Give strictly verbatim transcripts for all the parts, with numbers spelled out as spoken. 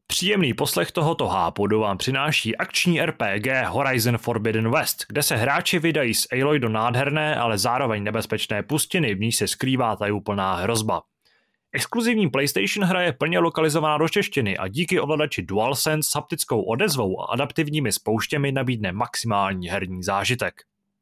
Příjemný poslech tohoto hápodu vám přináší akční R P G Horizon Forbidden West, kde se hráči vydají s Aloy do nádherné, ale zároveň nebezpečné pustiny, v níž se skrývá tajuplná hrozba. Exkluzivní PlayStation hra je plně lokalizovaná do češtiny a díky ovladači DualSense s haptickou odezvou a adaptivními spouštěmi nabídne maximální herní zážitek.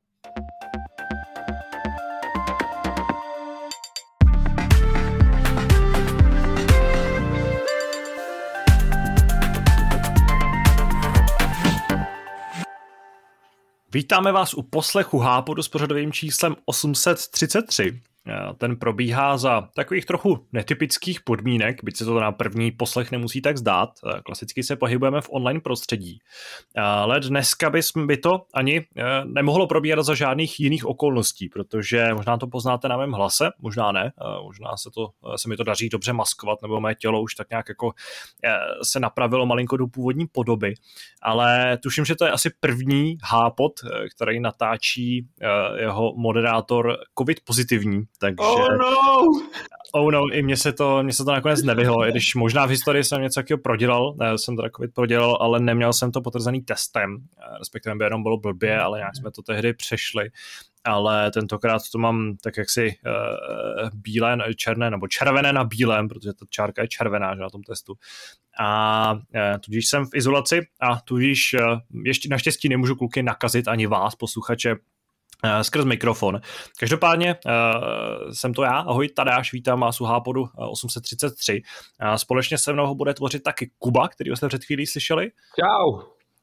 Vítáme vás u poslechu hápodu s pořadovým číslem osm set třicet tři. Ten probíhá za takových trochu netypických podmínek, byť se to na první poslech nemusí tak zdát. Klasicky se pohybujeme v online prostředí. Ale dneska by to ani nemohlo probíhat za žádných jiných okolností, protože možná to poznáte na mém hlase, možná ne, možná se, to, se mi to daří dobře maskovat, nebo mé tělo už tak nějak jako se napravilo malinko do původní podoby, ale tuším, že to je asi první hápod, který natáčí jeho moderátor covid pozitivní. Takže... Oh no! Oh no, i mně se to, mně se to nakonec nevyhlo, i když možná v historii jsem něco takového prodělal, ne, jsem to takový prodělal, ale neměl jsem to potvrzený testem, respektive by jenom bylo blbě, ale nějak jsme to tehdy přešli, ale tentokrát to mám tak jaksi uh, bílé, černé, nebo červené na bílém, protože ta čárka je červená, že na tom testu. A uh, tudíž jsem v izolaci a tudíž uh, ještě naštěstí nemůžu kluky nakazit ani vás, posluchače, skrz mikrofon. Každopádně uh, jsem to já, ahoj Tadáš, vítám vás u hápodu osm set třicet tři. Uh, společně se mnou bude tvořit taky Kuba, kterýho jste před chvílí slyšeli. Čau.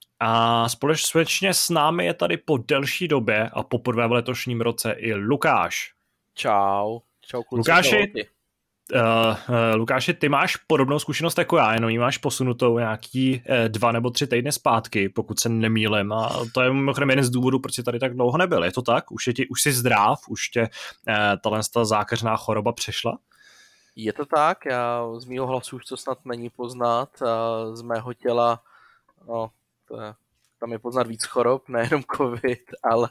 A společně s námi je tady po delší době a poprvé v letošním roce i Lukáš. Čau. Čau kluci. Lukáši, Uh, uh, Lukáši, ty máš podobnou zkušenost jako já, jenom ji máš posunutou nějaký uh, dva nebo tři týdny zpátky, pokud se nemýlím, a to je mimochodem jeden z důvodů, proč jsi tady tak dlouho nebyl. Je to tak? Už, je ti, už jsi zdrav? Už tě uh, tahle zákeřná choroba přešla? Je to tak, já z mýho hlasu už to snad není poznat, a z mého těla, no, to je, tam je poznat víc chorob, nejenom covid, ale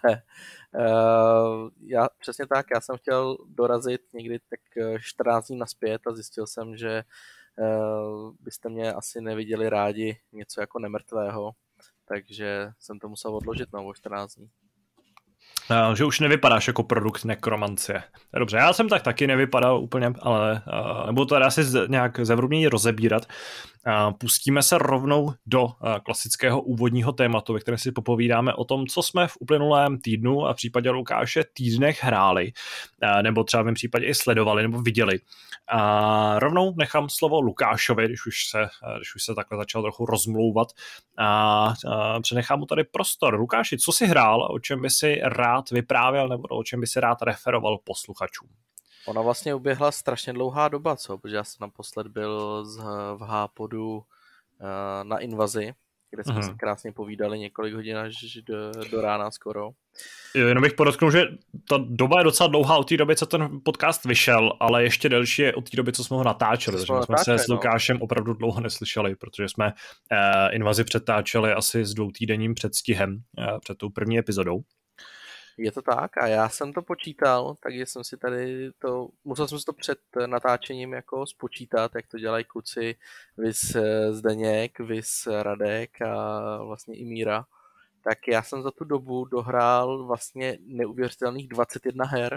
uh, já přesně tak, já jsem chtěl dorazit někdy tak čtrnáct dní naspět a zjistil jsem, že uh, byste mě asi neviděli rádi něco jako nemrtvého, takže jsem to musel odložit no, o čtrnáct dní. Uh, že už nevypadáš jako produkt nekromancie. Dobře, já jsem tak taky nevypadal úplně, ale uh, nebudu to asi z, nějak zevrubněji rozebírat. Uh, pustíme se rovnou do uh, klasického úvodního tématu, ve kterém si popovídáme o tom, co jsme v uplynulém týdnu a v případě Lukáše týdnech hráli, uh, nebo třeba v mém případě i sledovali nebo viděli. Uh, rovnou nechám slovo Lukášovi, když už se, uh, když už se takhle začal trochu rozmlouvat, a uh, přenechám mu tady prostor. Lukáši, co jsi hrál, o čem by si rád vyprávěl nebo o čem by si rád referoval posluchačům? Ona vlastně uběhla strašně dlouhá doba, co? Protože já jsem naposled byl z, v hápodu uh, na Invazi, kde jsme uh-huh. si krásně povídali několik hodin až do, do rána skoro. Jo, jenom bych podotknul, že ta doba je docela dlouhá od té doby, co ten podcast vyšel, ale ještě delší je od té doby, co jsme ho natáčeli. Takže jsme natáčeli, se s Lukášem no. opravdu dlouho neslyšeli, protože jsme uh, Invazi přetáčeli asi s dvoutýdenním předstihem uh, před tou první epizodou. Je to tak a já jsem to počítal, takže jsem si tady to, musel jsem si to před natáčením jako spočítat, jak to dělají kluci, vys Zdeněk, vys Radek a vlastně i Míra. Tak já jsem za tu dobu dohrál vlastně neuvěřitelných dvacet jedna her.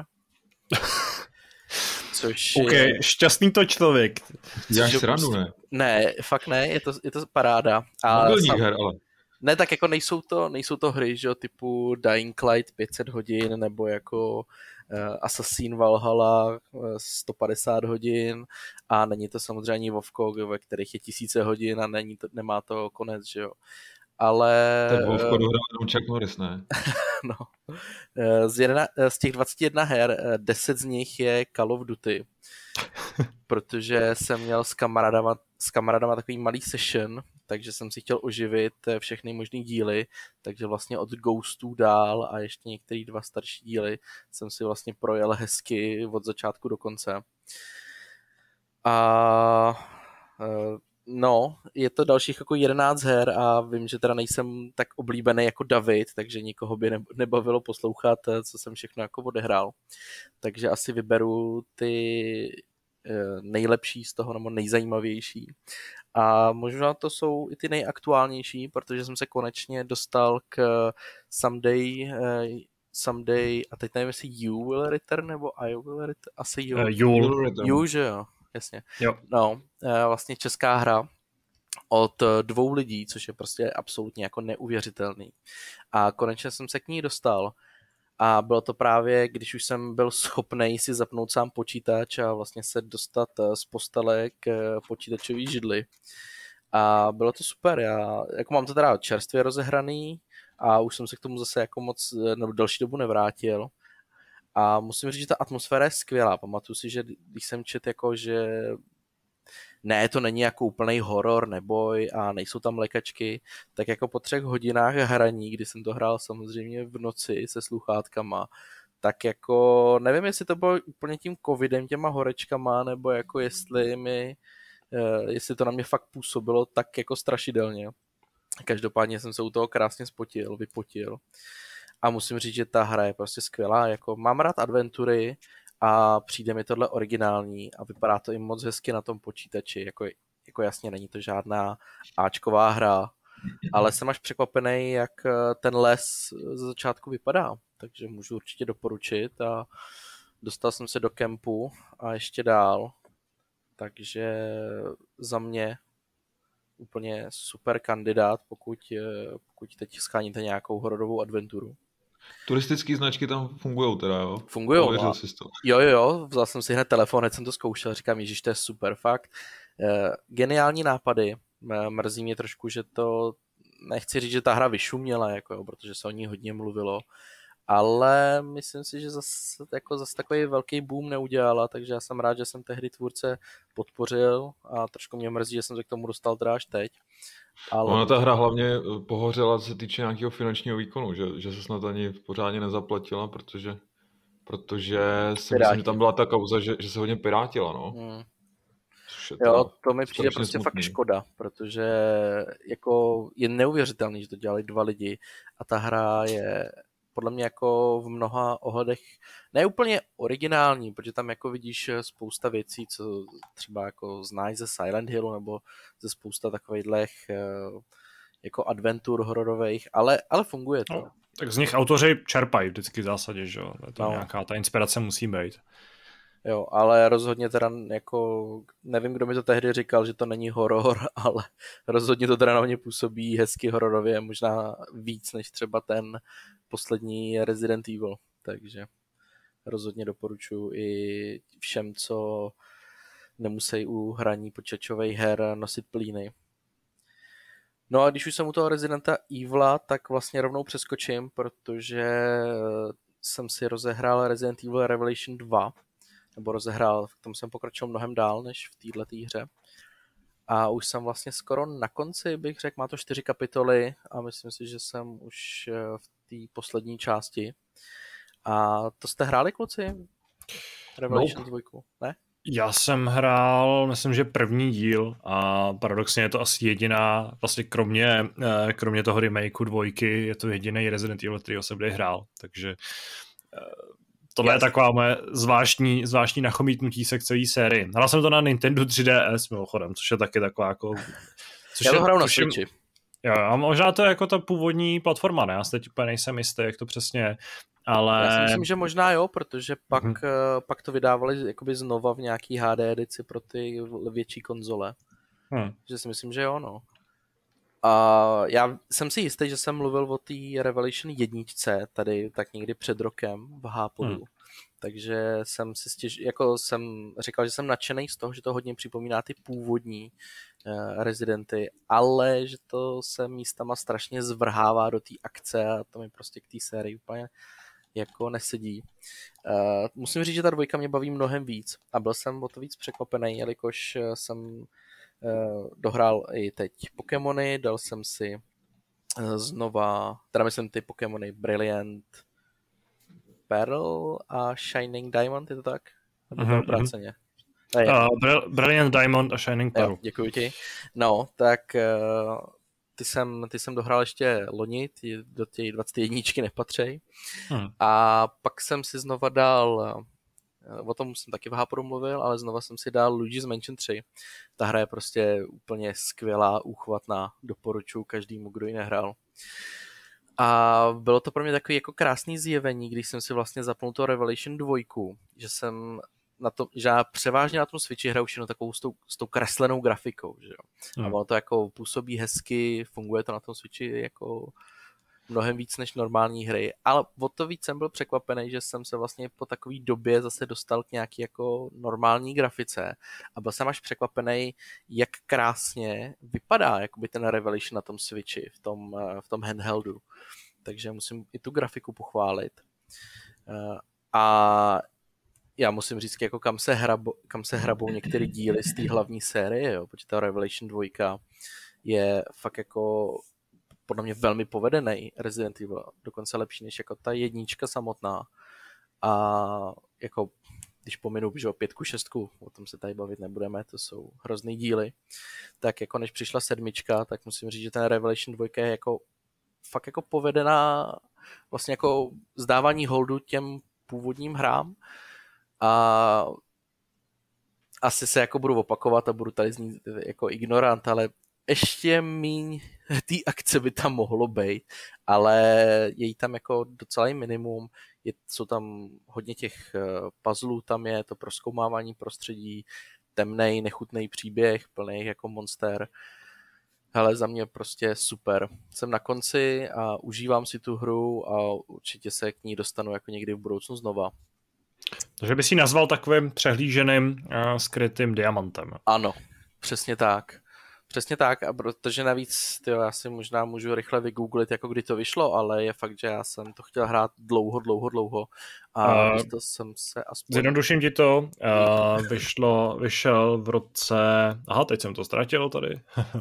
Což OK, je... šťastný to člověk. Děláš srandu, ne? Ne, fakt ne, je to, je to paráda. Mobilní sam... her, ale... Ne, tak jako nejsou to, nejsou to hry, že jo, typu Dying Light pět set hodin, nebo jako uh, Assassin Valhalla uh, sto padesát hodin a není to samozřejmě ani Vovko, ve kterých je tisíce hodin a není to, nemá to konec, že jo. Ale... Ten Vovko dohrál jenom Chuck Norris, ne? No. Z, jedna, z těch dvacet jedna her, deset z nich je Call of Duty, protože jsem měl s kamarádama, s kamarádama takový malý session, takže jsem si chtěl oživit všechny možný díly, takže vlastně od Ghostů dál a ještě některý dva starší díly jsem si vlastně projel hezky od začátku do konce. A no, je to dalších jako jedenáct her a vím, že teda nejsem tak oblíbený jako David, takže nikoho by nebavilo poslouchat, co jsem všechno jako odehrál. Takže asi vyberu ty nejlepší z toho, nebo nejzajímavější. A možná to jsou i ty nejaktuálnější, protože jsem se konečně dostal k Someday, Someday a teď nevím, jestli You Will Return, nebo I Will Return, asi You. Uh, you. You, že jo, jasně. Jo. No, vlastně česká hra od dvou lidí, což je prostě absolutně jako neuvěřitelný. A konečně jsem se k ní dostal. A bylo to právě, když už jsem byl schopnej si zapnout sám počítač a vlastně se dostat z postele k počítačový židli. A bylo to super. Já jako mám to teda čerstvě rozehraný a už jsem se k tomu zase jako moc nebo další dobu nevrátil. A musím říct, že ta atmosféra je skvělá. Pamatuju si, že když jsem čet jako, že ne, to není jako úplnej horor, neboj a nejsou tam lékačky, tak jako po třech hodinách hraní, kdy jsem to hrál samozřejmě v noci se sluchátkama, tak jako nevím, jestli to bylo úplně tím covidem, těma horečkama, nebo jako jestli mi, jestli to na mě fakt působilo tak jako strašidelně. Každopádně jsem se u toho krásně spotil, vypotil a musím říct, že ta hra je prostě skvělá, jako mám rád adventury, a přijde mi tohle originální a vypadá to i moc hezky na tom počítači, jako, jako jasně není to žádná áčková hra, ale jsem až překvapený, jak ten les ze začátku vypadá, takže můžu určitě doporučit a dostal jsem se do kempu a ještě dál, takže za mě úplně super kandidát, pokud, pokud teď scháníte nějakou hororovou adventuru. Turistické značky tam fungují teda, jo? Fungujou, Ověřil no. jsi to. Jo, jo, jo, vzal jsem si hned telefon, hned jsem to zkoušel, říkám, ježiš, to je super, fakt. E, geniální nápady, mrzí mě trošku, že to, nechci říct, že ta hra vyšuměla, jako, jo, protože se o ní hodně mluvilo, ale myslím si, že zase, jako, zase takový velký boom neudělala, takže já jsem rád, že jsem tehdy tvůrce podpořil a trošku mě mrzí, že jsem se k tomu dostal teda až teď. Ale... Ona ta hra hlavně pohořela, co se týče nějakého finančního výkonu, že, že se snad ani pořádně nezaplatila, protože, protože si myslím, že tam byla ta kauza, že, že se hodně pirátila, no. Hmm. Jo, to mi přijde prostě smutný. Fakt škoda, protože jako je neuvěřitelný, že to dělali dva lidi a ta hra je podle mě jako v mnoha ohledech ne úplně originální, protože tam jako vidíš spousta věcí, co třeba jako znáš ze Silent Hillu nebo ze spousta takovejhlech jako adventur hororových, ale, ale funguje to. No, tak z nich autoři čerpají vždycky v zásadě, že jo? To no. Nějaká ta inspirace musí být. Jo, ale rozhodně teda jako, nevím, kdo mi to tehdy říkal, že to není horor, ale rozhodně to teda na mě působí hezky hororově, možná víc než třeba ten poslední Resident Evil, takže rozhodně doporučuji i všem, co nemusí u hraní počítačových her nosit plíny. No a když už jsem u toho Residenta Evila, tak vlastně rovnou přeskočím, protože jsem si rozehrál Resident Evil Revelation dva, nebo rozehrál, v tom jsem pokračoval mnohem dál než v této hře. A už jsem vlastně skoro na konci, bych řekl, má to čtyři kapitoly a myslím si, že jsem už v té poslední části. A to jste hráli, kluci? Revelation nope. dva, ne? Já jsem hrál, myslím, že první díl a paradoxně je to asi jediná, vlastně kromě, kromě toho remakeu dvojky, je to jediný Resident Evil, který jsem kdy hrál, takže tohle yes. je taková moje zvláštní, zvláštní nachomítnutí se k celé sérii. Hrál jsem to na Nintendo tři D S mimochodem, což je taky taková jako... Což Já to hrál na Switchi. Jo, a možná to je jako ta původní platforma, ne? Já si teď úplně nejsem jistý, jak to přesně je, ale... Já si myslím, že možná jo, protože pak, hmm. pak to vydávali jakoby znova v nějaký H D edici pro ty větší konzole. Hmm. Že si myslím, že jo, no. A já jsem si jistý, že jsem mluvil o té Revelation jedničce tady tak někdy před rokem v Hápodu. Hmm. Takže jsem si stěž, jako jsem říkal, že jsem nadšený z toho, že to hodně připomíná ty původní uh, Residenty, ale že to se místama strašně zvrhává do té akce a to mi prostě k té sérii úplně jako nesedí. Uh, musím říct, že ta dvojka mě baví mnohem víc a byl jsem o to víc překvapený, jelikož jsem uh, dohrál i teď Pokémony, dal jsem si uh, znova, teda myslím ty Pokémony Brilliant Pearl a Shining Diamond, je to tak? Nebo to obráceně? Uh, Brilliant Diamond a Shining Pearl. Jo, děkuji ti. No, tak uh, ty jsem, ty jsem dohrál ještě loni, ty do té dvacet jedna nepatřej. Hmm. A pak jsem si znova dal o tom jsem taky v Háporu mluvil, ale znova jsem si dal Luigi's Mansion tři. Ta hra je prostě úplně skvělá, úchvatná, doporučuji každému, kdo ji nehrál. A bylo to pro mě takový jako krásný zjevení, když jsem si vlastně zapnul to Revelation dva, že jsem na to, že já převážně na tom Switchi hraju všechno takovou s tou, s tou kreslenou grafikou, že jo. Hmm. A ono to jako působí hezky, funguje to na tom Switchi jako mnohem víc než normální hry, ale o to víc jsem byl překvapený, že jsem se vlastně po takové době zase dostal k nějaký jako normální grafice a byl jsem až překvapený, jak krásně vypadá jakoby ten Revelation na tom Switchi, v tom, v tom handheldu. Takže musím i tu grafiku pochválit. A já musím říct, jako kam se, hrabo, kam se hrabou některé díly z té hlavní série, jo, protože ta Revelation dva je fakt jako podle mě velmi povedený Resident Evil, dokonce lepší než jako ta jednička samotná. A jako, když pominu, že o pětku, šestku, o tom se tady bavit nebudeme, to jsou hrozný díly, tak jako než přišla sedmička, tak musím říct, že ten Revelation dva je jako fakt jako povedená vlastně jako zdávání holdu těm původním hrám. A asi se jako budu opakovat a budu tady znít jako ignorant, ale ještě míň té akce by tam mohlo být, ale je jí tam jako docela minimum, je, jsou tam hodně těch puzzlů, tam je to prozkoumávání prostředí, temnej, nechutný příběh, plný jako monster. Hele, za mě prostě super. Jsem na konci a užívám si tu hru a určitě se k ní dostanu jako někdy v budoucnu znova. Takže by si ji nazval takovým přehlíženým uh, skrytým diamantem. Ano, přesně tak. Přesně tak, a protože navíc, tyjo, já si možná můžu rychle vygooglit, jako kdy to vyšlo, ale je fakt, že já jsem to chtěl hrát dlouho, dlouho, dlouho a uh, dostal jsem se aspoň... Zjednoduším ti to, uh, vyšlo, vyšel v roce, aha, teď jsem to ztratil tady,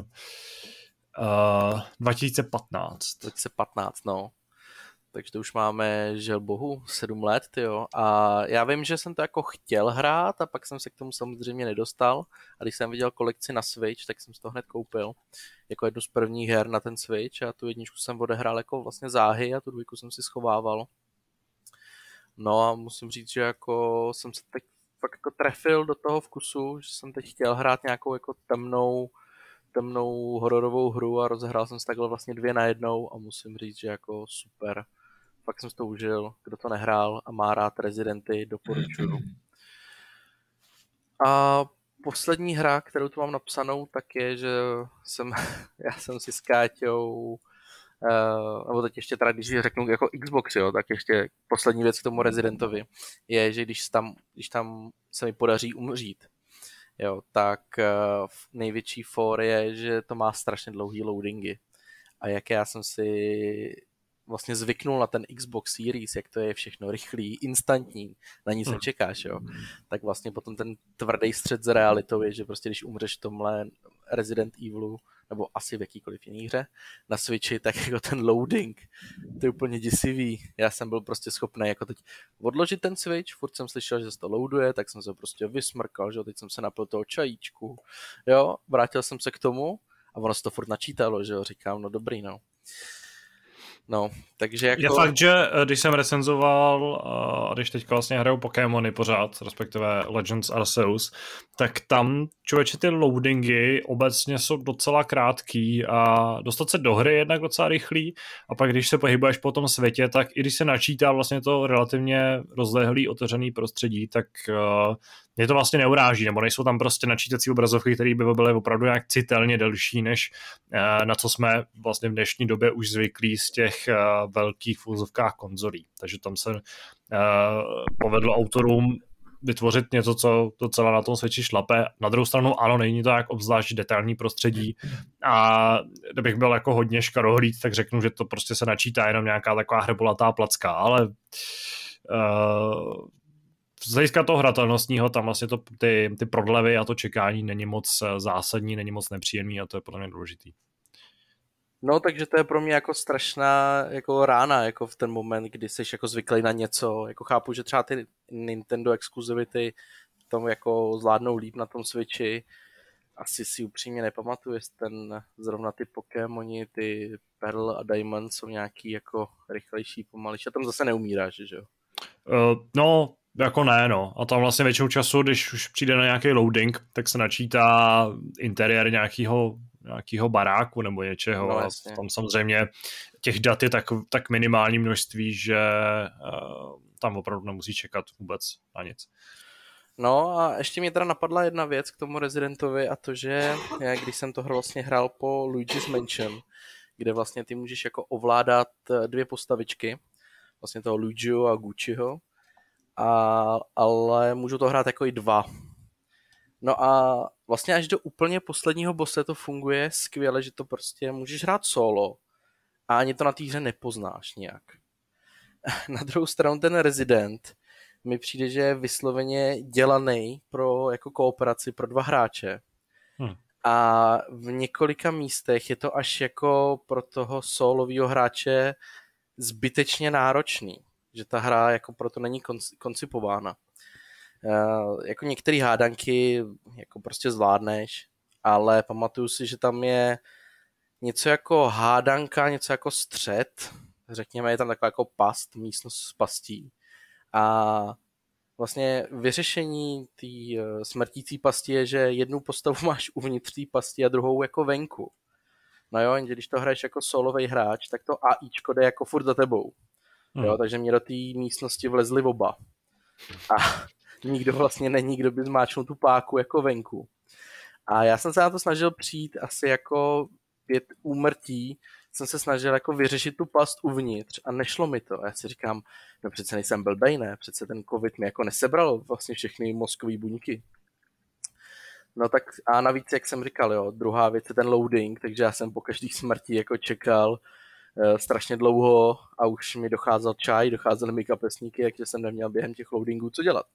uh, dva tisíce patnáct. dva tisíce patnáct, no. Takže to už máme, žel bohu, sedm let, tyjo. A já vím, že jsem to jako chtěl hrát a pak jsem se k tomu samozřejmě nedostal. A když jsem viděl kolekci na Switch, tak jsem si to hned koupil. Jako jednu z prvních her na ten Switch a tu jedničku jsem odehrál jako vlastně záhy a tu dvojku jsem si schovával. No a musím říct, že jako jsem se teď fakt jako trefil do toho vkusu, že jsem teď chtěl hrát nějakou jako temnou temnou hororovou hru a rozehrál jsem si takhle vlastně dvě najednou a musím říct, že jako super. Fakt jsem si to užil, kdo to nehrál a má rád Residenty, doporučuju. A poslední hra, kterou tu mám napsanou, tak je, že jsem, já jsem si s Káťou, uh, nebo teď ještě teda, když řeknu jako Xbox, jo, tak ještě poslední věc k tomu Residentovi je, že když tam, když tam se mi podaří umřít, jo, tak uh, největší for je, že to má strašně dlouhý loadingy. A jak já jsem si vlastně zvyknul na ten Xbox Series, jak to je všechno rychlý, instantní, na nic nečekáš, jo. Tak vlastně potom ten tvrdý střed s realitou je, že prostě když umřeš v tomhle Resident Evilu, nebo asi v jakýkoliv jiný hře, na Switchi, tak jako ten loading, to je úplně děsivý. Já jsem byl prostě schopný jako teď odložit ten Switch, furt jsem slyšel, že se to loaduje, tak jsem se prostě vysmrkal, že jo, teď jsem se napil toho čajíčku, jo, vrátil jsem se k tomu a ono se to furt načítalo, že jo, říkám, no dobrý, no. No, takže jako... Je fakt, že když jsem recenzoval a když teďka vlastně hraju Pokémony pořád, respektive Legends Arceus, tak tam člověče ty loadingy obecně jsou docela krátký a dostat se do hry je jednak docela rychlý a pak když se pohybuješ po tom světě, tak i když se načítá vlastně to relativně rozlehlý otevřený prostředí, tak uh, mě to vlastně neuráží, nebo nejsou tam prostě načítací obrazovky, které by byly opravdu nějak citelně delší, než uh, na co jsme vlastně v dnešní době už zvyklí z těch uh, velkých v úzovkách konzolí. Takže tam se uh, povedlo autorům vytvořit něco, co docela na tom Switchi šlape. Na druhou stranu, ano, není to jak obzvlášť detailní prostředí a kdybych byl jako hodně škarohlíd, tak řeknu, že to prostě se načítá jenom nějaká taková hrbolatá placka, ale uh, z hlediska toho hratelnostního tam vlastně to, ty, ty prodlevy a to čekání není moc zásadní, není moc nepříjemný a to je podle mě důležitý. No, takže to je pro mě jako strašná jako rána, jako v ten moment, kdy jsi jako zvyklý na něco, jako chápu, že třeba ty Nintendo exkluzivity tomu jako zvládnou líp na tom Switchi, asi si upřímně nepamatuju, jestli ten, zrovna ty Pokémoni, ty Pearl a Diamond jsou nějaký jako rychlejší, pomalejší a tam zase neumíráš, že jo? Uh, no, Jako ne, no. A tam vlastně většinou času, když už přijde na nějaký loading, tak se načítá interiér nějakého nějakého baráku nebo něčeho. No, a tam samozřejmě těch dat je tak, tak minimální množství, že uh, tam opravdu nemusí čekat vůbec na nic. No a ještě mě teda napadla jedna věc k tomu Residentovi a to, že já, když jsem to vlastně hrál po Luigi's Mansion, kde vlastně ty můžeš jako ovládat dvě postavičky, vlastně toho Luigiho a Gucciho, a, ale můžu to hrát jako i dva. No a vlastně až do úplně posledního bosse to funguje skvěle, že to prostě můžeš hrát solo a ani to na té hře nepoznáš nějak. Na druhou stranu ten Resident mi přijde, že je vysloveně dělaný pro jako kooperaci pro dva hráče. Hmm. A v několika místech je to až jako pro toho solového hráče zbytečně náročný, že ta hra jako proto není koncipována. Uh, jako některé hádanky jako prostě zvládneš, ale pamatuju si, že tam je něco jako hádanka, něco jako střed, řekněme, je tam taková jako past, místnost s pastí. A vlastně vyřešení té uh, smrtící pasti je, že jednu postavu máš uvnitř té pasti a druhou jako venku. No jo, jenže když to hraješ jako solovej hráč, tak to AIčko jde jako furt za tebou. Hmm. Jo, takže mě do té místnosti vlezli oba. A nikdo vlastně není, kdo by zmáčnul tu páku jako venku. A já jsem se na to snažil přijít asi jako pět úmrtí, jsem se snažil jako vyřešit tu past uvnitř a nešlo mi to. A já si říkám, no přece nejsem blbej, ne? Přece ten covid mi jako nesebral vlastně všechny mozkový buňky. No tak a navíc, jak jsem říkal, jo, druhá věc je ten loading, takže já jsem po každý smrti jako čekal e, strašně dlouho a už mi docházel čaj, docházely mi kapesníky, takže jsem neměl během těch loadingů co dělat.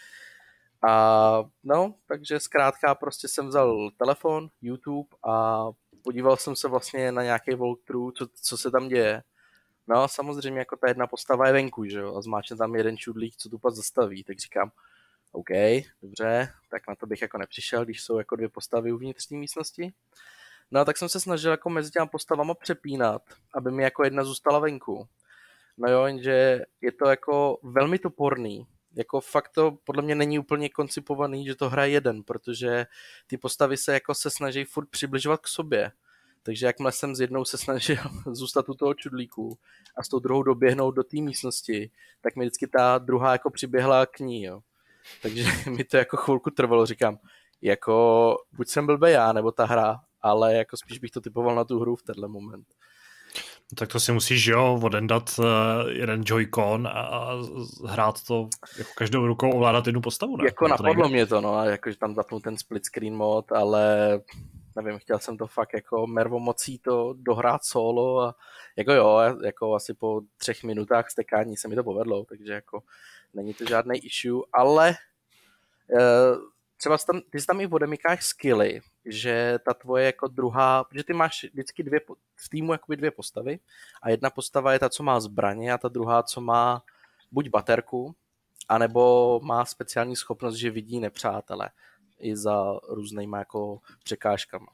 A no, takže zkrátka prostě jsem vzal telefon, YouTube a podíval jsem se vlastně na nějaký walkthrough, co, co se tam děje. No samozřejmě jako ta jedna postava je venku, že jo, a zmáčne tam jeden čudlík, co tu pas zastaví, tak říkám, OK, dobře, tak na to bych jako nepřišel, když jsou jako dvě postavy uvnitř té místnosti. No a tak jsem se snažil jako mezi těma postavama přepínat, aby mi jako jedna zůstala venku. No jo, jenže je to jako velmi toporný. Jako fakt to podle mě není úplně koncipovaný, že to hraje jeden, protože ty postavy se jako se snaží furt přibližovat k sobě. Takže jakmile jsem s jednou se snažil zůstat u toho čudlíku a s tou druhou doběhnout do té místnosti, tak mi vždycky ta druhá jako přiběhla k ní, jo. Takže mi to jako chvilku trvalo, říkám, jako buď jsem blbej já, nebo ta hra, ale jako spíš bych to typoval na tu hru v tenhle moment. Tak to si musíš, jo, odendat uh, jeden Joy-Con a, a hrát to jako každou rukou ovládat jednu postavu, ne? Jako napadlo mě to, no, jakože tam zapnu ten split screen mod, ale nevím, chtěl jsem to fakt jako mervomocí to dohrát solo a jako jo, jako asi po třech minutách stekání se mi to povedlo, takže jako není to žádný issue, ale uh, třeba tam, ty jsi tam i odemykáš skilly, že ta tvoje jako druhá, protože ty máš vždycky dvě, v týmu jakoby dvě postavy a jedna postava je ta, co má zbraně a ta druhá, co má buď baterku, anebo má speciální schopnost, že vidí nepřátele i za různýma jako překážkama.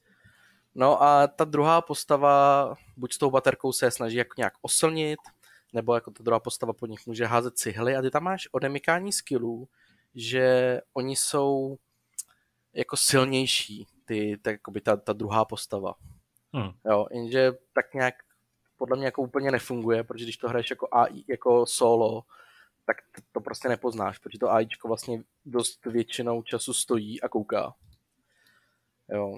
No a ta druhá postava, buď s tou baterkou se snaží jako nějak oslnit, nebo jako ta druhá postava po nich může házet cihly a ty tam máš odemykání skillů, že oni jsou jako silnější, ty, tak, jakoby ta, ta druhá postava. Hmm. Jo, jenže tak nějak podle mě jako úplně nefunguje, protože když to hraješ jako A I, jako solo, tak to, to prostě nepoznáš, protože to AIčko vlastně dost většinou času stojí a kouká. Jo.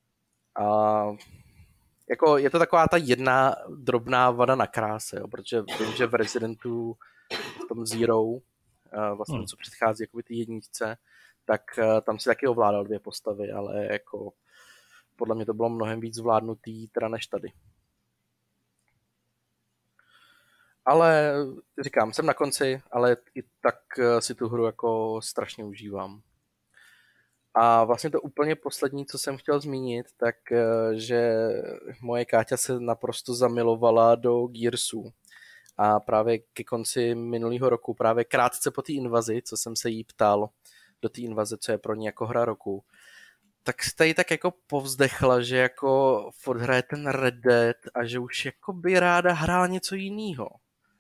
A jako je to taková ta jedna drobná vada na kráse, jo, protože vím, že v Residentu v tom Zero, vlastně hmm. co předchází jakoby ty jedničce, tak tam si taky ovládal dvě postavy, ale jako podle mě to bylo mnohem víc zvládnutý teda než tady. Ale říkám, jsem na konci, ale i tak si tu hru jako strašně užívám. A vlastně to úplně poslední, co jsem chtěl zmínit, tak že moje Káťa se naprosto zamilovala do Gearsů. A právě ke konci minulého roku, právě krátce po té invazi, co jsem se jí ptal do té invaze, co je pro ní jako hra roku, tak jste jí tak jako povzdechla, že jako furt hraje ten Red Dead a že už jako by ráda hrála něco jiného.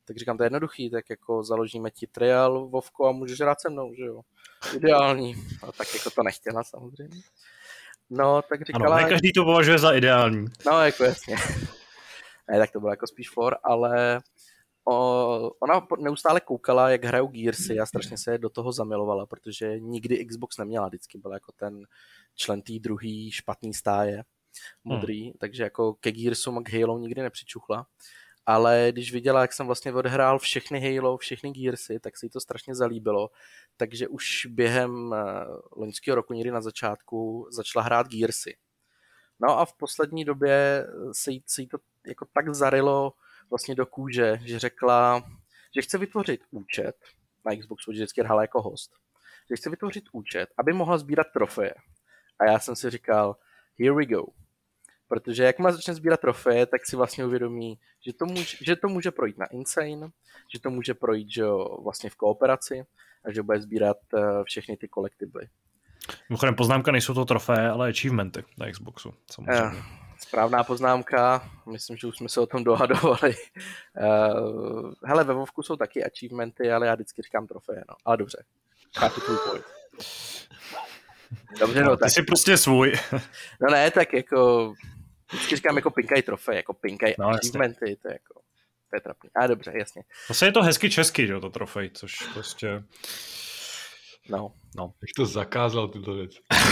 Tak říkám, to je jednoduchý, tak jako založíme ti trial, Vovko, a můžeš hrát se mnou, že jo. Ideální. A tak jako to nechtěla samozřejmě. No, tak říkala... Ano, ne každý to považuje za ideální. No, jako jasně. Ne, tak to bylo jako spíš for, ale o, ona neustále koukala, jak hrajou Gearsy a strašně se do toho zamilovala, protože nikdy Xbox neměla, vždycky byl jako ten člen tý druhý špatný stáje, modrý, hmm. takže jako ke Gearsům a k Halo nikdy nepřičuchla. Ale když viděla, jak jsem vlastně odehrál všechny Halo, všechny Gearsy, tak se jí to strašně zalíbilo. Takže už během loňského roku, někdy na začátku, začala hrát Gearsy. No a v poslední době se jí, se jí to jako tak zarylo vlastně do kůže, že řekla, že chce vytvořit účet, na Xboxu vždycky hrála jako host, že chce vytvořit účet, aby mohla sbírat trofeje. A já jsem si říkal, here we go. Protože jak má začne sbírat trofeje, tak si vlastně uvědomí, že to může, že to může projít na Insane, že to může projít, že jo, vlastně v kooperaci a že bude sbírat uh, všechny ty kolektivy. Mimochodem poznámka nejsou to trofeje, ale achievementy na Xboxu. Samozřejmě. Uh, správná poznámka, myslím, že už jsme se o tom dohadovali. Uh, hele, ve Vovku jsou taky achievementy, ale já vždycky říkám trofeje, no. Ale dobře, chápu tvůj point. Dobře, no, no tak. Ty jsi prostě svůj. No ne, tak jako, vždycky říkám jako pinkaj trofej, jako pinkaj no, achievementy, to je jako, to je trapný. A dobře, jasně. Zase je to hezky česky, že to trofej, což prostě... No. No. Jak to zakázal tuto věc.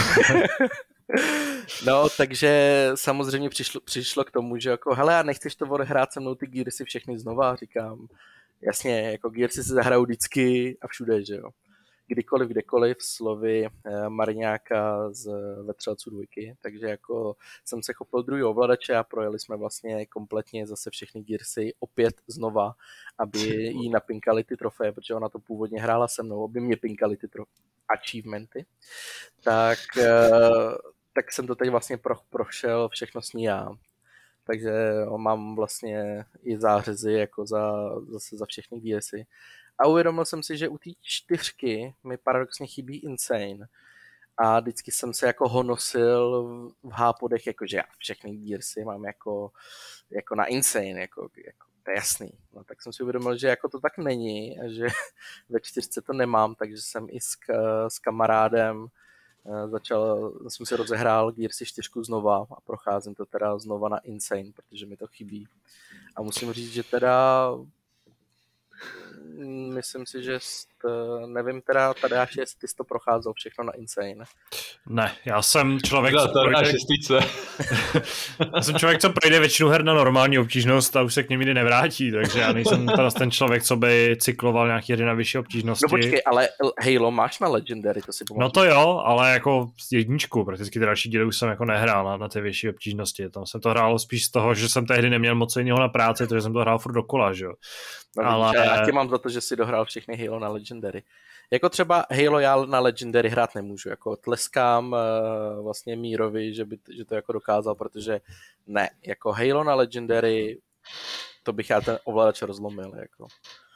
No, takže samozřejmě přišlo, přišlo k tomu, že jako, hele, a nechceš to odehrát se mnou ty Gearsy všechny znova, říkám, jasně, jako Gearsy se zahrajou vždycky a všude, že jo. Kdykoliv, kdekoliv, slovy eh, Marňáka z Vetřelců dvojky, takže jako jsem se chopil druhý ovladače a projeli jsme vlastně kompletně zase všechny Gearsy opět znova, aby jí napinkali ty trofeje, protože ona to původně hrála se mnou, aby mě pinkali ty tro- achievementy, tak, eh, tak jsem to teď vlastně pro, prošel všechno s ní já. Takže mám vlastně i zářezy jako za, zase za všechny Gearsy. A uvědomil jsem si, že u té čtyřky mi paradoxně chybí Insane. A vždycky jsem se jako honosil v hápodech, jakože já všechny Gearsy mám jako, jako na Insane, jako, jako, to je jasný. No, tak jsem si uvědomil, že jako to tak není a že ve čtyřce to nemám, takže jsem i s, s kamarádem začal, jsem si rozehrál Gearsy čtyři znova a procházím to teda znova na Insane, protože mi to chybí. A musím říct, že teda myslím si, že st, nevím teda, tady až jestli ty jsi to procházel všechno na Insane. Ne, já jsem člověk, co projde... já jsem člověk, co projde většinu her na normální obtížnost a už se k něm nikdy nevrátí, takže já nejsem teda ten člověk, co by cykloval nějaký hry na vyšší obtížnosti. No počkej, ale Halo máš na Legendary, to si pomůžu. No to jo, ale jako jedničku, prakticky ty další díly už jsem jako nehrál na, na ty vyšší obtížnosti, tam jsem to hrál spíš z toho, že jsem tehdy neměl moc jiného na práci, takže jsem to hrál furt dokola, že jo. No, ale... Já tě mám za to, že si dohrál všechny Halo na Legendary. Jako třeba Halo já na Legendary hrát nemůžu, jako tleskám uh, vlastně Mírovi, že, by, že to jako dokázal, protože ne, jako Halo na Legendary, to bych já ten ovladač rozlomil, jako.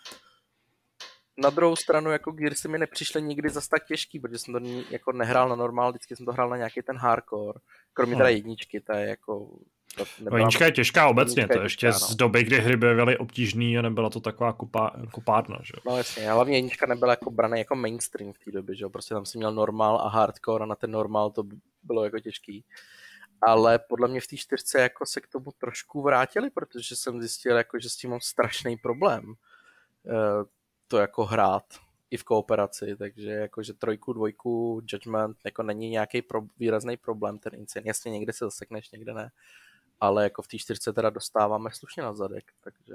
Na druhou stranu, jako Gearsy mi nepřišly nikdy zas tak těžký, protože jsem to jako nehrál na normál, vždycky jsem to hrál na nějaký ten hardcore, kromě hmm. teda jedničky, ta je jako... No, jednička je těžká obecně, to ještě těžká, no. Z doby, kdy hry byly obtížný a nebyla to taková kupá, kupárna, že? No jasně, hlavně jednička nebyla jako braný jako mainstream v té době, že jo, prostě tam si měl normál a hardcore a na ten normál to bylo jako těžký. Ale podle mě v té čtyřce jako se k tomu trošku vrátili, protože jsem zjistil, jako, že s tím mám strašný problém to jako hrát i v kooperaci, takže jakože trojku, dvojku, Judgment jako není nějaký pro, výrazný problém ten Insane. Jasně, někde se zasekneš, někde ne. Ale jako v té čtyřce teda dostáváme slušně na zadek, takže...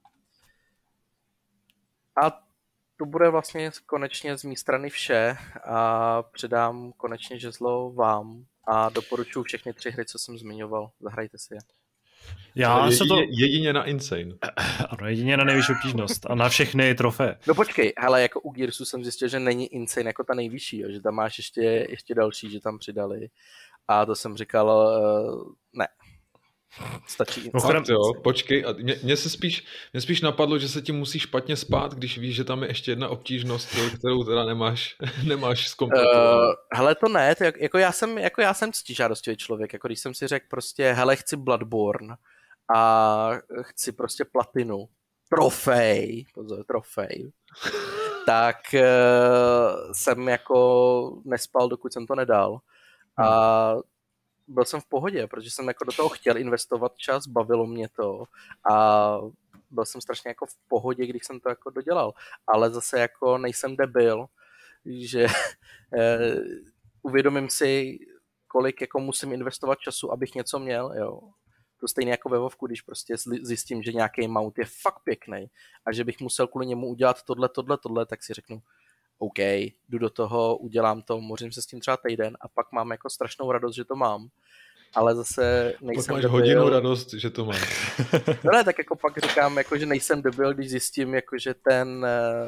A to bude vlastně konečně z mé strany vše a předám konečně žezlo vám a doporučuji všechny tři hry, co jsem zmiňoval. Zahrajte si je. Já jedině, se to... jedině na Insane. Ano, jedině na nejvyšší obtížnost a na všechny trofeje. No počkej, hele, jako u Gearsu jsem zjistil, že není Insane jako ta nejvyšší, jo, že tam máš ještě, ještě další, že tam přidali. A to jsem říkal, uh, ne. Stačí Insane. Jo, počkej, a mě, mě se spíš, mě spíš napadlo, že se ti musí špatně spát, když víš, že tam je ještě jedna obtížnost, kterou teda nemáš, nemáš zkompletovat. Uh, hele, to ne, to jako já jsem, jako já jsem ctižádostivý člověk, jako když jsem si řekl prostě, hele, chci Bloodborne a chci prostě platinu, trofej, pozor, trofej, tak uh, jsem jako nespal, dokud jsem to nedal. A byl jsem v pohodě, protože jsem jako do toho chtěl investovat čas, bavilo mě to a byl jsem strašně jako v pohodě, když jsem to jako dodělal. Ale zase jako nejsem debil, že eh, uvědomím si, kolik jako musím investovat času, abych něco měl, jo. To stejně jako ve Vovku, když prostě zjistím, že nějaký mount je fakt pěkný a že bych musel kvůli němu udělat tohle, tohle, tohle, tak si řeknu, OK, jdu do toho, udělám to, mořím se s tím třeba týden a pak mám jako strašnou radost, že to mám. Ale zase nejsem pak máš debil. hodinu radost, že to máš. No ne, tak jako pak říkám, jako, že nejsem debil, když zjistím, jako, že ten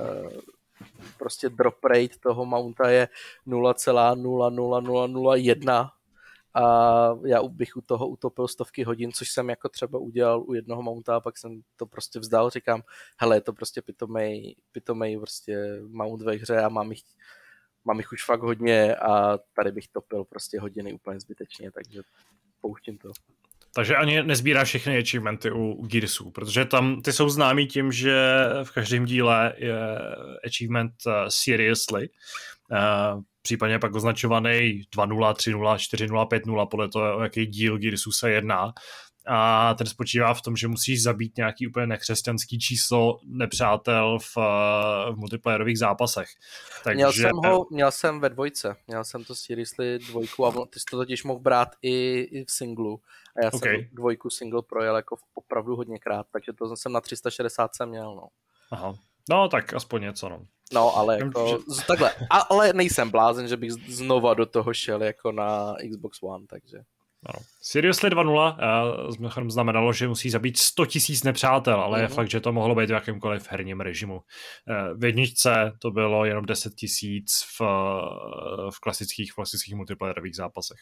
prostě drop rate toho mounta je nula celá nula nula nula nula jedna a já bych u toho utopil stovky hodin, což jsem jako třeba udělal u jednoho mounta a pak jsem to prostě vzdal, říkám, hele, je to prostě pitomej, pitomej prostě mount ve hře a mám jich, mám jich už fakt hodně a tady bych topil prostě hodiny úplně zbytečně, takže pouštím to. Takže ani nezbíráš všechny achievementy u, u Gearsů, protože tam ty jsou známí tím, že v každém díle je achievement uh, seriously, uh, případně pak označovaný dva nula, tři nula, čtyři nula, pět nula, podle toho, o jaký díl Gearsů se jedná. A ten spočívá v tom, že musíš zabít nějaký úplně nekřesťanský číslo nepřátel v, v multiplayerových zápasech. Takže... Měl jsem ho, měl jsem ve dvojce, měl jsem to seriously dvojku a ty jsi to totiž mohl brát i, i v singlu. A já okay. jsem dvojku single projel jako opravdu hodněkrát, takže to jsem na tři sta šedesát jsem měl, no. Aha. No, tak aspoň něco, no. No, ale jako, takhle, ale nejsem blázen, že bych znova do toho šel jako na Xbox One, takže... Ano. Seriously dva nula uh, znamenalo, že musí zabít sto tisíc nepřátel, ale mm-hmm. je fakt, že to mohlo být v jakémkoliv herním režimu. Uh, v jedničce to bylo jenom deset tisíc v, uh, v klasických, v klasických multiplayerových zápasech.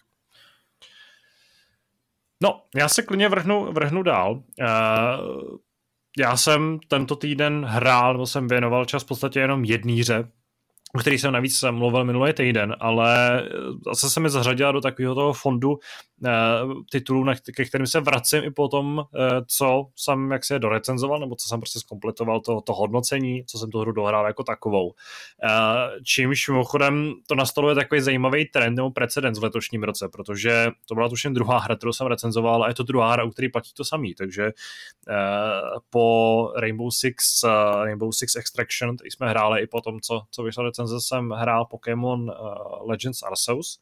No, já se klidně vrhnu, vrhnu dál. Uh, já jsem tento týden hrál, nebo jsem věnoval čas v podstatě jenom jedné hře, o který jsem navíc mluvil minulý týden, ale zase se mi zařadila do takového toho fondu uh, titulů, na, ke kterým se vracím i po tom, uh, co jsem jak se dorecenzoval, nebo co jsem prostě zkompletoval to, to hodnocení, co jsem tu hru dohrál jako takovou. Uh, čímž mimochodem to nastoluje takový zajímavý trend nebo precedens v letošním roce, protože to byla tuším druhá hra, kterou jsem recenzoval a je to druhá hra, u který platí to samý, takže uh, po Rainbow Six, uh, Rainbow Six Extraction jsme hráli i po tom, co, co vyšlo recenze, jsem hrál Pokémon uh, Legends Arceus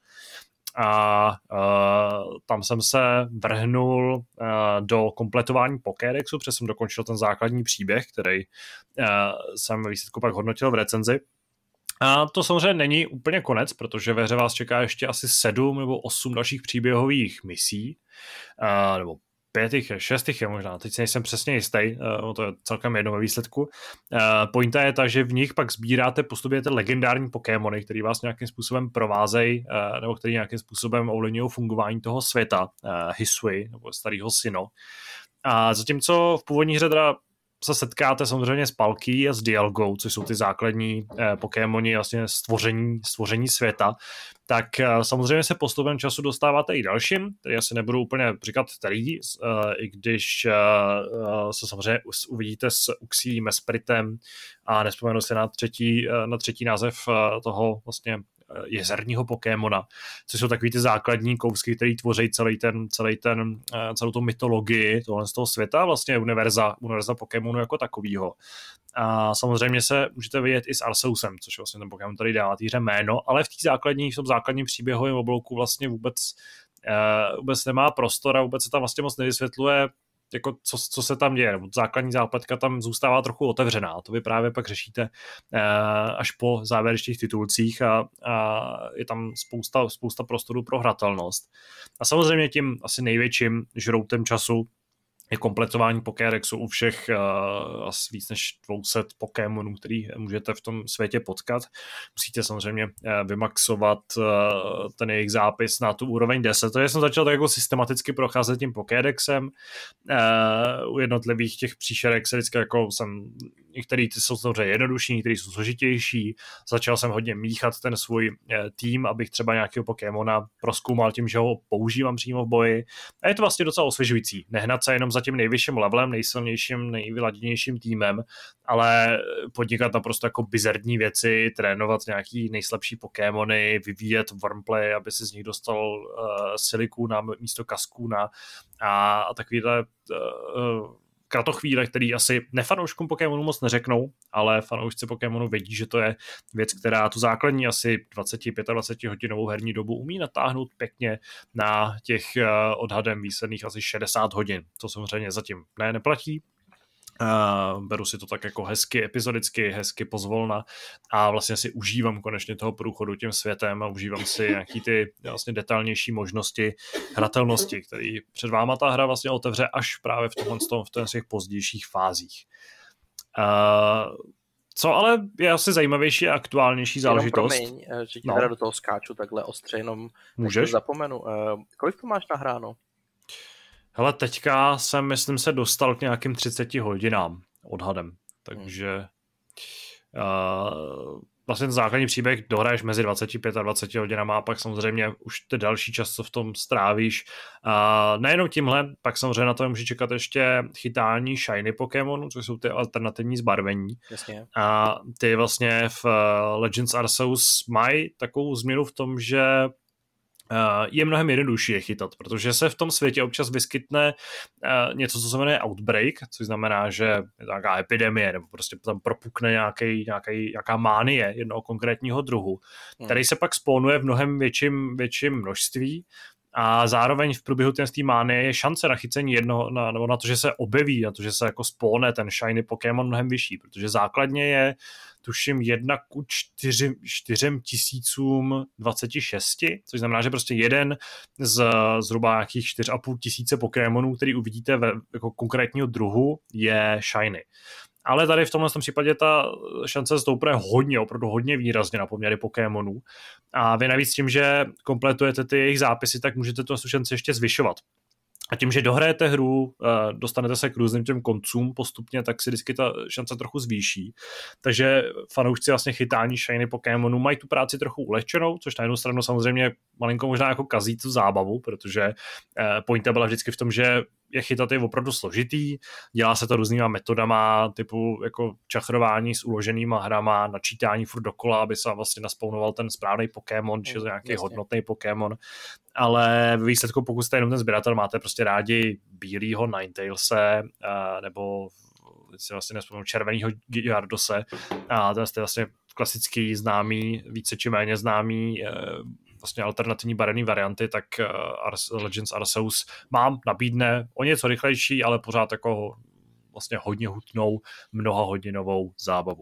a uh, tam jsem se vrhnul uh, do kompletování Pokédexu, protože jsem dokončil ten základní příběh, který uh, jsem výsledku pak hodnotil v recenzi. A to samozřejmě není úplně konec, protože ve hře vás čeká ještě asi sedm nebo osm dalších příběhových misí, uh, nebo pět jich je, šest jich je možná, teď si nejsem přesně jistý, uh, to je celkem jedno ve výsledku. Uh, pointa je ta, že v nich pak sbíráte, postupujete legendární Pokémony, který vás nějakým způsobem provázejí, uh, nebo který nějakým způsobem ovlivňují fungování toho světa, uh, Hisui, nebo starého Sinnoh. A zatímco v původní hře teda se setkáte samozřejmě s Palký a s Dialgou, což jsou ty základní eh, Pokémoni, vlastně stvoření, stvoření světa, tak eh, samozřejmě se postupem času dostáváte i dalším, který asi nebudu úplně říkat který, eh, i když eh, se samozřejmě uvidíte s Uxí, Mespritem a nespomenu si na třetí, eh, na třetí název eh, toho vlastně jezerního Pokémona, což jsou takový ty základní kousky, který tvoří celý ten, celý ten, celou tu mytologii tohle z toho světa, vlastně univerza, univerza Pokémonu jako takovýho. A samozřejmě se můžete vidět i s Arceusem, což je vlastně ten Pokémon, který dává té hře jméno, ale v té základní, v tom základním příběhovém oblouku vlastně vůbec, uh, vůbec nemá prostor a vůbec se tam vlastně moc nevysvětluje, jako co, co se tam děje, nebo základní zápletka tam zůstává trochu otevřená. To vy právě pak řešíte uh, až po závěrečných titulcích a, a je tam spousta, spousta prostoru pro hratelnost. A samozřejmě tím asi největším žroutem času je kompletování Pokédexu u všech uh, asi víc než dvě stě Pokémonů, který můžete v tom světě potkat. Musíte samozřejmě uh, vymaxovat uh, ten jejich zápis na tu úroveň deset. Takže jsem začal tak jako systematicky procházet tím Pokédexem. Uh, u jednotlivých těch příšerek se vždycky jako jsem některý ty jsou samozřejmě jednodušší, některý jsou složitější. Začal jsem hodně míchat ten svůj tým, abych třeba nějakého Pokémona prozkoumal tím, že ho používám přímo v boji. A je to vlastně docela osvěžující. Nehnat se jenom za tím nejvyšším levelem, nejsilnějším, nejvyladěnějším týmem, ale podnikat naprosto jako bizardní věci, trénovat nějaký nejslabší Pokémony, vyvíjet Wurmplay, aby si z nich dostal uh, silikuna místo kaskuna a, a takovýhle uh, kratochvíle, který asi nefanouškům Pokémonu moc neřeknou, ale fanoušci Pokémonu vědí, že to je věc, která tu základní asi dvacet až dvacet pět hodinovou herní dobu umí natáhnout pěkně na těch uh, odhadem výsledných asi šedesát hodin. To samozřejmě zatím ne, neplatí. Uh, beru si to tak jako hezky epizodicky, hezky pozvolna a vlastně si užívám konečně toho průchodu tím světem a užívám si nějaký ty vlastně detailnější možnosti hratelnosti, který před váma ta hra vlastně otevře až právě v tomhle v těch pozdějších fázích. Uh, co ale je asi zajímavější a aktuálnější záležitost. Jenom promiň, že ti no. teda do toho skáču takhle ostře, jenom můžeš? Zapomenu. Uh, kolik to máš nahráno? Hele, teďka jsem, myslím, se dostal k nějakým třiceti hodinám odhadem, takže uh, vlastně ten základní příběh dohraješ mezi dvacet pět a dvacet hodinama a pak samozřejmě už ty další čas, co v tom strávíš. Uh, nejenom tímhle, pak samozřejmě na to může čekat ještě chytání shiny Pokémonů, což jsou ty alternativní zbarvení. Jasně. A ty vlastně v uh, Legends Arceus mají takovou změnu v tom, že Uh, je mnohem jednodušší je chytat, protože se v tom světě občas vyskytne uh, něco, co se jmenuje outbreak, což znamená, že je to nějaká epidemie, nebo prostě tam propukne nějaký, nějaký, nějaká mánie jednoho konkrétního druhu, hmm. který se pak spónuje v mnohem větším, větším množství a zároveň v průběhu té mánie je šance na chycení jednoho, na, nebo na to, že se objeví, na to, že se jako spóne ten shiny Pokémon mnohem vyšší, protože základně je tuším jedna ku čtyři, čtyřem tisícům dvacet šest, což znamená, že prostě jeden z zhruba nějakých čtyři a půl tisíce Pokémonů, který uvidíte ve jako konkrétního druhu, je shiny. Ale tady v tomhle případě ta šance stoupne hodně, opravdu hodně výrazně na poměry Pokémonů. A vy navíc tím, že kompletujete ty jejich zápisy, tak můžete tu šanci ještě zvyšovat. A tím, že dohrajete hru, dostanete se k různým těm koncům postupně, tak si vždycky ta šance trochu zvýší. Takže fanoušci vlastně chytání shiny Pokémonů mají tu práci trochu ulehčenou, což na jednu stranu samozřejmě malinko možná jako kazí tu zábavu, protože pointa byla vždycky v tom, že je chytat je opravdu složitý, dělá se to různýma metodama, typu jako čachrování s uloženýma hrama, načítání furt dokola, aby se vlastně naspawnoval ten správný Pokémon, či je to nějaký Jasně. hodnotný Pokémon. Ale v výsledku, pokud jste jenom ten sběratel, máte prostě rádi bílýho Ninetales, nebo si vlastně nespomínám, červenýho Gyardose, a to je vlastně klasický známý, více či méně známý vlastně alternativní barevné varianty, tak Ars- Legends Arceus mám, nabídne o něco rychlejší, ale pořád jako vlastně hodně hutnou, mnohahodinovou zábavu.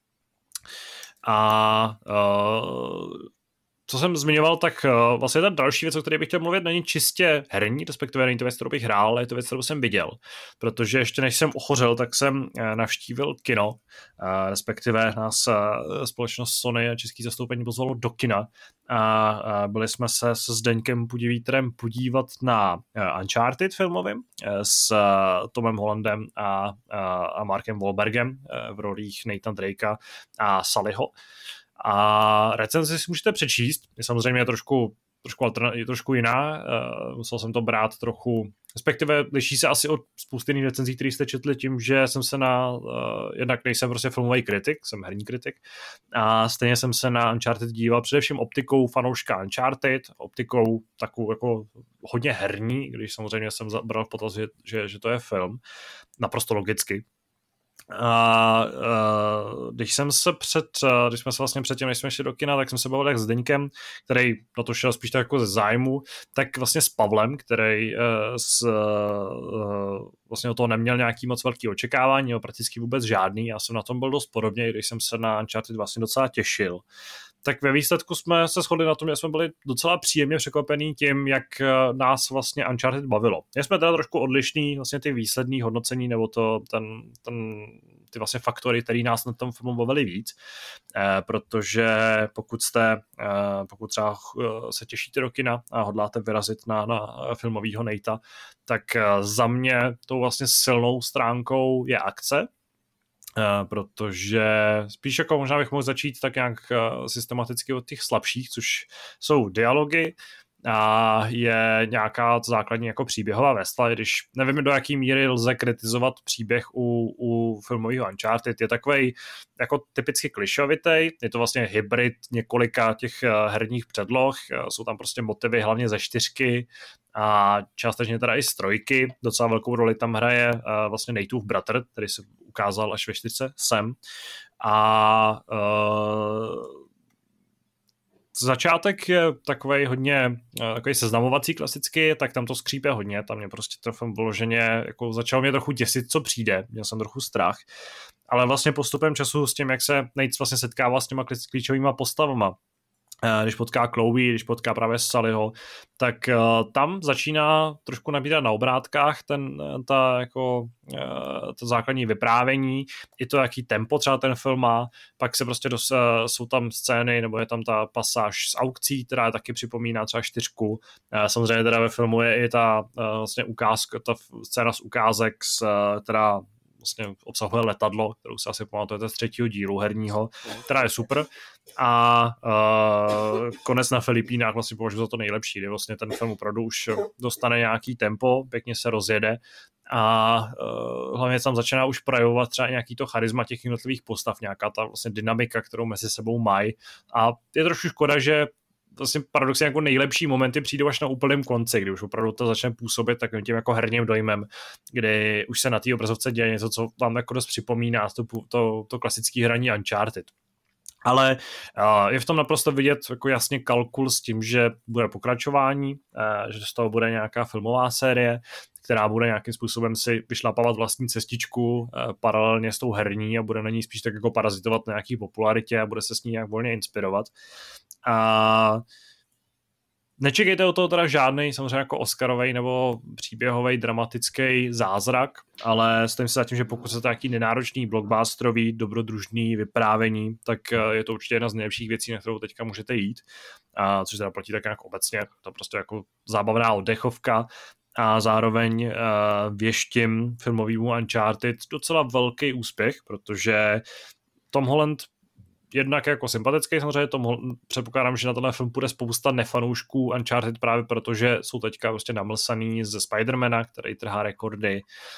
A uh, co jsem zmiňoval, tak uh, vlastně ta další věc, o které bych chtěl mluvit, není čistě herní, respektive není to věc, kterou bych hrál, ale je to věc, kterou jsem viděl. Protože ještě než jsem ochořel, tak jsem uh, navštívil kino, uh, respektive nás uh, společnost Sony a český zastoupení pozvalo do kina a uh, byli jsme se s Zdeňkem Pudivítrem podívat na uh, Uncharted filmovým uh, s uh, Tomem Hollandem a, uh, a Markem Wahlbergem uh, v rolích Nathan Drakea a Sullyho. A recenzi si můžete přečíst, je samozřejmě trošku, trošku, alterna- trošku jiná, uh, musel jsem to brát trochu, respektive liší se asi od spousty jiných recenzí, které jste četli tím, že jsem se na, uh, jednak nejsem prostě filmový kritik, jsem herní kritik a stejně jsem se na Uncharted díval především optikou fanouška Uncharted, optikou takovou jako hodně herní, když samozřejmě jsem bral v potaz, že, že, že to je film, naprosto logicky. A uh, když jsem se před, uh, když jsme se vlastně předtím, než jsme šli do kina, tak jsem se bavil tak s Deňkem, který na to šel spíš tak jako ze zájmu, tak vlastně s Pavlem, který uh, s, uh, vlastně o toho neměl nějaký moc velký očekávání, nebo prakticky vůbec žádný. Já jsem na tom byl dost podobně, když jsem se na Uncharted vlastně docela těšil. Tak ve výsledku jsme se shodli na tom, že jsme byli docela příjemně překvapení tím, jak nás vlastně Uncharted bavilo. My jsme teda trošku odlišní, vlastně ty výsledný hodnocení, nebo to, ten, ten, ty vlastně faktory, které nás na tom filmu bavili víc, eh, protože pokud jste, eh, pokud třeba se těšíte do kina a hodláte vyrazit na, na filmovýho Natea, tak eh, za mě tou vlastně silnou stránkou je akce. Uh, protože spíš jako možná bych mohl začít tak nějak uh, systematicky od těch slabších, což jsou dialogy a je nějaká základní jako příběhová vesla, když nevím, do jaký míry lze kritizovat příběh u, u filmového Uncharted, je takovej jako typicky klišovitej, je to vlastně hybrid několika těch uh, herních předloh, uh, jsou tam prostě motivy hlavně ze čtyřky a částečně teda i z trojky, docela velkou roli tam hraje uh, vlastně Nateův bratr, který se ukázal až ve čtyřce, Sam. A uh, začátek je takovej hodně uh, takový seznamovací klasicky, tak tam to skřípe hodně, tam mě prostě ten film vyloženě, jako začal mě trochu děsit, co přijde, měl jsem trochu strach, ale vlastně postupem času s tím, jak se Nate vlastně setkává s těma klíčovýma postavama, když potká Chloe, když potká právě Sullyho, tak uh, tam začíná trošku nabírat na obrátkách ten, ta, jako, uh, to základní vyprávění, i to, jaký tempo třeba ten film má, pak se prostě dos, uh, jsou tam scény, nebo je tam ta pasáž z aukcí, která taky připomíná třeba čtyřku. Uh, samozřejmě teda ve filmu je i ta uh, vlastně ukázka, ta scéna z ukázek, z, uh, která vlastně obsahuje letadlo, kterou si asi pamatujete z třetího dílu herního, která je super. A uh, konec na Filipínách vlastně považuji za to nejlepší, kdy vlastně ten film opravdu už dostane nějaký tempo, pěkně se rozjede a uh, hlavně tam začíná už projevovat třeba nějaký to charisma těch jednotlivých postav, nějaká ta vlastně dynamika, kterou mezi sebou mají. A je trošku škoda, že vlastně paradoxně jako nejlepší momenty přijdou až na úplném konci, kdy už opravdu to začne působit takovým tím jako herním dojmem, kdy už se na té obrazovce děje něco, co vám jako dost připomíná to, to, to klasické hraní Uncharted. Ale uh, je v tom naprosto vidět jako jasně kalkul s tím, že bude pokračování, uh, že z toho bude nějaká filmová série, která bude nějakým způsobem si vyšlapávat vlastní cestičku uh, paralelně s tou herní a bude na ní spíš tak jako parazitovat na nějaký popularitě a bude se s ní nějak volně inspirovat. A nečekejte o toho teda žádný samozřejmě jako Oscarovej nebo příběhový dramatický zázrak, ale stojím se za tím, že pokud se to nějaký nenáročný blockbusterový, dobrodružný vyprávění, tak je to určitě jedna z nejlepších věcí, na kterou teďka můžete jít, a což teda platí tak nějak obecně, to prostě jako zábavná oddechovka a zároveň uh, věštím filmovýmu Uncharted docela velký úspěch, protože Tom Holland jednak jako sympatický samozřejmě, tomu předpokládám, že na tenhle film půjde spousta nefanoušků Uncharted právě protože jsou teďka prostě namlsaný ze Spidermana, který trhá rekordy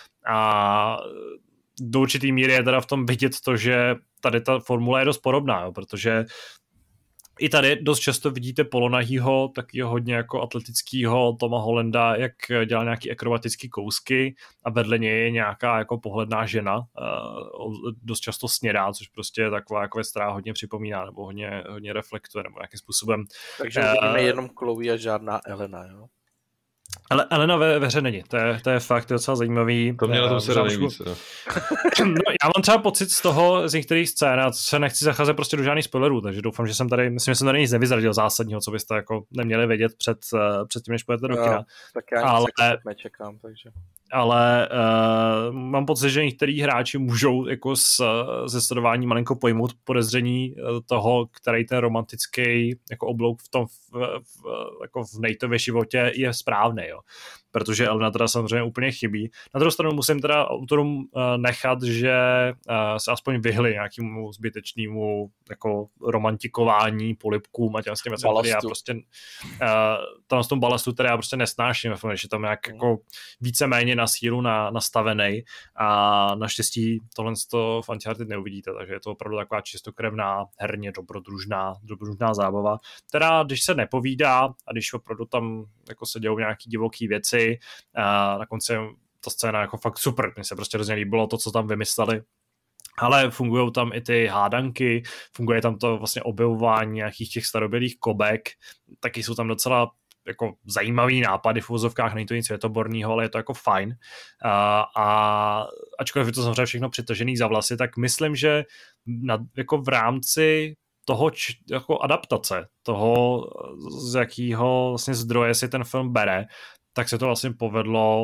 a do určitý míry je teda v tom vidět to, že tady ta formule je dost podobná, jo, protože i tady dost často vidíte polonahýho, takového hodně jako atletického Toma Hollanda, jak dělá nějaký akrobatický kousky a vedle něj je nějaká jako pohledná žena, dost často snědá, což prostě je taková jako věc, která hodně připomíná nebo hodně, hodně reflektuje nebo nějakým způsobem. Takže uvidíme uh, jenom Chloe a žádná Elena, jo? Ale Elena ve, ve hře není, to je, to je fakt docela zajímavý. To mě na tom se nejvíc. No, já mám třeba pocit z toho, z některých scén, a se nechci zacházet prostě do žádných spoilerů, takže doufám, že jsem tady, myslím, že jsem tady nic nevyzradil zásadního, co byste jako neměli vědět před, před tím, než půjdete do kina. Tak já nic ale, nečekám, takže... Ale uh, mám pocit, že některý hráči můžou jako s, ze sledování malinko pojmout podezření toho, který ten romantický jako oblouk v tom v, v, jako v Nateově životě je správný, jo. Protože Elena teda samozřejmě úplně chybí. Na druhou stranu musím teda autorům uh, nechat, že uh, se aspoň vyhli nějakému zbytečnému jako romantikování, polibkům a těm s těmi věcmi, já prostě uh, tam s tom balastu, který já prostě nesnáším, že tam nějak jako víceméně na sílu na, nastavený a naštěstí tohle to v Uncharted neuvidíte, takže je to opravdu taková čistokrevná, herně dobrodružná, dobrodružná zábava, která když se nepovídá a když opravdu tam jako se dějou nějaký divoký věci a na konci ta scéna jako fakt super, mně se prostě hrozně líbilo to, co tam vymysleli. Ale fungují tam i ty hádanky, funguje tam to vlastně objevování nějakých těch starobylých kobek, taky jsou tam docela jako zajímavý nápady v uvozovkách, není to nic světoborného, ale je to jako fajn. A, a ačkoliv je to samozřejmě všechno přitažený za vlasy, tak myslím, že na, jako v rámci toho č, jako adaptace, toho z jakého vlastně zdroje si ten film bere, tak se to vlastně povedlo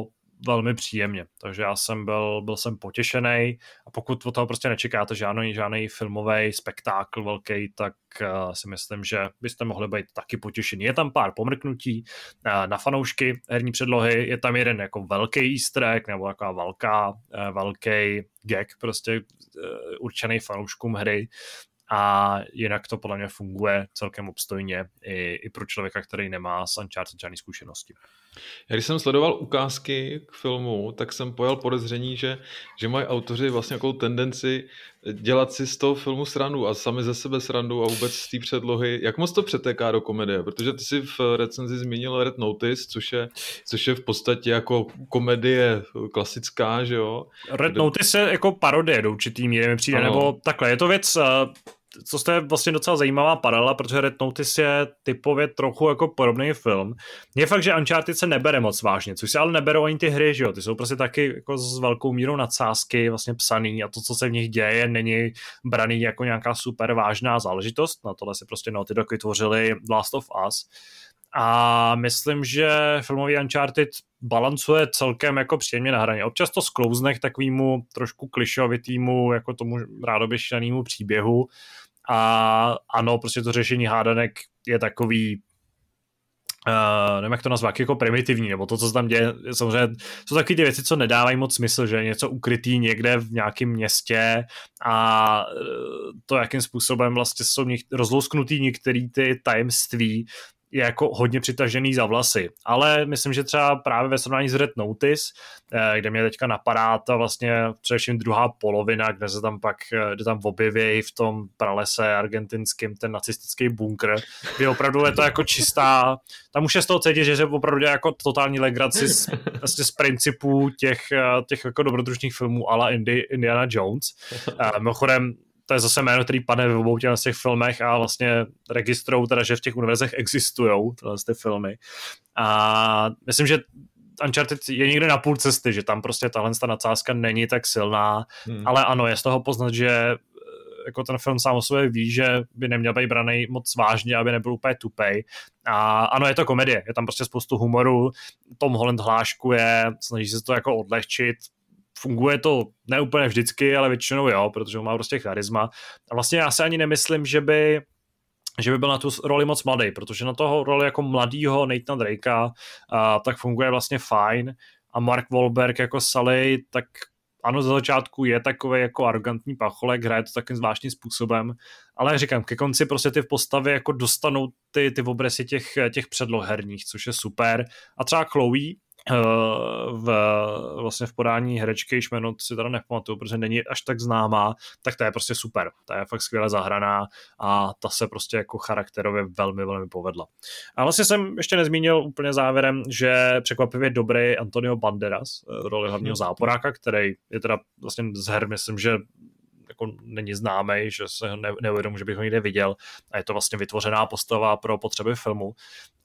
velmi příjemně, takže já jsem byl, byl jsem potěšený a pokud od toho prostě nečekáte žádný, žádný filmový spektákl velký, tak uh, si myslím, že byste mohli být taky potěšení. Je tam pár pomrknutí uh, na fanoušky herní předlohy, je tam jeden jako velký easter egg, nebo taková velká, uh, velký gag prostě uh, určený fanouškům hry. A jinak to podle mě funguje celkem obstojně i, i pro člověka, který nemá s Uncharted žádný zkušenosti. Já když jsem sledoval ukázky k filmu, tak jsem pojal podezření, že, že mají autoři vlastně nějakou tendenci dělat si z toho filmu srandu a sami ze sebe srandu a vůbec z té předlohy. Jak moc to přetéká do komedie? Protože ty si v recenzi zmínil Red Notice, což je, což je v podstatě jako komedie klasická, že jo? Red Kde... Notice je jako parodie do určitý míry mi přijde, ano. Nebo takhle, je to věc... Co je vlastně docela zajímavá paralela, protože Red Notice je typově trochu jako podobný film. Je fakt, že Uncharted se nebere moc vážně, což se ale neberou ani ty hry, že jo? Ty jsou prostě taky jako s velkou mírou nadsázky vlastně psaný a to, co se v nich děje, není braný jako nějaká super vážná záležitost. Na tohle si prostě Naughty Dog vytvořili Last of Us. A myslím, že filmový Uncharted balancuje celkem jako příjemně na hraně. Občas to sklouzne k takovému trošku klišovitýmu, jako tomu rádoby šťanému příběhu. A ano, prostě to řešení hádanek je takový, uh, nevím, jak to nazvat, jako primitivní, nebo to, co se tam děje, samozřejmě jsou takové ty věci, co nedávají moc smysl, že je něco ukrytý někde v nějakém městě a to, jakým způsobem vlastně jsou rozlousknutý některé ty tajemství, je jako hodně přitažený za vlasy. Ale myslím, že třeba právě ve srovnání s Red Notice, kde mě teďka napadá ta vlastně především druhá polovina, kde se tam pak, kde tam objeví v tom pralese argentinském ten nacistický bunkr, kde opravdu je to jako čistá, tam už je z toho cítit, že se opravdu dělá jako totální legraci z, vlastně z principů těch, těch jako dobrodružných filmů a la Indiana Jones. Mimochodem, to je zase jméno, který padne v obou těch, těch filmech a vlastně registrujou teda, že v těch univerzech existujou ty filmy. A myslím, že Uncharted je někde na půl cesty, že tam prostě tahle ta nadsázka není tak silná, hmm. ale ano, je z toho poznat, že jako ten film sám o sobě ví, že by neměl být braný moc vážně, aby nebyl úplně tupej. A ano, je to komedie, je tam prostě spoustu humoru, Tom Holland hláškuje, snaží se to jako odlehčit, funguje to ne úplně vždycky, ale většinou jo, protože on má prostě charisma. A vlastně já si ani nemyslím, že by, že by byl na tu roli moc mladý, protože na toho roli jako mladýho Nathana Drakea a, tak funguje vlastně fajn. A Mark Wahlberg jako Sully, tak ano, za začátku je takový jako arrogantní pacholek, hraje to takým zvláštním způsobem, ale říkám, ke konci prostě ty v postavě jako dostanou ty, ty obresy těch, těch předloh herních, což je super. A třeba Chloe, v, vlastně v podání herečky, již jméno si teda nepamatuju, protože není až tak známá, tak ta je prostě super. Ta je fakt skvěle zahraná a ta se prostě jako charakterově velmi, velmi povedla. A vlastně jsem ještě nezmínil úplně závěrem, že překvapivě dobrý Antonio Banderas, roli hlavního záporáka, který je teda vlastně z her, myslím, že jako není známý, že se ne, neuvědomu, že bych ho někde viděl a je to vlastně vytvořená postava pro potřeby filmu.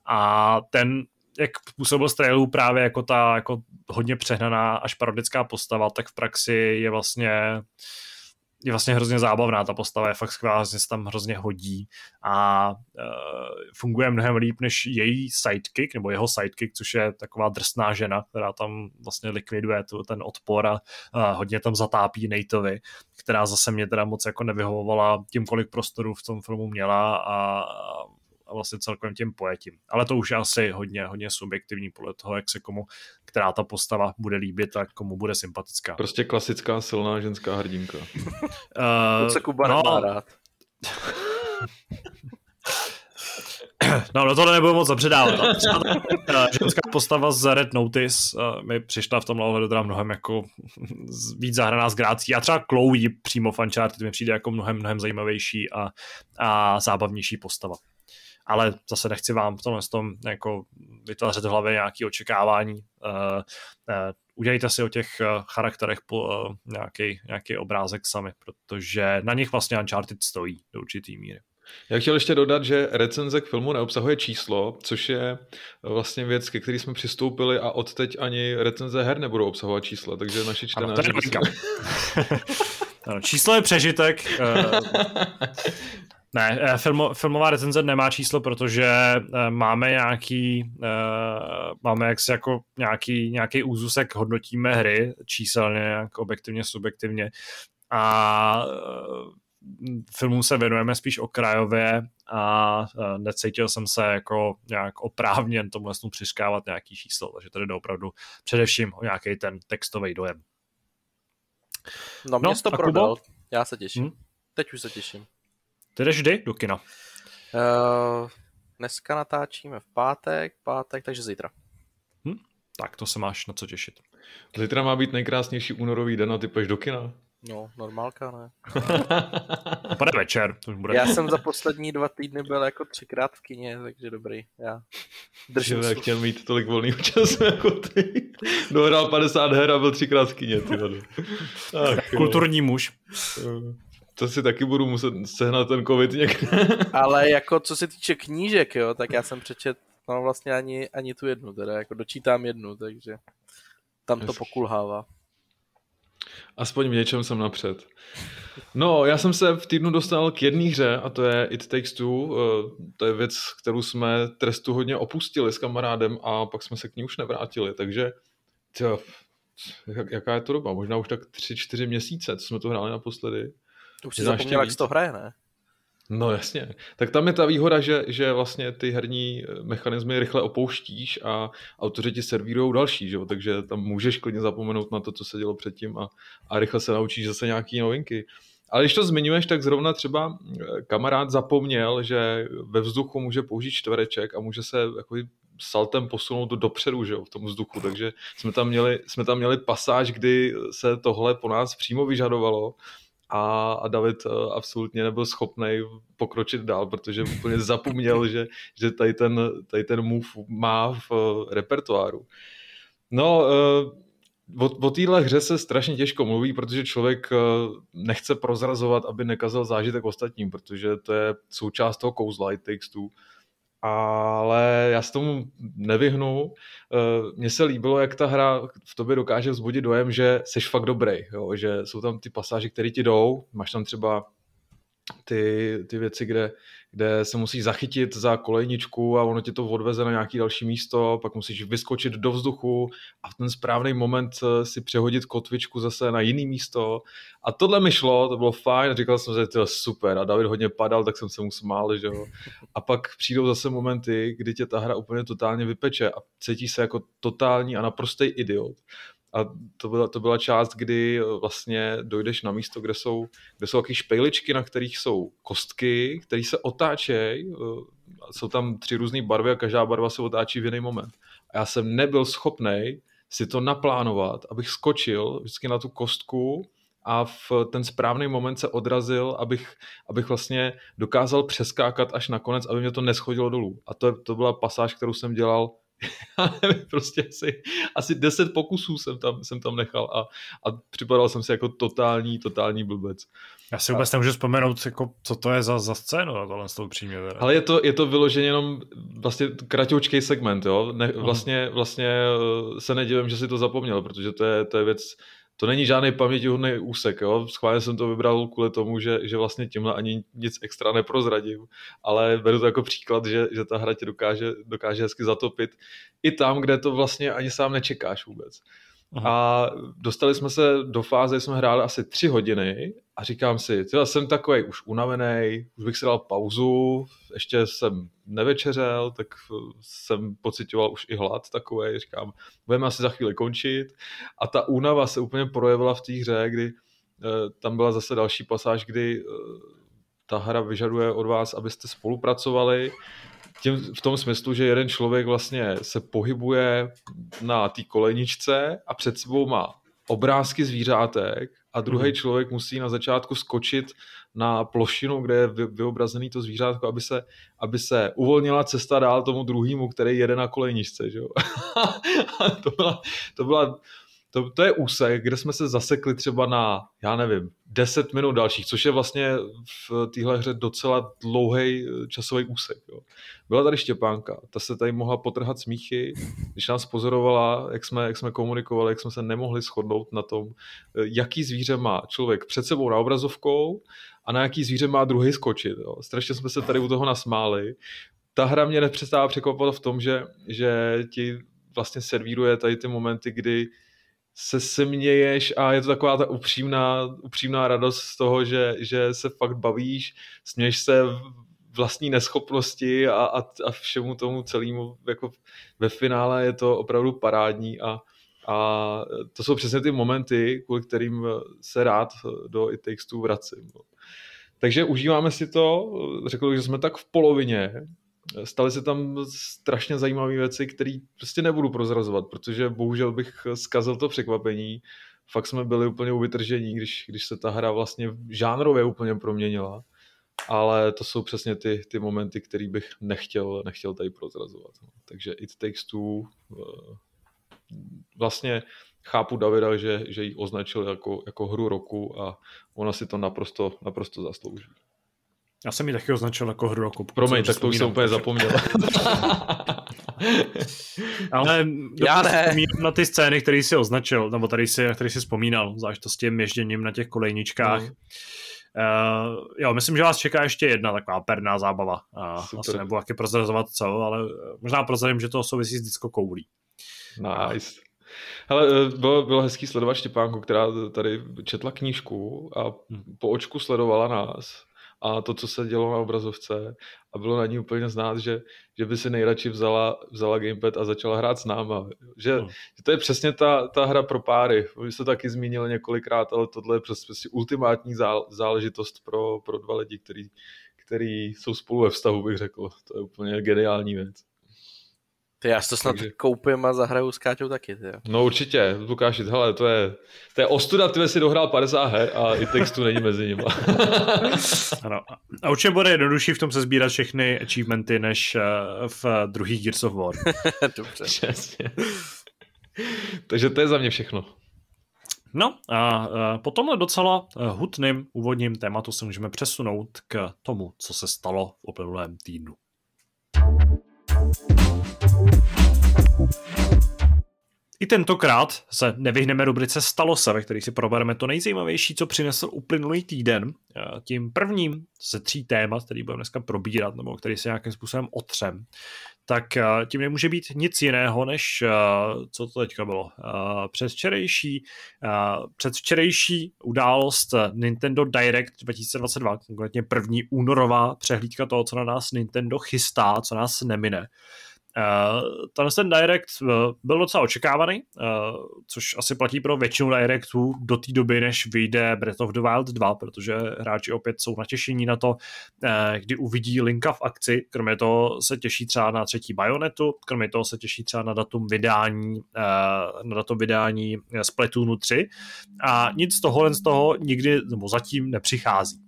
A ten jak působil z trailů právě jako ta jako hodně přehnaná až parodická postava, tak v praxi je vlastně je vlastně hrozně zábavná, ta postava je fakt skvělá, se tam hrozně hodí a uh, funguje mnohem líp než její sidekick, nebo jeho sidekick, což je taková drsná žena, která tam vlastně likviduje tu, ten odpor a uh, hodně tam zatápí Nateovi, která zase mě teda moc jako nevyhovovala tím, kolik prostoru v tom filmu měla a a vlastně celkovým tím pojetím. Ale to už je asi hodně, hodně subjektivní podle toho, jak se komu, která ta postava bude líbit a komu bude sympatická. Prostě klasická silná ženská hrdinka. Uh, to se Kuba no, nemá rád. No, no tohle nebudu moc zapředávat. Ženská postava z Red Notice uh, mi přišla v tomhle ohledu teda mnohem jako víc zahraná s grácí. A třeba Chloe přímo v Uncharted mi přijde jako mnohem, mnohem zajímavější a, a zábavnější postava. Ale zase nechci vám v tomhle tom jako vytvářet v hlavě nějaké očekávání. Uh, uh, udělejte si o těch uh, charakterech po, uh, nějaký, nějaký obrázek sami, protože na nich vlastně Uncharted stojí do určitý míry. Já chtěl ještě dodat, že recenze k filmu neobsahuje číslo, což je vlastně věc, ke který jsme přistoupili a odteď ani recenze her nebudou obsahovat čísla, takže naši čtenáři... Ano, číslo je přežitek. Ne, filmo, filmová recenze nemá číslo, protože máme nějaký, máme jaksi jako nějaký, nějaký úzus, jak hodnotíme hry číselně, jak objektivně, subjektivně a filmům se věnujeme spíš okrajově a necítil jsem se jako nějak oprávněn tomu vlastně přiškávat nějaký číslo, takže tady jde opravdu především o nějaký ten textový dojem. No, mě no, to prodal, já se těším. Hmm? Teď už se těším. Ty jdeš kdy do kina? Uh, dneska natáčíme v pátek, pátek, takže zítra. Hm? Tak to se máš na co těšit. Zítra má být nejkrásnější únorový den a ty půjdeš do kina? No, normálka, ne. Pane večer. To už bude. Já jsem za poslední dva týdny byl jako třikrát v kině, takže dobrý. Já držím si. Chtěl mít tolik volného času jako ty. Dohrál padesát her a byl třikrát v kině. Ty Ach, kulturní muž. To si taky budu muset sehnat ten covid někde. Ale jako co se týče knížek, jo, tak já jsem přečet no vlastně ani, ani tu jednu, teda jako dočítám jednu, takže tam to pokulhává. Aspoň v něčem jsem napřed. No, já jsem se v týdnu dostal k jedné hře a to je It Takes Two. To je věc, kterou jsme trestu hodně opustili s kamarádem a pak jsme se k ní už nevrátili, takže tjo, jaká je to doba? Možná už tak tři, čtyři měsíce, co jsme to hráli naposledy. Už si zapomněl, jak to hraje, ne? No jasně. Tak tam je ta výhoda, že, že vlastně ty herní mechanismy rychle opouštíš a autoři ti servírujou další, že? Takže tam můžeš klidně zapomenout na to, co se dělo předtím a, a rychle se naučíš zase nějaký novinky. Ale když to zmiňuješ, tak zrovna třeba kamarád zapomněl, že ve vzduchu může použít čtvereček a může se jako saltem posunout dopředu, že jo, v tom vzduchu, takže jsme tam měli, jsme tam měli pasáž, kdy se tohle po nás přímo vyžadovalo. A, a David uh, absolutně nebyl schopný pokročit dál, protože úplně zapomněl, že, že tady, ten, tady ten move má v uh, repertoáru. No, uh, o, o téhle hře se strašně těžko mluví, protože člověk uh, nechce prozrazovat, aby nekazal zážitek ostatním, protože to je součást toho kouzla It Takes Two. Ale já s tomu nevyhnu. Mně se líbilo, jak ta hra v tobě dokáže vzbudit dojem, že seš fakt dobrý, jo? Že jsou tam ty pasáže, které ti jdou. Máš tam třeba ty, ty věci, kde, kde se musíš zachytit za kolejničku a ono tě to odveze na nějaké další místo, pak musíš vyskočit do vzduchu a v ten správný moment si přehodit kotvičku zase na jiný místo. A tohle mi šlo, to bylo fajn, říkal jsem, že to je super a David hodně padal, tak jsem se mu smál, že jo. A pak přijdou zase momenty, kdy tě ta hra úplně totálně vypeče a cítíš se jako totální a naprostý idiot. A to byla, to byla část, kdy vlastně dojdeš na místo, kde jsou, kde jsou taky špejličky, na kterých jsou kostky, které se otáčejí. Jsou tam tři různé barvy a každá barva se otáčí v jiný moment. A já jsem nebyl schopnej si to naplánovat, abych skočil vždycky na tu kostku a v ten správný moment se odrazil, abych, abych vlastně dokázal přeskákat až nakonec, aby mě to neschodilo dolů. A to, to byla pasáž, kterou jsem dělal prostě asi, asi deset pokusů jsem tam, jsem tam nechal a, a připadal jsem si jako totální, totální blbec. Já si vůbec a... nemůžu vzpomenout, jako, co to je za, za scénu, tohle s tou přímě. Teda. Ale je to, je to vyloženě jenom vlastně kratoučkej segment, jo. Ne, vlastně, vlastně se nedivím, že si to zapomněl, protože to je, to je věc, to není žádný pamětihodný úsek, jo. Schválně jsem to vybral kvůli tomu, že, že vlastně tímhle ani nic extra neprozradím, ale beru to jako příklad, že, že ta hra tě dokáže, dokáže hezky zatopit i tam, kde to vlastně ani sám nečekáš vůbec. Aha. A dostali jsme se do fáze, jsme hráli asi tři hodiny a říkám si, tyhle, jsem takovej už unavený, už bych si dal pauzu, ještě jsem nevečeřel, tak jsem pocitoval už i hlad takovej, říkám, budeme asi za chvíli končit a ta únava se úplně projevila v té hře, kdy e, tam byla zase další pasáž, kdy e, ta hra vyžaduje od vás, abyste spolupracovali, tím, v tom smyslu, že jeden člověk vlastně se pohybuje na té kolejničce a před sebou má obrázky zvířátek a druhý člověk musí na začátku skočit na plošinu, kde je vyobrazený to zvířátko, aby se, aby se uvolnila cesta dál tomu druhému, který jede na kolejničce. Že jo? to, byla, to byla To, to je úsek, kde jsme se zasekli třeba na, já nevím, deset minut dalších, což je vlastně v téhle hře docela dlouhý časový úsek. Jo. Byla tady Štěpánka, ta se tady mohla potrhat smíchy, když nás pozorovala, jak jsme, jak jsme komunikovali, jak jsme se nemohli shodnout na tom, jaký zvíře má člověk před sebou na obrazovkou a na jaký zvíře má druhý skočit. Jo. Strašně jsme se tady u toho nasmáli. Ta hra mě nepřestává překvapovat v tom, že, že ti vlastně servíruje tady ty momenty, kdy se směješ a je to taková ta upřímná, upřímná radost z toho, že, že se fakt bavíš, směješ se vlastní neschopnosti a, a, a všemu tomu celému, jako ve finále je to opravdu parádní a, a to jsou přesně ty momenty, kvůli kterým se rád do It Takes Two vracím. Takže užíváme si to, řekl bych, že jsme tak v polovině. Staly se tam strašně zajímavé věci, které prostě nebudu prozrazovat, protože bohužel bych zkazil to překvapení. Fakt jsme byli úplně uvytržení, když, když se ta hra vlastně žánrově úplně proměnila. Ale to jsou přesně ty, ty momenty, které bych nechtěl, nechtěl tady prozrazovat. Takže It Takes Two, vlastně chápu Davida, že, že ji označil jako, jako hru roku a ona si to naprosto, naprosto zaslouží. Já jsem ji taky označil jako hru roku. Promiň, tak to už jsem úplně zapomněl. Ale já ne. Na ty scény, které jsi označil, nebo tady si, který jsi vzpomínal, zvlášť to s tím ježděním na těch kolejničkách. Mm. Uh, jo, myslím, že vás čeká ještě jedna taková perná zábava. Uh, asi nebudu taky prozrazovat co, ale možná prozradím, že to souvisí s disco koulí. Nice. Hele, bylo, bylo hezký sledovat Štěpánku, která tady četla knížku a po očku sledovala nás a to, co se dělo na obrazovce a bylo na ní úplně znát, že, že by si nejradši vzala, vzala gamepad a začala hrát s náma. Že, hmm. že to je přesně ta, ta hra pro páry. Vy jste taky zmínili několikrát, ale tohle je přesně ultimátní záležitost pro, pro dva lidi, který, který jsou spolu ve vztahu, bych řekl. To je úplně geniální věc. Ty já si to snad Takže... koupím a zahraju s Káťou taky. Ty. No určitě, Lukáši, hele, to je, to je ostuda, ty si dohrál padesát her a i textu není mezi nimi. Ano. A určitě bude jednodušší v tom se sbírat všechny achievementy, než v druhých Gears of War. Dobře. Přesně. Takže to je za mě všechno. No a po tomhle docela hutným úvodním tématu se můžeme přesunout k tomu, co se stalo v uplynulém týdnu. I tentokrát se nevyhneme rubrice Stalo se, ve který si probereme to nejzajímavější, co přinesl uplynulý týden. Tím prvním ze tří témat, který budeme dneska probírat, nebo který si nějakým způsobem otřem, tak tím nemůže být nic jiného, než co to teďka bylo. Předvčerejší, předvčerejší událost Nintendo Direct dva tisíce dvacet dva, konkrétně první únorová přehlídka toho, co na nás Nintendo chystá, co nás nemine. Uh, ten, ten Direct uh, byl docela očekávaný, uh, což asi platí pro většinu Directů do té doby, než vyjde Breath of the Wild dva, protože hráči opět jsou natěšení na to, uh, kdy uvidí Linka v akci. Kromě toho se těší třeba na třetí Bayonetu, kromě toho se těší třeba na datum vydání, uh, na datum vydání Splatoonu tři a nic z toho, z toho nikdy nebo zatím nepřichází.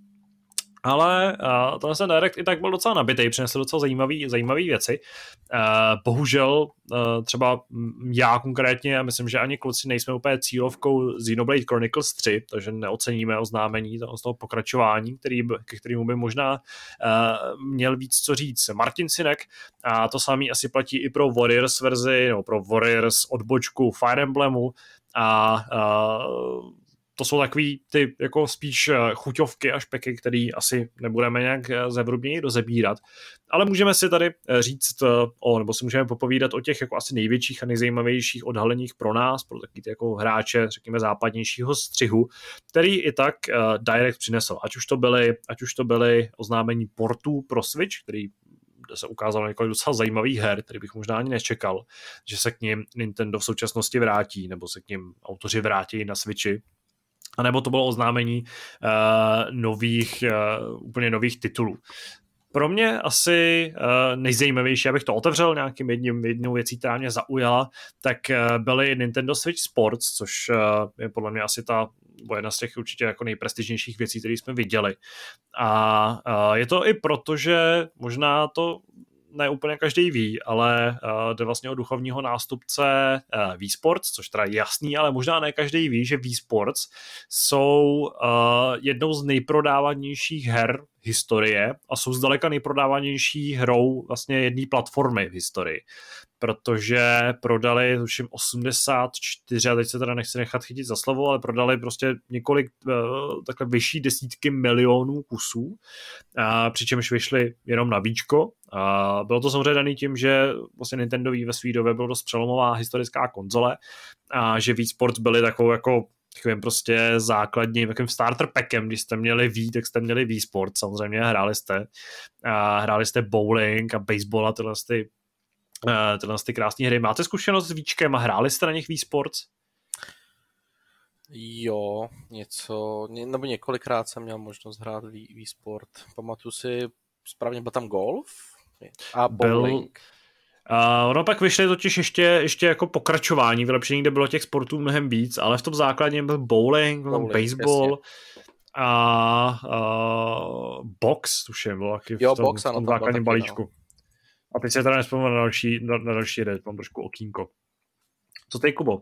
Ale uh, tenhle ten Direct i tak byl docela nabitej, přinesl docela zajímavý, zajímavý věci. Uh, bohužel uh, třeba já konkrétně, a myslím, že ani kluci nejsme úplně cílovkou Xenoblade Chronicles tři, takže neoceníme oznámení toho, z toho pokračování, který, ke kterému by možná uh, měl víc co říct Martin Sinek. A to samý asi platí i pro Warriors verzi, nebo pro Warriors odbočku Fire Emblemu. A uh, to jsou takový ty jako spíš chuťovky a špeky, který asi nebudeme nějak zevrubněji rozebírat. Ale můžeme si tady říct o, nebo si můžeme popovídat o těch jako asi největších a nejzajímavějších odhaleních pro nás, pro taky ty jako hráče, řekněme, západnějšího střihu, který i tak uh, Direct přinesl. Ať už to byly, ať už to byly oznámení portů pro Switch, který se ukázalo několik docela zajímavých her, který bych možná ani nečekal, že se k nim Nintendo v současnosti vrátí, nebo se k nim autoři vrátí na Switchi. A nebo to bylo oznámení uh, nových, uh, úplně nových titulů. Pro mě asi uh, nejzajímavější, abych to otevřel nějakým jedním, jednou věcí, která mě zaujala, tak uh, byly Nintendo Switch Sports, což uh, je podle mě asi ta bo jedna z těch určitě jako nejprestižnějších věcí, které jsme viděli. A uh, je to i proto, že možná to ne úplně každý ví, ale uh, jde vlastně o duchovního nástupce uh, Wii Sports, což teda je jasný, ale možná ne každý ví, že Wii Sports jsou uh, jednou z nejprodávanějších her historie a jsou zdaleka nejprodávanější hrou vlastně jedné platformy v historii, protože prodali tuším osmdesát čtyři, a teď se teda nechci nechat chytit za slovo, ale prodali prostě několik uh, takhle vyšší desítky milionů kusů, uh, přičemž vyšli jenom na víčko. A bylo to samozřejmě daný tím, že vlastně Nintendo Wii ve své době bylo dost přelomová historická konzole a že Wii Sports byly takovou jako takovým prostě základním takovým starter packem, když jste měli Wii, tak jste měli Wii Sports, samozřejmě hráli jste a hráli jste bowling a baseball a tyhle ty, tyhle ty krásné hry. Máte zkušenost s Víčkem a hráli jste na nich Wii Sports? Jo, něco, nebo několikrát jsem měl možnost hrát Wii, Wii Sport. Pamatuju si, správně byl tam golf a bowling. Byl... Uh, ono pak vyšly totiž ještě, ještě jako pokračování, vylepšení, kde bylo těch sportů mnohem víc, ale v tom základním byl bowling, byl bowling, baseball jasně. a uh, box, tuším, byl taky v jo, tom, box, v tom základním balíčku. No. A teď se teda nespomínám na další, na, na další hry, mám trošku okýnko. Co ty, Kubo?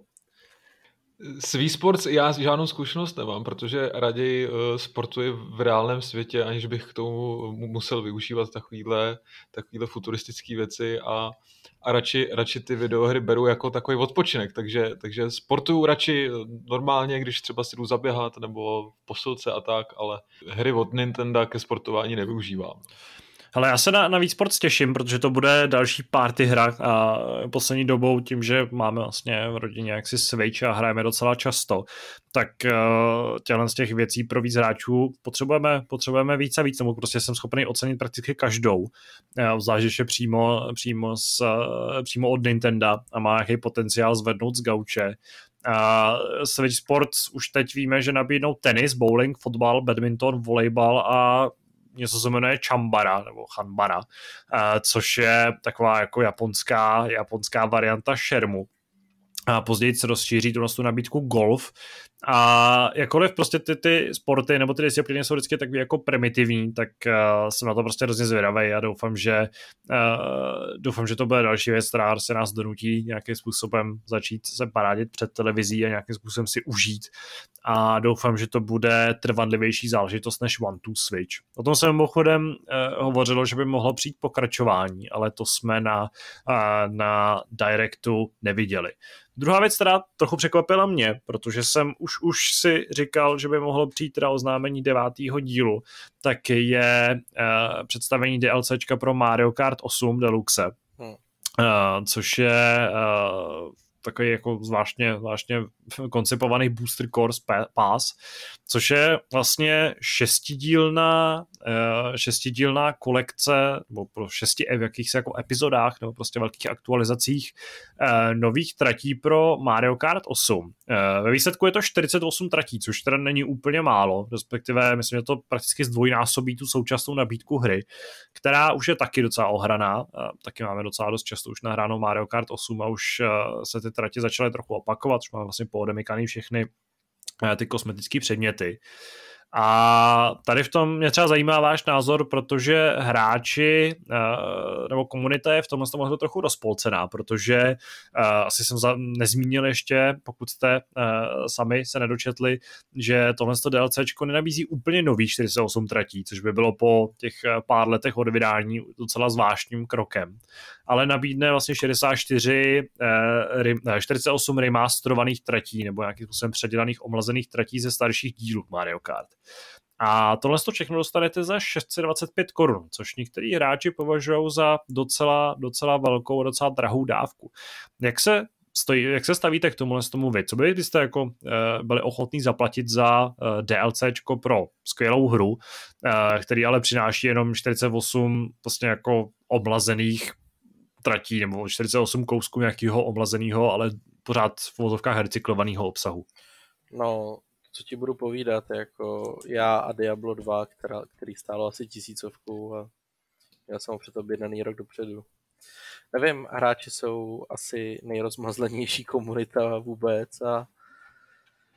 S Wii Sports já žádnou zkušenost nemám, protože raději uh, sportuji v reálném světě, aniž bych k tomu musel využívat takovýhle, takovýhle futuristické věci a, a radši, radši ty videohry beru jako takový odpočinek, takže, takže sportuju radši normálně, když třeba si jdu zaběhat nebo v posilce a tak, ale hry od Nintendo ke sportování nevyužívám. Hele, já se na, na Wii Sports těším, protože to bude další party hra a poslední dobou tím, že máme vlastně v rodině jaksi Switch a hrajeme docela často, tak uh, těchto z těch věcí pro víc hráčů potřebujeme, potřebujeme víc a víc, tomu prostě jsem schopný ocenit prakticky každou, zvlášť, že je přímo, přímo, z, uh, přímo od Nintendo a má nějaký potenciál zvednout z gauče. Uh, Switch Sports už teď víme, že nabídnou tenis, bowling, fotbal, badminton, volejbal a něco se jmenuje Chambara, nebo Chanbara, uh, což je taková jako japonská, japonská varianta šermu. A později se rozšíří tu, tu nabídku golf. A jakkoliv prostě ty, ty sporty nebo ty disciplíny jsou vždycky takový jako primitivní, tak uh, jsem na to prostě hrozně zvědavý a doufám, že uh, doufám, že to bude další věc, která se nás donutí nějakým způsobem začít se parádit před televizí a nějakým způsobem si užít. A doufám, že to bude trvanlivější záležitost než One to Switch. O tom jsem mimochodem uh, hovořilo, že by mohlo přijít pokračování, ale to jsme na, uh, na Directu neviděli. Druhá věc, která trochu překvapila mě, protože jsem už, už si říkal, že by mohlo přijít teda oznámení devátého dílu, tak je uh, představení DLCčka pro Mario Kart osm Deluxe, hmm. uh, což je uh, takový jako zvláštně, zvláštně koncipovaný Booster Course Pass, což je vlastně šestidílná, šestidílná kolekce, nebo pro šesti v jakýchsi jako epizodách, nebo prostě velkých aktualizacích nových tratí pro Mario Kart osm. Ve výsledku je to čtyřicet osm tratí, což teda není úplně málo, respektive myslím, že to prakticky zdvojnásobí tu současnou nabídku hry, která už je taky docela ohraná, taky máme docela dost často už nahráno Mario Kart osm a už se ty tratě začaly trochu opakovat, už máme vlastně poodemykaný všechny ty kosmetické předměty. A tady v tom mě třeba zajímá váš názor, protože hráči nebo komunita je v tomhle tomu trochu rozpolcená, protože asi jsem nezmínil ještě, pokud jste sami se nedočetli, že tohle DLCčko nenabízí úplně nový čtyřicet osm tratí, což by bylo po těch pár letech od vydání docela zvláštním krokem. Ale nabídne vlastně šedesát čtyři, čtyřicet osm remasterovaných tratí nebo nějakým způsobem předělaných omlazených tratí ze starších dílů Mario Kart. A tohle to všechno dostanete za šest set dvacet pět korun, což některý hráči považují za docela, docela velkou, docela drahou dávku. Jak se, stojí, jak se stavíte k tomuhle tomu vy? Co by byste jako uh, byli ochotní zaplatit za uh, DLCčko pro skvělou hru, uh, který ale přináší jenom čtyřicet osm vlastně jako oblazených tratí, nebo čtyřicet osm kousků nějakého oblazeného, ale pořád v vozovkách recyklovaného obsahu? No, co ti budu povídat, jako já a Diablo dva, která, který stálo asi tisícovku a já jsem ho před objednaný rok dopředu. Nevím, hráči jsou asi nejrozmazlenější komunita vůbec a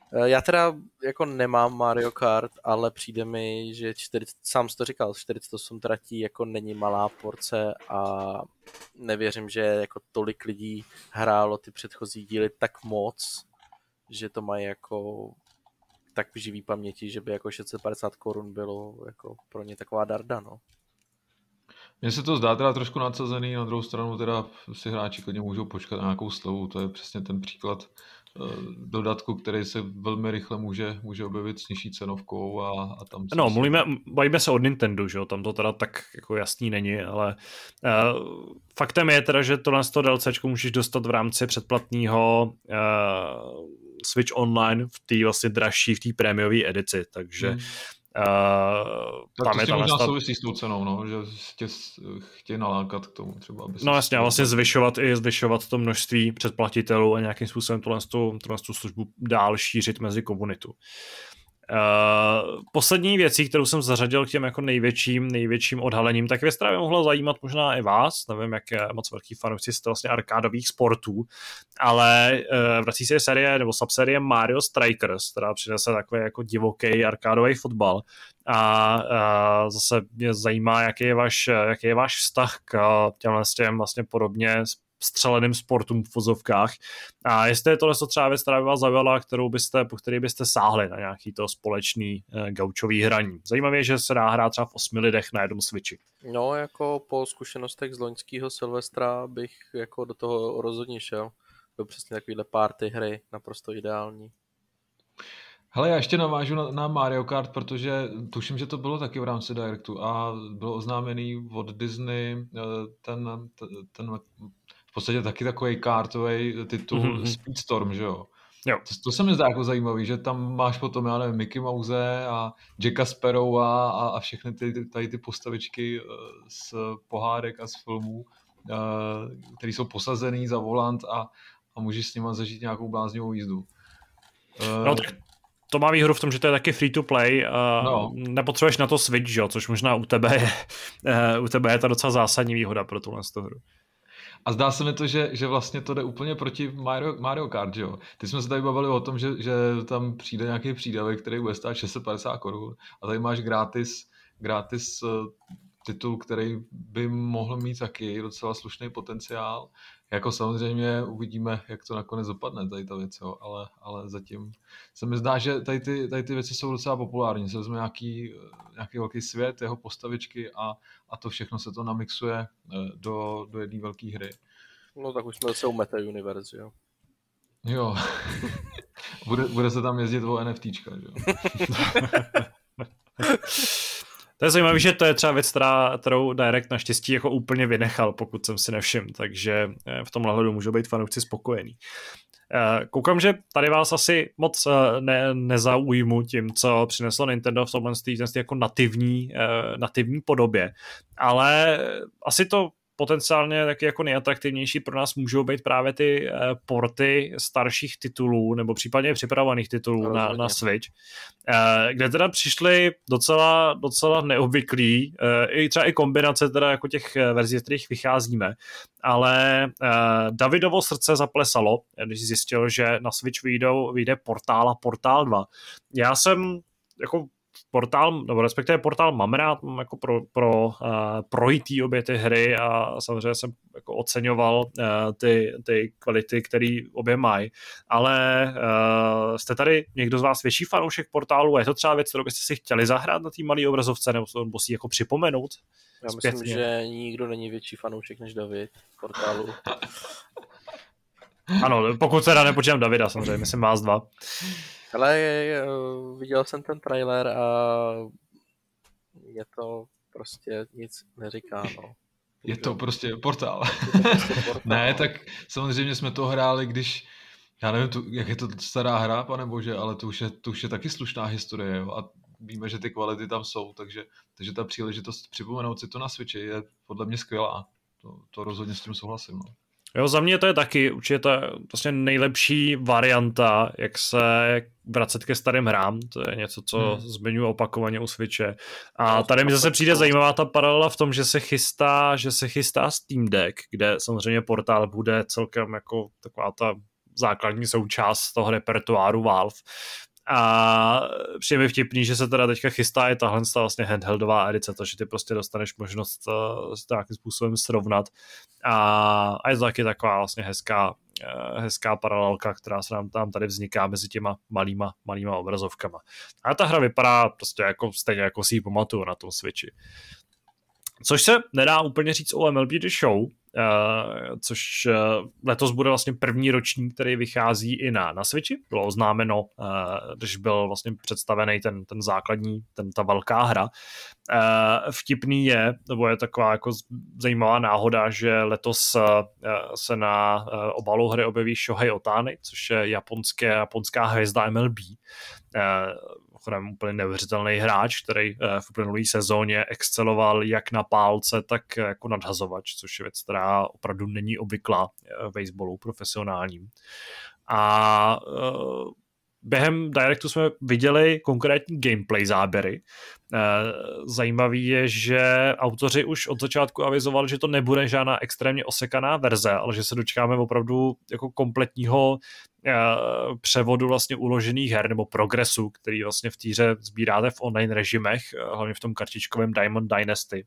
Já teda jako nemám Mario Kart, ale přijde mi, že čtyřicet, sám jsi to říkal, čtyřicet osm tratí jako není malá porce a nevěřím, že jako tolik lidí hrálo ty předchozí díly tak moc, že to mají jako tak v živý paměti, že by jako šest set padesát korun bylo jako pro ně taková darda, no. Mně se to zdá teda trošku nadsazený, na druhou stranu teda si hráči klidně můžou počkat na nějakou slevu, to je přesně ten příklad dodatku, který se velmi rychle může, může objevit s nižší cenovkou a, a tam... No, mluvíme, bavíme se od Nintendo, že jo, tam to teda tak jako jasný není, ale uh, faktem je teda, že tohle z toho DLCčko můžeš dostat v rámci předplatného uh, Switch Online v té vlastně dražší, v té prémiové edici, takže hmm. Uh, tak to s tím možná stav... souvisí s tou cenou, no, že tě chtějí nalákat k tomu třeba. Aby no jasně, vlastně zvyšovat i zvyšovat to množství předplatitelů a nějakým způsobem tohle tu, tohle tu službu dál šířit mezi komunitu. Uh, poslední věcí, kterou jsem zařadil k těm jako největším, největším odhalením, tak věc, která by mohla zajímat možná i vás, nevím, jak je moc velký fanoušci jste vlastně arkádových sportů, ale uh, vrací se série nebo subsérie Mario Strikers, která přinese takový jako divoký arkádový fotbal a uh, zase mě zajímá, jaký je váš, jaký je váš vztah k těmhle s těm vlastně podobně střeleným sportům v vozovkách. A jestli je tohle třeba věc, která by vás zaujala, kterou byste, po který byste sáhli na nějaký to společný e, gaučový hraní. Zajímavé je, že se dá hrát třeba v osmi lidech na jednom Switchi. No, jako po zkušenostech z loňského Silvestra bych jako do toho rozhodně šel. To přesně takovýhle party hry, naprosto ideální. Hele, já ještě navážu na, na Mario Kart, protože tuším, že to bylo taky v rámci Directu a bylo oznámený od Disney ten, ten, ten v podstatě taky takový kartový titul mm-hmm. Speedstorm, že jo? Jo. To, to se mi zdá jako zajímavý, že tam máš potom, já nevím, Mickey Mouse a Jacka Sparrowa a, a všechny ty, tady ty postavičky z pohádek a z filmů, které jsou posazený za volant a, a můžeš s nima zažít nějakou bláznivou jízdu. No tak to má výhodu v tom, že to je taky free to play a no. Nepotřebuješ na to Switch, že? Což možná u tebe je, u tebe je ta docela zásadní výhoda pro tuhle hru. A zdá se mi to, že, že vlastně to jde úplně proti Mario, Mario Kart, že jo. Ty jsme se tady bavili o tom, že, že tam přijde nějaký přídavek, který bude stát šest set padesát korun a tady máš gratis, gratis uh, titul, který by mohl mít taky docela slušný potenciál. Jako samozřejmě uvidíme, jak to nakonec dopadne, tady ta věc, jo. Ale, ale zatím se mi zdá, že tady ty, tady ty věci jsou docela populární. Se vezme nějaký, nějaký velký svět, jeho postavičky a, a to všechno se to namixuje do, do jedné velké hry. No tak už jsme zase u Meta Universe, jo. Jo. bude, bude se tam jezdit o NFTčka, jo. To je zajímavé, že to je třeba věc, která, kterou Direct naštěstí jako úplně vynechal, pokud jsem si nevšiml, takže v tomhle hledu můžou být fanoušci spokojení. Koukám, že tady vás asi moc ne, nezaujmu tím, co přineslo Nintendo v tomhle jako nativní, nativní podobě, ale asi to potenciálně taky jako nejatraktivnější pro nás můžou být právě ty porty starších titulů nebo případně připravovaných titulů na, na Switch, kde teda přišly docela, docela neobvyklý, i třeba i kombinace teda jako těch verzí, z kterých vycházíme, ale Davidovo srdce zaplesalo, když zjistil, že na Switch vyjdou, vyjde Portál a Portál dva. Já jsem jako portál, nebo respektive portál mám rád, mám jako pro, pro uh, projítý obě ty hry a samozřejmě jsem jako oceňoval uh, ty, ty kvality, které obě mají, ale uh, jste tady někdo z vás větší fanoušek portálu? Je to třeba věc, kterou byste si chtěli zahrát na té malé obrazovce, nebo, nebo si jako připomenout? Já myslím, zpětně? Že nikdo není větší fanoušek než David portálu. Ano, pokud teda nepočítám Davida, samozřejmě, myslím vás dva. Ale viděl jsem ten trailer a je to prostě nic neříká, no. Je to prostě portál. Je to prostě portál. Ne, tak samozřejmě jsme to hráli, když, já nevím, tu, jak je to stará hra, panebože, ale to už je, to už je taky slušná historie, jo, a víme, že ty kvality tam jsou, takže, takže ta příležitost připomenout si to na Switchi je podle mě skvělá. To, to rozhodně s tím souhlasím, no. Jo, za mě to je taky určitě to vlastně nejlepší varianta, jak se vracet ke starým hrám, to je něco, co hmm. zmiňuji opakovaně u Switche. A tady mi zase přijde zajímavá ta paralela v tom, že se chystá, že se chystá Steam Deck, kde samozřejmě portál bude celkem jako taková ta základní součást toho repertoáru Valve. A přijde mi vtipný, že se teda teďka chystá i tahle vlastně handheldová edice, takže ty prostě dostaneš možnost uh, s nějakým způsobem srovnat. A, a je to taky taková vlastně hezká, uh, hezká paralelka, která se nám tam tady vzniká mezi těma malýma, malýma obrazovkama. A ta hra vypadá prostě jako stejně, jako si ji pamatuju na tom Switchi. Což se nedá úplně říct o M L B The Show, Uh, což uh, letos bude vlastně první ročník, který vychází i na, na Switchi. Bylo oznámeno, uh, když byl vlastně představený ten, ten základní, ten, ta velká hra. Uh, vtipný je, nebo je taková jako zajímavá náhoda, že letos uh, se na uh, obalu hry objeví Shohei Ohtani, což je japonské, japonská hvězda M L B. Uh, úplně neuvěřitelný hráč, který v uplynulé sezóně exceloval jak na pálce, tak jako nadhazovač, což je věc, která opravdu není obvyklá v baseballu profesionálním. A během Directu jsme viděli konkrétní gameplay záběry. Zajímavý je, že autoři už od začátku avizovali, že to nebude žádná extrémně osekaná verze, ale že se dočkáme opravdu jako kompletního převodu vlastně uložených her nebo progresu, který vlastně v té hře sbíráte v online režimech, hlavně v tom kartičkovém Diamond Dynasty.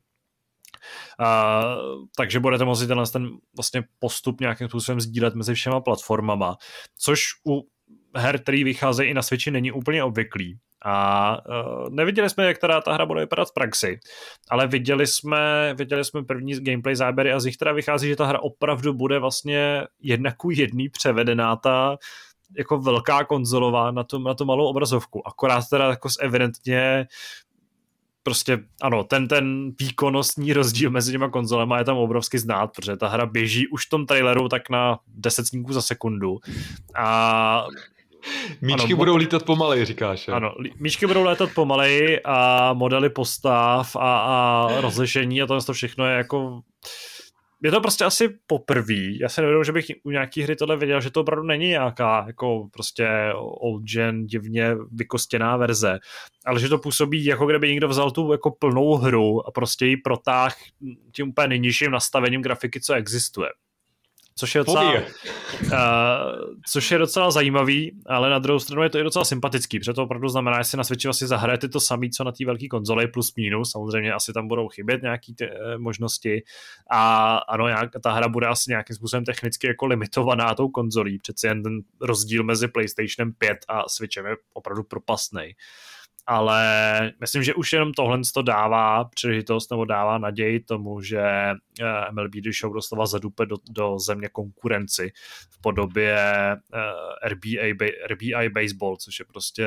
Uh, takže budete moci tenhle ten vlastně postup nějakým způsobem sdílet mezi všema platformama, což u her, který vycházejí i na Switchi, není úplně obvyklý. A uh, neviděli jsme, jak teda ta hra bude vypadat v praxi, ale viděli jsme, viděli jsme první gameplay záběry a z nich teda vychází, že ta hra opravdu bude vlastně jedna ku jedný převedená ta jako velká konzolová na tu, na tu malou obrazovku. Akorát teda jako evidentně prostě ano, ten, ten výkonnostní rozdíl mezi těma konzolema je tam obrovsky znát, protože ta hra běží už v tom traileru tak na deset snímků za sekundu a míčky ano, budou lítat pomalej, říkáš. Je? Ano, míčky budou létat pomalej a modely postav a, a rozlišení a to všechno je jako... Je to prostě asi poprvý. Já se nevěděl, že bych u nějaký hry tohle viděl, že to opravdu není nějaká jako prostě old gen, divně vykostěná verze, ale že to působí, jako kdyby někdo vzal tu jako plnou hru a prostě ji protáhl tím úplně nejnižším nastavením grafiky, co existuje. Což je docela, uh, což je docela zajímavý, ale na druhou stranu je to i docela sympatický, protože to opravdu znamená, že si na Switchi vlastně zahrajete to samé, co na té velké konzoli, plus minus, samozřejmě asi tam budou chybět nějaké ty, uh, možnosti a ano, nějak, ta hra bude asi nějakým způsobem technicky jako limitovaná tou konzolí, přeci jen ten rozdíl mezi PlayStationem pět a Switchem je opravdu propastnej. Ale myslím, že už jenom tohle to dává příležitost nebo dává naději tomu, že M L B The Show doslova zadupe do, do země konkurenci v podobě R B I, R B I Baseball, což je prostě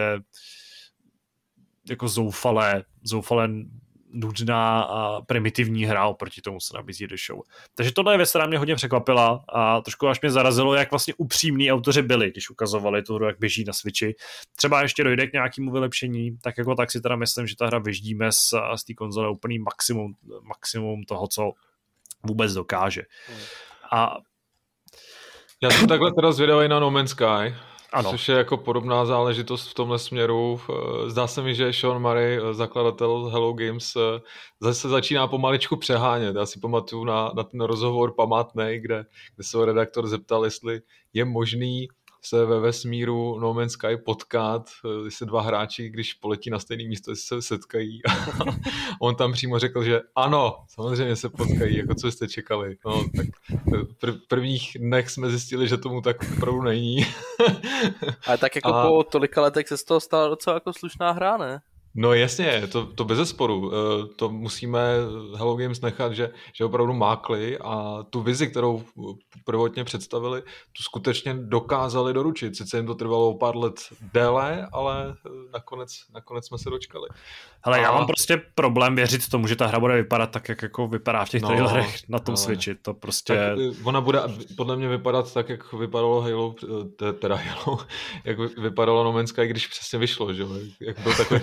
jako zoufalé, zoufalé nudná a primitivní hra oproti tomu se nabízí The Show. Takže tohle je věc, která mě hodně překvapila a trošku až mě zarazilo, jak vlastně upřímní autoři byli, když ukazovali tu hru, jak běží na Switchi. Třeba ještě dojde k nějakému vylepšení, tak jako tak si teda myslím, že ta hra vyždíme z, z té konzole úplný maximum, maximum toho, co vůbec dokáže. A já jsem takhle teda zvědavý na No Man's Sky. Ano. Což je jako podobná záležitost v tomhle směru. Zdá se mi, že Sean Murray, zakladatel Hello Games, zase začíná pomaličku přehánět. Já si pamatuju na, na ten rozhovor památnej, kde, kde se ho redaktor zeptal, jestli je možný se ve vesmíru No Man's Sky potkat, se dva hráči, když poletí na stejné místo, se setkají. On tam přímo řekl, že ano, samozřejmě se potkají, jako co jste čekali. No, tak v prvních dnech jsme zjistili, že tomu tak opravdu není. Ale tak jako A... po tolika letech se z toho stala docela jako slušná hra, ne? No jasně, to, to bezesporu. To musíme Hello Games nechat, že, že opravdu mákli a tu vizi, kterou prvotně představili, tu skutečně dokázali doručit. Sice jim to trvalo o pár let déle, ale nakonec, nakonec jsme se dočkali. Hele, a... já mám prostě problém věřit tomu, že ta hra bude vypadat tak, jak jako vypadá v těch no, trailerech na tom ale... Switchi. To prostě... Tak ona bude podle mě vypadat tak, jak vypadalo Halo, teda Halo, jak vypadalo No Man's Sky, když přesně vyšlo, že? Jak byl takový ten načan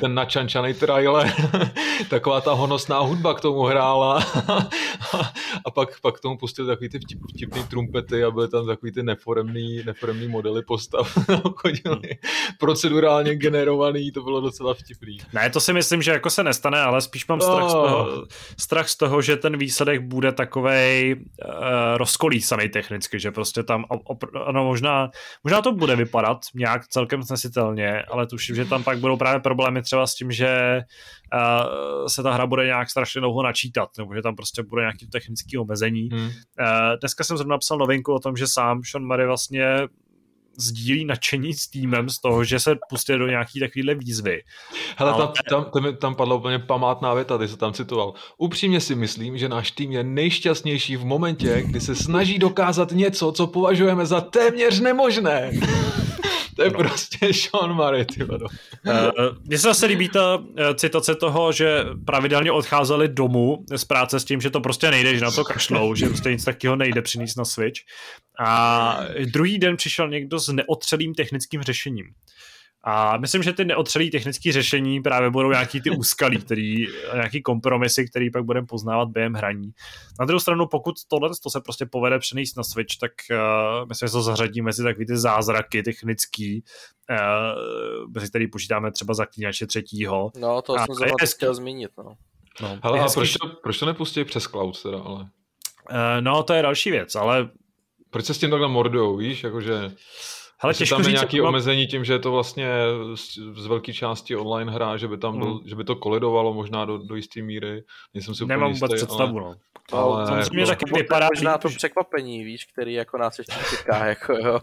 vyšťančaný trailer, taková ta honosná hudba k tomu hrála a pak, pak k tomu pustil takový ty vtip, vtipný trumpety a byly tam takový ty neforemný, neforemný modely postav. Chodili procedurálně generovaný, to bylo docela vtipný. Ne, to si myslím, že jako se nestane, ale spíš mám strach, oh. z, toho, strach z toho, že ten výsledek bude takovej uh, rozkolísaný technicky, že prostě tam, opr- ano, možná, možná to bude vypadat nějak celkem snesitelně, ale tuším, že tam pak budou právě problémy třeba s tím, že uh, se ta hra bude nějak strašně dlouho načítat, nebo že tam prostě bude nějaký technický omezení. Hmm. Uh, dneska jsem zrovna napsal novinku o tom, že sám Sean Murray vlastně sdílí nadšení s týmem z toho, že se pustí do nějaký takovýhle výzvy. Hele, ale... tam, tam, tam padla úplně památná věta, ty se tam citoval. Upřímně si myslím, že náš tým je nejšťastnější v momentě, kdy se snaží dokázat něco, co považujeme za téměř nemožné. To je no. prostě Sean Murray, ty vado. Mně se zase líbí ta citace toho, že pravidelně odcházeli domů z práce s tím, že to prostě nejde, že na to kašlou, že prostě nic takového nejde přinést na Switch. A druhý den přišel někdo s neotřelým technickým řešením. A myslím, že ty neotřelý technické řešení právě budou nějaký ty úskalí, který, nějaký kompromisy, který pak budeme poznávat během hraní. Na druhou stranu, pokud tohle to se prostě povede přenést na Switch, tak uh, myslím, že to zařadí mezi takový ty zázraky technický, uh, mezi který počítáme třeba Zaklínače třetího. No, to jsem zrovna chtěl zmínit. No. No, hele, a proč to, proč to nepustí přes cloud teda, ale? Uh, no, to je další věc, ale... Proč se s tím takhle mordujou, víš, jakože... Hele, těžko tam je říct, nějaké jak... omezení tím, že je to vlastně z, z velké části online hra, že by tam byl, hmm. že by to kolidovalo možná do, do jisté míry. Nejsem si Nemám úplně vůbec jistý, představu, ale... no. Ale... Samozřejmě jako, taky vypadá... Možná to překvapení, víš, který jako nás ještě čeká, jako jo.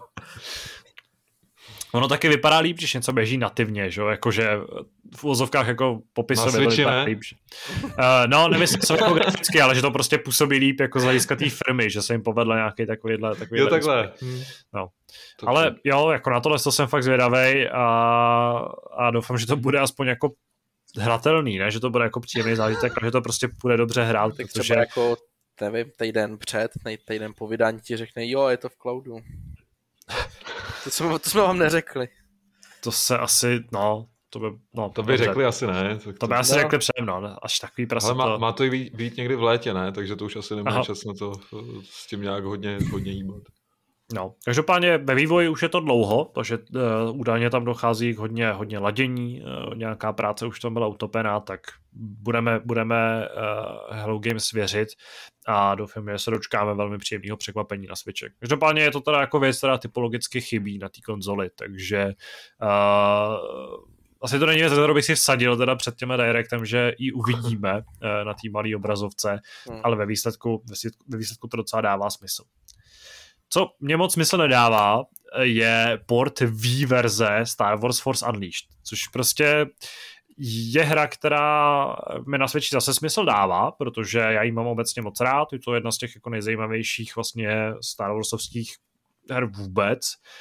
Ono taky vypadá líp, když něco běží nativně, že jo, jakože v uvozovkách jako popisově to vypadá líp. Uh, no, nemyslím se jako graficky, ale že to prostě působí líp jako z hlediska té firmy, že se jim povedla nějaký takovýhle, takovýhle jo, takhle. Hmm. No. Ale jo, jako na tohle to jsem fakt zvědavej a, a doufám, že to bude aspoň jako hratelný, ne, že to bude jako příjemný zážitek a že to prostě bude dobře hrát, tak protože... třeba jako, nevím, týden před, týden po vydání ti řekne, jo, je to v cloudu. To jsme, to jsme vám neřekli. To se asi, no, to by, no, to by řekli asi ne. To, to by asi no. řekli předem, no, až takový prase. Ale má, to... má to i být někdy v létě, ne? Takže to už asi nemá čas na to s tím nějak hodně, hodně jíbat. No, každopádně ve vývoji už je to dlouho, protože uh, údajně tam dochází k hodně, hodně ladění, uh, nějaká práce už tam byla utopená, tak budeme, budeme uh, Hello Games věřit a doufám, že se dočkáme velmi příjemného překvapení na Switchi. Každopádně je to teda jako věc, která typologicky chybí na té konzoli, takže uh, asi to není věc, kterou bych si vsadil teda před těmi directem, že ji uvidíme uh, na té malé obrazovce, hmm. ale ve výsledku, ve výsledku to docela dává smysl. Co mě moc smysl nedává, je port V verze Star Wars Force Unleashed, což prostě je hra, která mi na Switchi zase smysl dává, protože já ji mám obecně moc rád, je to jedna z těch jako nejzajímavějších vlastně Star Warsovských her vůbec.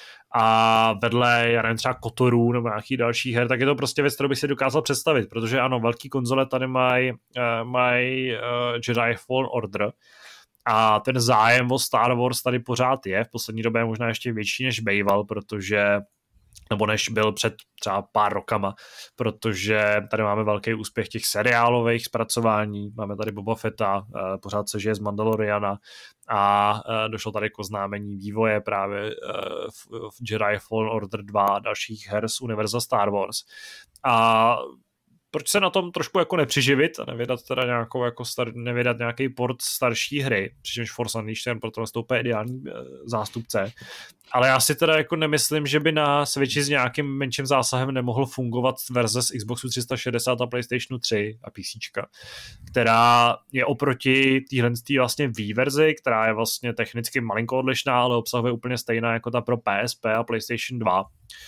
A vedle, já nevím, třeba Kotorů nebo nějakých dalších her, tak je to prostě věc, kterou bych si dokázal představit, protože ano, velký konzole tady mají maj, uh, Jedi Fallen Order, a ten zájem o Star Wars tady pořád je, v poslední době je možná ještě větší než bejval, protože, nebo než byl před třeba pár rokama, protože tady máme velký úspěch těch seriálových zpracování, máme tady Boba Fetta, pořád se žije z Mandaloriana a došlo tady k oznámení vývoje právě v Jedi Fallen Order dva a dalších her z univerza Star Wars. A proč se na tom trošku jako nepřiživit a nevydat teda nějakou jako star, nevydat nějaký port starší hry, přičemž Force Unleashed ten proto nastoupí ideální e, zástupce. Ale já si teda jako nemyslím, že by na Switchi s nějakým menším zásahem nemohl fungovat verze z Xboxu tři sta šedesát a PlayStationu tři a PCčka, která je oproti téhle vlastně V verzi, která je vlastně technicky malinko odlišná, ale obsahuje úplně stejná jako ta pro P S P a PlayStation dva.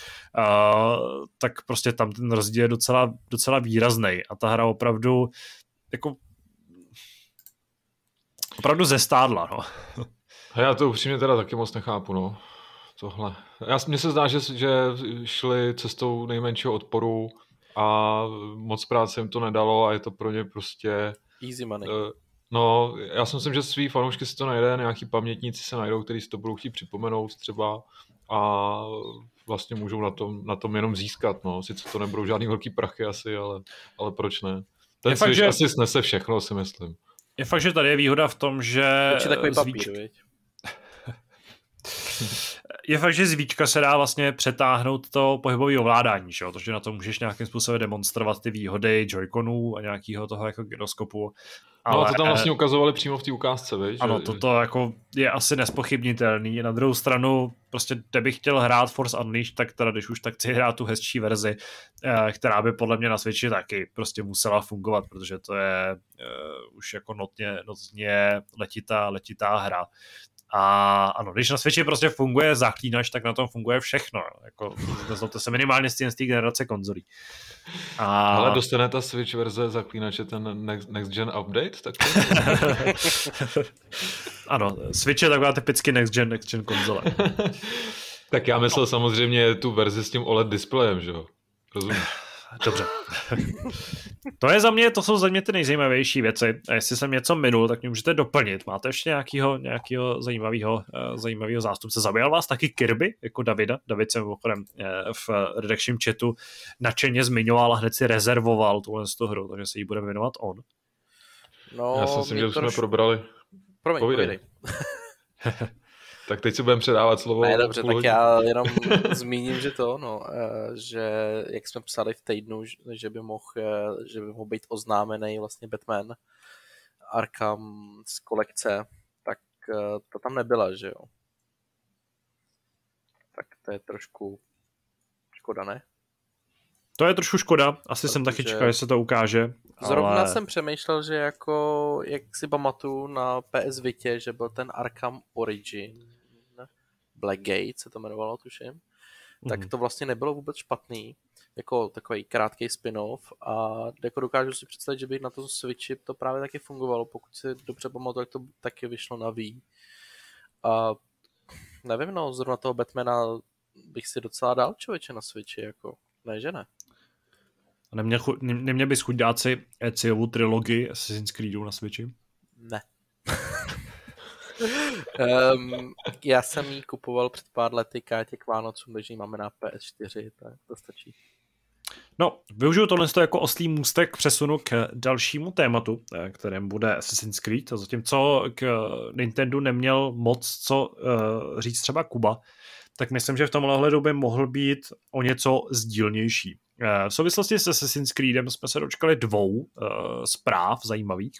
Uh, tak prostě tam ten rozdíl je docela, docela výrazný a ta hra opravdu jako opravdu zestádla, no. Já to upřímně teda taky moc nechápu, no. Tohle. Já, mně se zdá, že, že šli cestou nejmenšího odporu a moc práce jim to nedalo a je to pro ně prostě... Easy money. Uh, no, já si myslím, že svý fanoušky si to najde, nějaký pamětníci se najdou, kteří si to budou chtít připomenout třeba a vlastně můžou na tom, na tom jenom získat. No. Sice to nebudou žádný velký prachy asi, ale, ale proč ne? Ten je Switch fakt, že... asi snese všechno, si myslím. Je fakt, že tady je výhoda v tom, že... Určitě takový papír, viď? Je fakt, že z víčka se dá vlastně přetáhnout to pohybové ovládání, že jo? To, že na to můžeš nějakým způsobem demonstrovat ty výhody Joy-Conů a nějakého toho jako gyroskopu. Ale... No a to tam vlastně ukazovali přímo v té ukázce, viď? Ano, že... toto jako je asi nespochybnitelný. Na druhou stranu, prostě kdybych chtěl hrát Force Unleashed, tak teda když už tak chci hrát tu hezčí verzi, která by podle mě na Switchi taky prostě musela fungovat, protože to je uh, už jako notně, notně letitá, letitá hra. A ano, když na Switchi prostě funguje Zaklínač, tak na tom funguje všechno. Jako, nezlobte se minimálně z té generace konzolí. A... Ale dostane ta Switch verze Zaklínače ten next, next gen update? Tak to... Ano, Switch je taková typicky next gen, next gen konzole. Tak já myslel no. samozřejmě tu verzi s tím O L E D displejem, že jo? Rozumíš? Dobře. To je za mě, to jsou za mě ty nejzajímavější věci. A jestli jsem něco minul, tak mě můžete doplnit. Máte ještě nějakého, nějakého zajímavého, uh, zajímavého zástupce? Zaujal vás taky Kirby, jako Davida? David se mimochodem uh, v redakčním chatu nadšeně zmiňoval a hned si rezervoval tuhle z toho hru, takže se jí bude věnovat on. No, já si myslím, že už jsme probrali. Promiň, povídej. Tak teď si budeme předávat slovo. Ne, dobře, tak hodin. Já jenom zmíním, že to, no, že jak jsme psali v týdnu, že by mohl, že by mohl být oznámený vlastně Batman Arkham z kolekce, tak to tam nebyla, že jo. Tak to je trošku škoda, ne? To je trošku škoda, asi Protože... jsem taky čekal, že se to ukáže. Zrovna ale... jsem přemýšlel, že jako, jak si pamatuju na P S Vitě, že byl ten Arkham Origin, Blackgate se to jmenovalo, tuším, mm. tak to vlastně nebylo vůbec špatný, jako takový krátký spin-off a jako dokážu si představit, že by na tom Switchi to právě taky fungovalo, pokud si dobře pamatuju, jak to taky vyšlo na Wii. A nevím, no, zrovna toho Batmana bych si docela dal, člověče, na Switchi, jako, ne, že ne. A neměl, neměl bys chuť dát si Eziovu trilogii Assassin's Creedu na Switchi? Ne. um, já jsem ji kupoval před pár lety Kátě k Vánocům, takže ji máme na P S čtyři, tak to stačí. No, využiju tohle jako oslý můstek k přesunu k dalšímu tématu, kterém bude Assassin's Creed, a zatímco k Nintendo neměl moc co uh, říct třeba Kuba, tak myslím, že v tomhle ohledu by mohl být o něco sdílnější. V souvislosti s Assassin's Creedem jsme se dočkali dvou uh, zpráv zajímavých.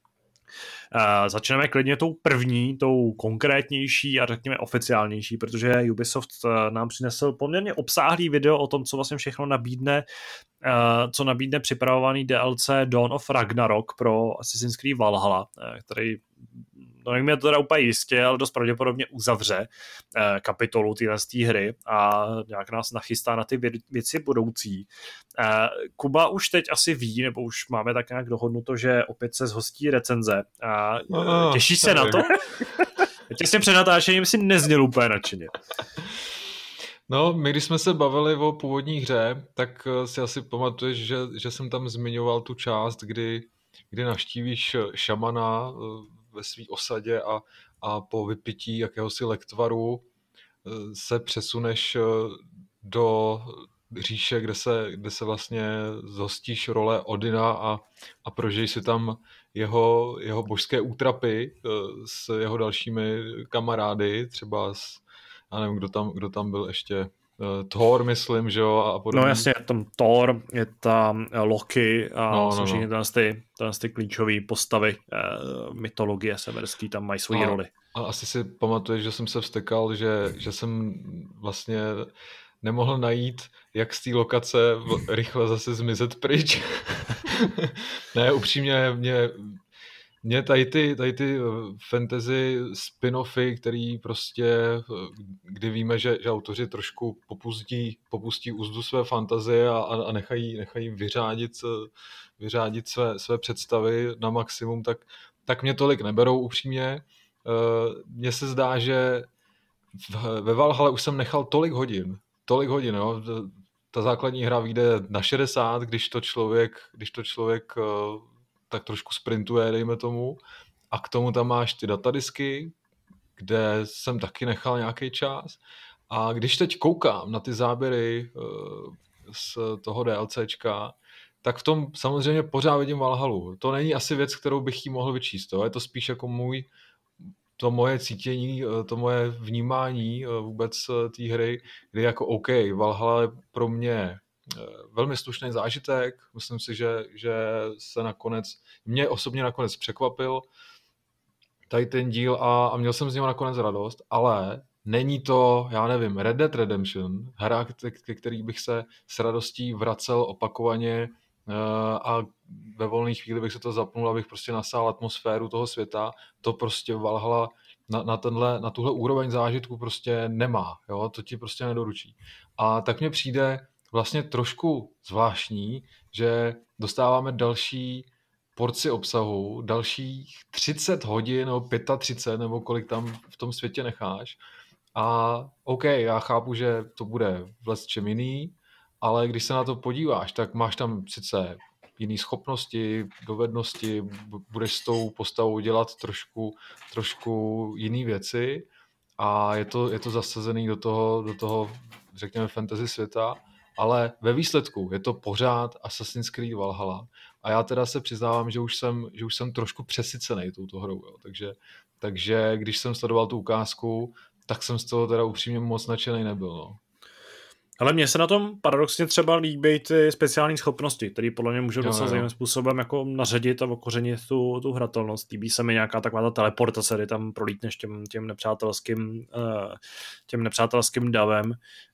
Uh, začneme klidně tou první, tou konkrétnější a řekněme oficiálnější, protože Ubisoft uh, nám přinesl poměrně obsáhlý video o tom, co vlastně všechno nabídne, uh, co nabídne připravovaný D L C Dawn of Ragnarok pro Assassin's Creed Valhalla, uh, který no nevím, je to teda úplně jistě, ale dost pravděpodobně uzavře eh, kapitolu téhle hry a nějak nás nachystá na ty vě- věci budoucí. Eh, Kuba už teď asi ví, nebo už máme tak nějak dohodnuto, že opět se zhostí recenze a eh, těší se na to? Těsně před natáčením si nezněl úplně nadšeně. No, my když jsme se bavili o původní hře, tak si asi pamatuješ, že, že jsem tam zmiňoval tu část, kdy, kdy navštívíš šamana ve své osadě a, a po vypití jakéhosi lektvaru se přesuneš do říše, kde se, kde se vlastně zhostíš role Odina a, a prožiješ si tam jeho, jeho božské útrapy s jeho dalšími kamarády, třeba s, já nevím, kdo tam, kdo tam byl ještě, Thor, myslím, že jo, a podobně. No jasně, je tam Thor, je tam Loki a no, jsou no, všechny no. ty, ty klíčové postavy uh, mytologie severský, tam mají svoji a, roli. A asi si pamatuješ, že jsem se vztekal, že, že jsem vlastně nemohl najít, jak z té lokace rychle zase zmizet pryč. Ne, upřímně, mě, mě tady ty, tady ty fantasy spin-offy, který prostě, kdy víme, že, že autoři trošku popustí, popustí úzdu své fantazie a, a nechají, nechají vyřádit, vyřádit své, své představy na maximum, tak, tak mě tolik neberou upřímně. Mně se zdá, že ve Valhalle už jsem nechal tolik hodin, tolik hodin, jo. Ta základní hra vyjde na šedesát, když to člověk, když to člověk tak trošku sprintuje, dejme tomu, a k tomu tam máš ty datadisky, kde jsem taky nechal nějaký čas A když teď koukám na ty záběry uh, z toho DLCčka, tak v tom samozřejmě pořád vidím Valhalu. To není asi věc, kterou bych jí mohl vyčíst. To je to spíš jako můj, to moje cítění, to moje vnímání vůbec té hry, kdy jako OK, Valhalla je pro mě velmi slušný zážitek. Myslím si, že, že se nakonec, mě osobně nakonec překvapil tady ten díl a, a měl jsem z něho nakonec radost, ale není to, já nevím, Red Dead Redemption, hra, ke který bych se s radostí vracel opakovaně a ve volné chvíli bych se to zapnul, abych prostě nasál atmosféru toho světa. To prostě Valhalla na, na, tenhle, na tuhle úroveň zážitku prostě nemá. Jo? To ti prostě nedoručí. A tak mně přijde vlastně trošku zvláštní, že dostáváme další porci obsahu, dalších třicet hodin nebo třicet pět, nebo kolik tam v tom světě necháš. A OK, já chápu, že to bude vlesčem jiný, ale když se na to podíváš, tak máš tam sice jiné schopnosti, dovednosti, budeš s tou postavou dělat trošku, trošku jiné věci a je to, je to zasazený do toho, do toho, řekněme, fantasy světa, ale ve výsledku je to pořád Assassin's Creed Valhalla a já teda se přiznávám, že už jsem, že už jsem trošku přesycený touto hrou, jo. Takže, takže když jsem sledoval tu ukázku, tak jsem z toho teda upřímně moc nadšený nebyl, no. Ale mně se na tom paradoxně třeba líbí ty speciální schopnosti, které podle mě můžou docela zajímavým způsobem jako naředit a okořenit tu, tu hratelnost. Líbí se mi nějaká taková ta teleportace, kdy tam prolítneš těm, těm nepřátelským těm nepřátelským davem.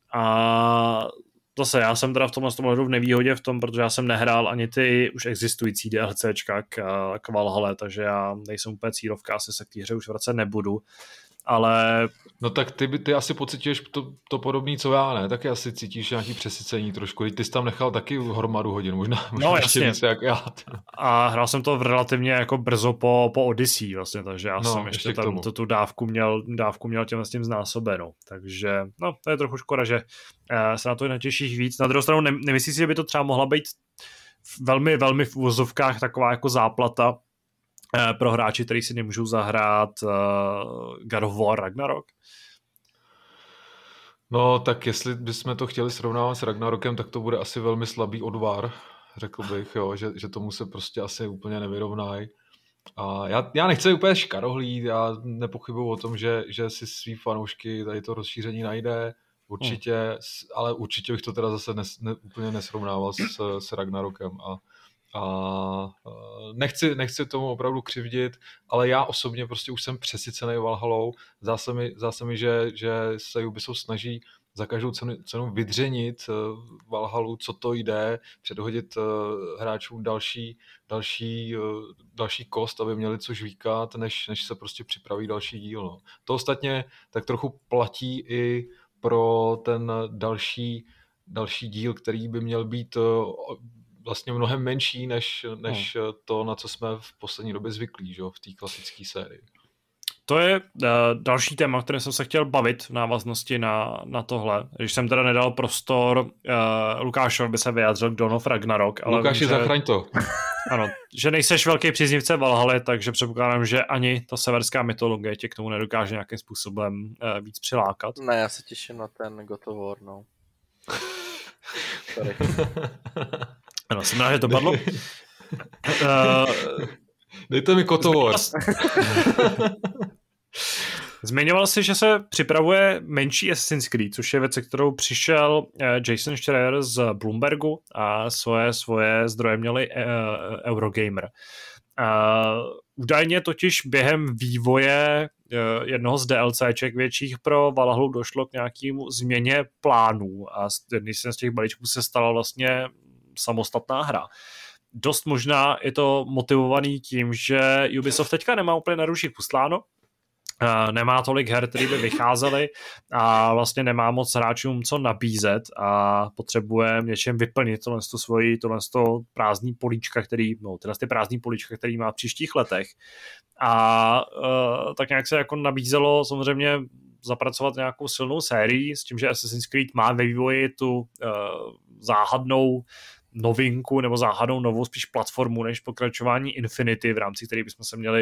A zase já jsem teda v tomhle tomhle v nevýhodě v tom, protože já jsem nehrál ani ty už existující DLCčka k, k Valhalle, takže já nejsem úplně cílovka, asi se k té hře už vracet nebudu. Ale... No tak ty, ty asi pocituješ to, to podobný, co já, ne? Taky asi cítíš nějaký přesycení trošku. Ty jsi tam nechal taky hromadu hodin, možná, možná no, ještě víc jak já. A hrál jsem to relativně jako brzo po, po Odyssey vlastně, takže já no, jsem ještě, ještě tam tu, tu dávku měl, dávku měl těm s tím znásobenou. Takže no, to je trochu škoda, že se na to natěšíš víc. Na druhou stranu ne, nemyslíš si, že by to třeba mohla být velmi, velmi v uvozovkách taková jako záplata pro hráči, kteří si nemůžou zahrát uh, God of War Ragnarok? No, tak jestli bychom to chtěli srovnávat s Ragnarokem, tak to bude asi velmi slabý odvar, řekl bych, jo, že, že tomu se prostě asi úplně nevyrovnají. A já, já nechci úplně škarohlít, já nepochybuju o tom, že, že si svý fanoušky tady to rozšíření najde, určitě, hmm. ale určitě bych to teda zase nes, ne, úplně nesrovnával s, s Ragnarokem a A nechci, nechci tomu opravdu křivdit, ale já osobně prostě už jsem přesycený Valhallou. Zdá se mi, zdá se mi že, že se Ubisoft snaží za každou cenu, cenu vydřenit Valhallu, co to jde, předhodit hráčům další, další, další kost, aby měli co žvíkat, než, než se prostě připraví další díl. No. To ostatně tak trochu platí i pro ten další, další díl, který by měl být vlastně mnohem menší, než, než hmm. to, na co jsme v poslední době zvyklí, že? V té klasické sérii. To je uh, další téma, které jsem se chtěl bavit v návaznosti na, na tohle. Když jsem teda nedal prostor uh, Lukášovi, by se vyjádřil k Dawn of Ragnarok. Ale Lukáši, vím, zachraň to. Ano, že nejseš velký příznivce Valhaly, takže předpokládám, že ani ta severská mytologie tě k tomu nedokáže nějakým způsobem uh, víc přilákat. Ne, já se těším na ten God of War, no. Sorry. Ano, jsem rád, že to padlo. uh, Dejte mi kotovor. Zmiňoval jsi, že se připravuje menší Assassin's Creed, což je věc, kterou přišel Jason Schreier z Bloombergu a svoje, svoje zdroje měli uh, Eurogamer. Uh, údajně totiž během vývoje uh, jednoho z DLCček větších pro Valhallu došlo k nějakému změně plánů a jedný z těch balíčků se stala vlastně samostatná hra. Dost možná je to motivovaný tím, že Ubisoft teďka nemá úplně na ruších pusláno, nemá tolik her, které by vycházely a vlastně nemá moc hráčům co nabízet a potřebuje něčem vyplnit tohle svoji, tohle prázdný políčka, který, no, tyhle ty prázdný políčka, který má v příštích letech. A uh, tak nějak se jako nabízelo samozřejmě zapracovat nějakou silnou sérii s tím, že Assassin's Creed má ve vývoji tu uh, záhadnou novinku nebo záhadnou novou spíš platformu než pokračování Infinity, v rámci které bychom se měli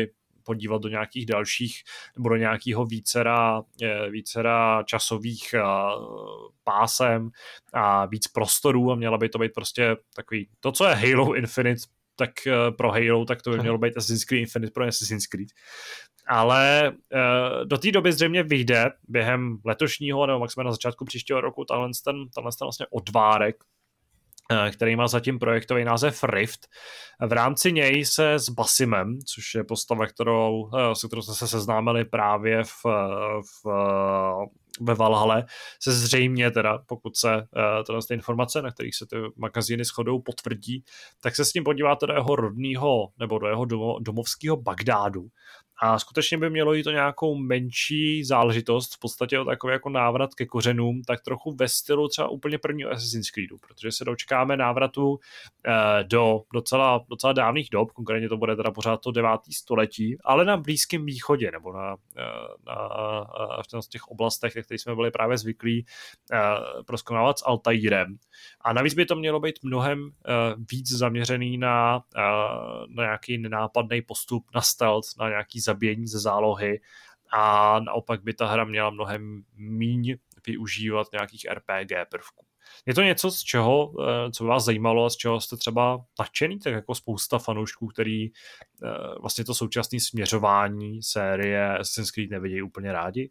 podívat do nějakých dalších nebo do nějakého vícera, vícera časových pásem a víc prostorů a měla by to být prostě takový, to, co je Halo Infinite, tak pro Halo, tak to by mělo být Assassin's Creed Infinite pro Assassin's Creed. Ale uh, do té doby zřejmě vyjde během letošního nebo maximálně na začátku příštího roku tenhle ten, tenhle ten vlastně odvárek, uh, který má zatím projektový název Rift. V rámci něj se s Basimem, což je postava, kterou, uh, s kterou jsme se seznámili právě v, v, ve Valhalle, se zřejmě teda, pokud se uh, ty informace, na kterých se ty magazíny shodou, potvrdí, tak se s ním podíváte do jeho rodného nebo do jeho domo, domovského Bagdádu. A skutečně by mělo jít to nějakou menší záležitost, v podstatě o takový jako návrat ke kořenům, tak trochu ve stylu třeba úplně prvního Assassin's Creedu, protože se dočkáme návratu eh, do docela, docela dávných dob, konkrétně to bude teda pořád to devátý století, ale na Blízkém východě, nebo na, na, na v těch oblastech, na kterých jsme byli právě zvyklí eh, prozkoumávat s Altaírem. A navíc by to mělo být mnohem eh, víc zaměřený na, eh, na nějaký nenápadný postup, na stealth, na nějaký zabíjení ze zálohy a naopak by ta hra měla mnohem míň využívat nějakých R P G prvků. Je to něco, z čeho, co by vás zajímalo a z čeho jste třeba nadšený, tak jako spousta fanoušků, který vlastně to současné směřování série Assassin's Creed nevidějí úplně rádi?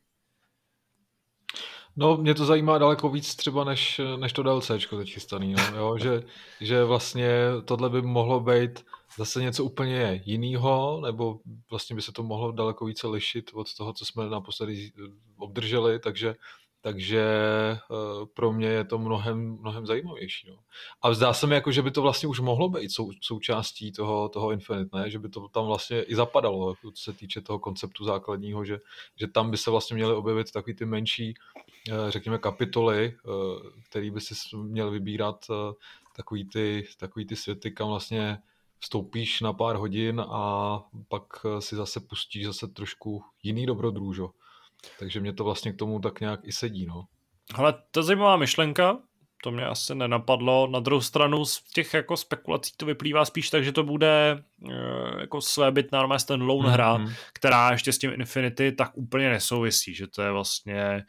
No, mě to zajímá daleko víc třeba než, než to DLCčko teď chystaný, no, jo? Že, že vlastně tohle by mohlo být zase něco úplně jiného, nebo vlastně by se to mohlo daleko více lišit od toho, co jsme naposledy obdrželi, takže, takže pro mě je to mnohem, mnohem zajímavější. No. A zdá se mi, jako, že by to vlastně už mohlo být sou, součástí toho, toho Infinite, ne? Že by to tam vlastně i zapadalo, co se týče toho konceptu základního, že, že tam by se vlastně měly objevit takový ty menší, řekněme, kapitoly, který by si měl vybírat takový ty, takový ty světy, kam vlastně vstoupíš na pár hodin a pak si zase pustíš zase trošku jiný dobrodružo. Takže mě to vlastně k tomu tak nějak i sedí, no. Ale to je zajímavá myšlenka, to mě asi nenapadlo. Na druhou stranu z těch jako spekulací to vyplývá spíš tak, že to bude e, jako svébytná normálně standalone mm-hmm. hra, která ještě s tím Infinity tak úplně nesouvisí, že to je vlastně e,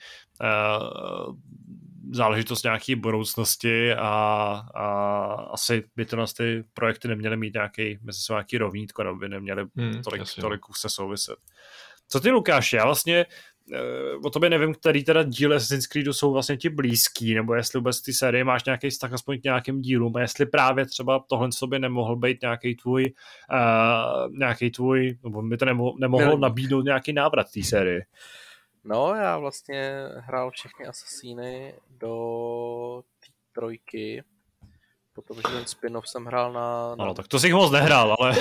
záležitost nějaké budoucnosti a, a asi by to nás ty projekty neměly mít nějaký, mezi sebou nějaký rovnítko, nebo by neměly mm, tolik, tolik se souviset. Co ty, Lukáši? Já vlastně o tobě nevím, který teda díl Assassin's Creedu jsou vlastně ti blízký, nebo jestli vůbec ty série máš nějaký vztah aspoň k nějakým dílům, a jestli právě třeba tohle sobě nemohl být nějaký tvůj uh, nějaký tvůj, nebo by to nemohl, nemohl nabídnout nějaký návrat té série. No, já vlastně hrál všechny Assassiny do té trojky, potom, že ten spin-off jsem hrál na... na... No, tak to si moc nehrál, ale...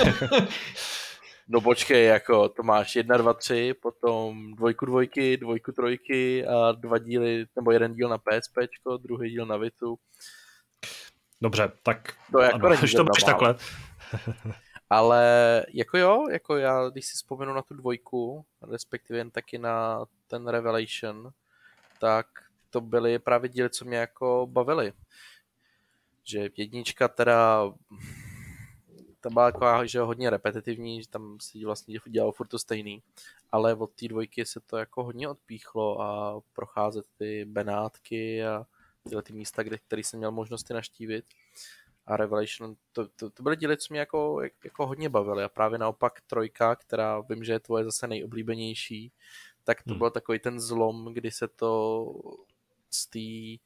No počkej, jako to máš jedna, dva, tři, potom dvojku, dvojky, dvojku, trojky a dva díly, nebo jeden díl na PSPčko, druhý díl na Vitu. Dobře, tak to jako ano, když to máš takhle. Ale jako jo, jako já, když si vzpomenu na tu dvojku, respektive jen taky na ten Revelation, tak to byly právě díly, co mě jako bavily. Že jednička teda... ta byla jako, že hodně repetitivní, že tam si vlastně dělalo furt to stejný, ale od té dvojky se to jako hodně odpíchlo a procházet ty Benátky a tyhle ty místa, kde, který jsem měl možnosti naštívit. A Revelation, to, to, to byly díly, co mě jako, jako hodně bavily a právě naopak trojka, která vím, že je tvoje zase nejoblíbenější, tak to hmm. byl takový ten zlom, kdy se to z té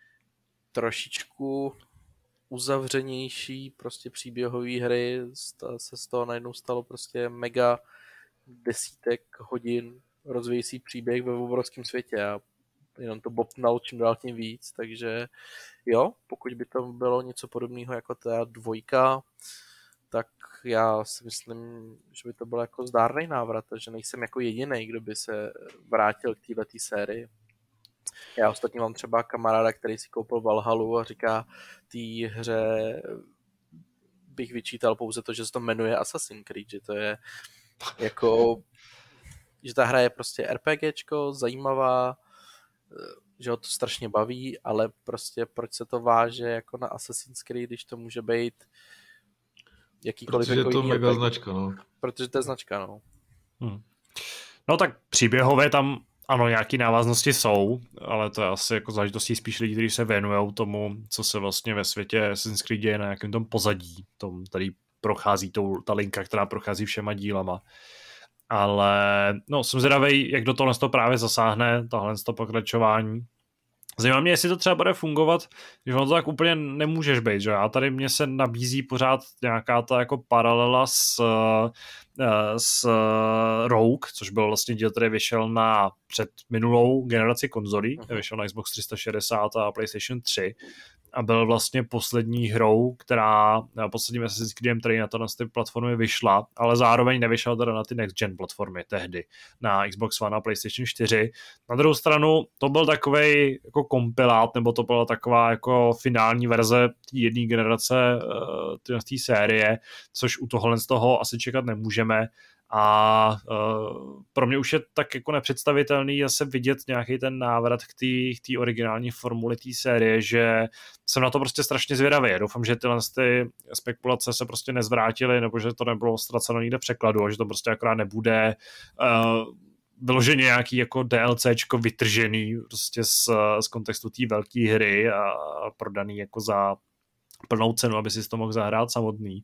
trošičku uzavřenější prostě příběhové hry se z toho najednou stalo prostě mega desítek hodin rozvíjející příběh ve obrovském světě a jenom to bobnal čím dál tím víc, takže jo, pokud by to bylo něco podobného jako ta dvojka, tak já si myslím, že by to byl jako zdárný návrat a že nejsem jako jediný, kdo by se vrátil k této sérii. Já ostatně mám třeba kamaráda, který si koupil Valhallu a říká, té hře bych vyčítal pouze to, že se to jmenuje Assassin's Creed, že to je jako, že ta hra je prostě RPGčko, zajímavá, že ho to strašně baví, ale prostě proč se to váže jako na Assassin's Creed, když to může být jakýkoliv... Protože jako je to jiný mega RPG. Značka, no. Protože to je značka, no. Hmm. No tak příběhové tam ano, nějaké návaznosti jsou, ale to je asi jako záležitostí spíš lidí, kteří se věnují tomu, co se vlastně ve světě Assassin's Creed děje na nějakém tom pozadí, tom, tady prochází tou, ta linka, která prochází všema dílama. Ale no, jsem zvědavej, jak do toho to právě zasáhne, tohle to pokračování. Zajímá mě, jestli to třeba bude fungovat, když ono to tak úplně nemůžeš být, že já tady mně se nabízí pořád nějaká ta jako paralela s, s Rogue, což byl vlastně díl, který vyšel na před minulou generaci konzolí, uh-huh. vyšel na Xbox tři sta šedesát a PlayStation tři a byl vlastně poslední hrou, která, posledním Assassin's Creedem, který na to na ty platformy vyšla, ale zároveň nevyšel teda na ty next gen platformy tehdy, na Xbox One a PlayStation čtyři. Na druhou stranu to byl takovej jako kompilát, nebo to byla taková jako finální verze jedné generace uh, té série, což u tohohle z toho asi čekat nemůžeme. A uh, pro mě už je tak jako nepředstavitelný zase vidět nějaký ten návrat k té originální formuli té série, že jsem na to prostě strašně zvědavý. Doufám, že tyhle ty spekulace se prostě nezvrátily, nebo že to nebylo ztraceno nikde překladu, a že to prostě akorát nebude uh, vyloženě nějaký jako DLCčko vytržený prostě z, z kontextu té velké hry a, a prodaný jako za plnou cenu, aby si to mohl zahrát samotný.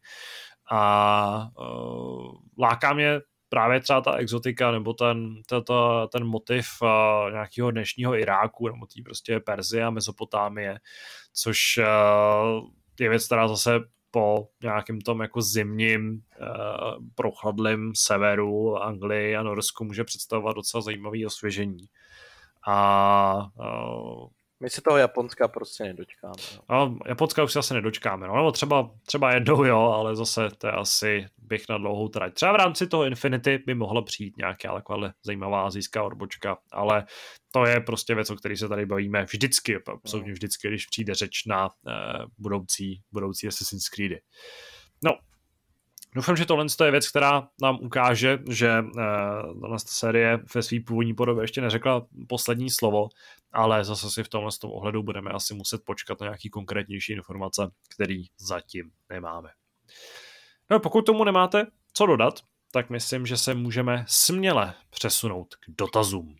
A uh, láká mě právě třeba ta exotika nebo ten, ten, ten motiv uh, nějakého dnešního Iráku nebo tý prostě Perzie a Mezopotámie, což uh, je věc, která zase po nějakém tom jako zimním uh, prochladlém severu Anglii a Norsku může představovat docela zajímavý osvěžení. A uh, my se toho Japonska prostě nedočkáme. No, Japonska už se asi nedočkáme, no, nebo třeba, třeba jednou jo, ale zase to je asi bych na dlouhou trať. Třeba v rámci toho Infinity by mohla přijít nějaká taková zajímavá asijská odbočka, ale to je prostě věc, o které se tady bavíme vždycky, absolutně vždycky, když přijde řeč na eh, budoucí, budoucí Assassin's Creedy. No, doufám, že tohle je věc, která nám ukáže, že uh, ta série ve své původní podobě ještě neřekla poslední slovo, ale zase si v tomhle tom ohledu budeme asi muset počkat na nějaký konkrétnější informace, který zatím nemáme. No, pokud tomu nemáte co dodat, tak myslím, že se můžeme směle přesunout k dotazům.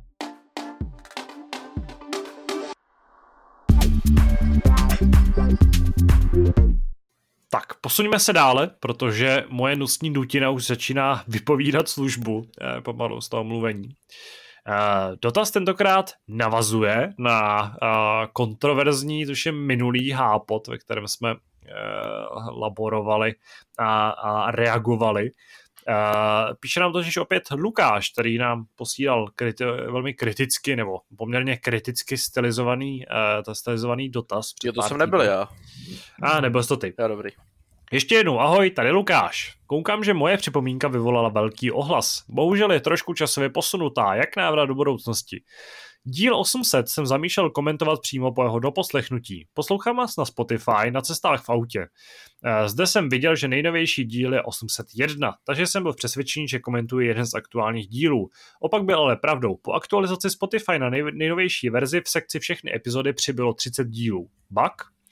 Tak, posuňme se dále, protože moje nosní dutina už začíná vypovídat službu eh, pomalu z toho mluvení. Eh, dotaz tentokrát navazuje na eh, kontroverzní, což je minulý hápot, ve kterém jsme eh, laborovali a, a reagovali. Uh, píše nám totiž opět Lukáš, který nám posílal kriti- velmi kriticky nebo poměrně kriticky stylizovaný, uh, stylizovaný dotaz. Jo, to jsem nebyl já. A, nebyl jsi to ty. Já, dobrý. Ještě jednou, ahoj, tady Lukáš. Koukám, že moje připomínka vyvolala velký ohlas. Bohužel je trošku časově posunutá, jak návrat do budoucnosti. Díl osm set jsem zamýšlel komentovat přímo po jeho doposlechnutí. Poslouchám vás na Spotify na cestách v autě. Zde jsem viděl, že nejnovější díl je osm set jedna, takže jsem byl přesvědčený, že komentuji jeden z aktuálních dílů. Opak byl ale pravdou. Po aktualizaci Spotify na nej- nejnovější verzi v sekci všechny epizody přibylo třicet dílů. Bug?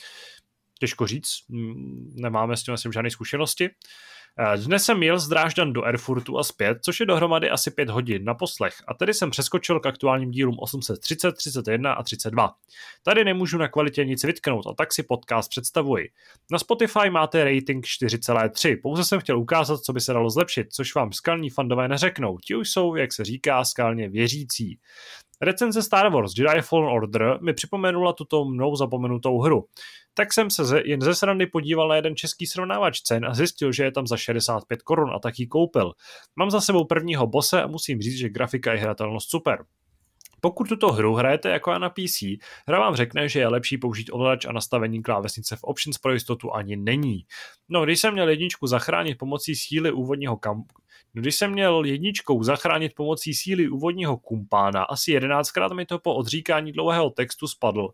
Těžko říct, nemáme s tím asi žádné zkušenosti. Dnes jsem jel z Drážďan do Erfurtu a zpět, což je dohromady asi pět hodin na poslech, a tedy jsem přeskočil k aktuálním dílům osm set třicet, třicet jedna a třicet dva. Tady nemůžu na kvalitě nic vytknout a tak si podcast představuji. Na Spotify máte rating čtyři celá tři, pouze jsem chtěl ukázat, co by se dalo zlepšit, což vám skalní fandové neřeknou, ti už jsou, jak se říká, skalně věřící. Recenze Star Wars Jedi Fallen Order mi připomenula tuto mnou zapomenutou hru. Tak jsem se ze, jen ze srandy podíval na jeden český srovnávač cen a zjistil, že je tam za šedesát pět korun a tak ji koupil. Mám za sebou prvního bose a musím říct, že grafika i hratelnost super. Pokud tuto hru hrajete jako já na P C, hra vám řekne, že je lepší použít ovladač a nastavení klávesnice v Options pro jistotu ani není. No, když jsem měl jedničku zachránit pomocí síly úvodního kam... No, když jsem měl jedničkou zachránit pomocí síly úvodního kumpána, asi jedenáctkrát mi to po odříkání dlouhého textu spadl.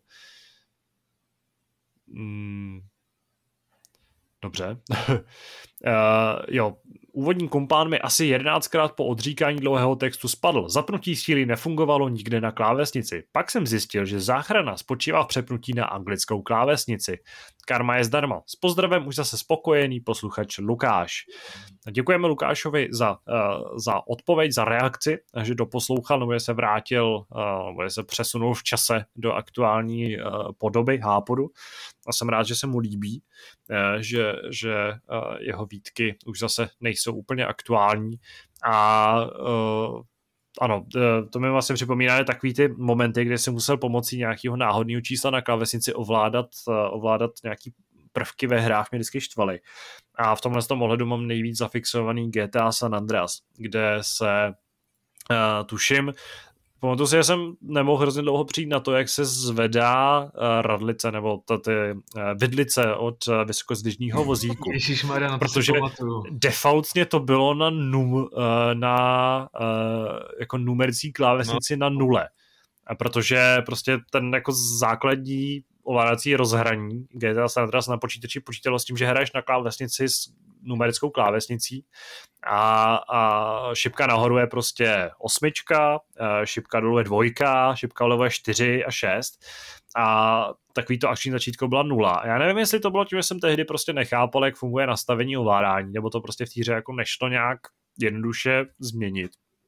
Hmm. Dobře. uh, jo, Úvodní kompán mi asi jedenáctkrát po odříkání dlouhého textu spadl. Zapnutí síly nefungovalo nikde na klávesnici. Pak jsem zjistil, že záchrana spočívá v přepnutí na anglickou klávesnici. Karma je zdarma. S pozdravem už zase spokojený posluchač Lukáš. Děkujeme Lukášovi za, uh, za odpověď, za reakci, že doposlouchal, nebo že se vrátil, uh, nebo že se přesunul v čase do aktuální uh, podoby Hápodu. A jsem rád, že se mu líbí, uh, že, že uh, jeho výtky už zase nejsou úplně aktuální. A uh, ano, to mi vlastně připomíná takový ty momenty, kde jsem musel pomocí nějakého náhodného čísla na klávesnici ovládat, ovládat nějaký prvky ve hrách, mě vždycky štvaly. A v tomhle tom ohledu mám nejvíc zafixovaný G T A San Andreas, kde se uh, tuším, pamatuju si, že jsem nemohl hrozně dlouho přijít na to, jak se zvedá uh, radlice nebo ty uh, vidlice od uh, vysokozdvižního vozíku. Ježišmarja, protože defaultně to bylo na, num, uh, na uh, jako numericí klávesnici no. na nule. A protože prostě ten jako základní ovládací rozhraní G T A San Andreas na počítači počítalo s tím, že hraješ na klávesnici s numerickou klávesnicí a, a šipka nahoru je prostě osmička, šipka dolů je dvojka, šipka dolů je čtyři a šest a takový to akční začítko byla nula. A já nevím, jestli to bylo tím, že jsem tehdy prostě nechápal, jak funguje nastavení ovládání, nebo to prostě v té hře jako nešlo nějak jednoduše změnit.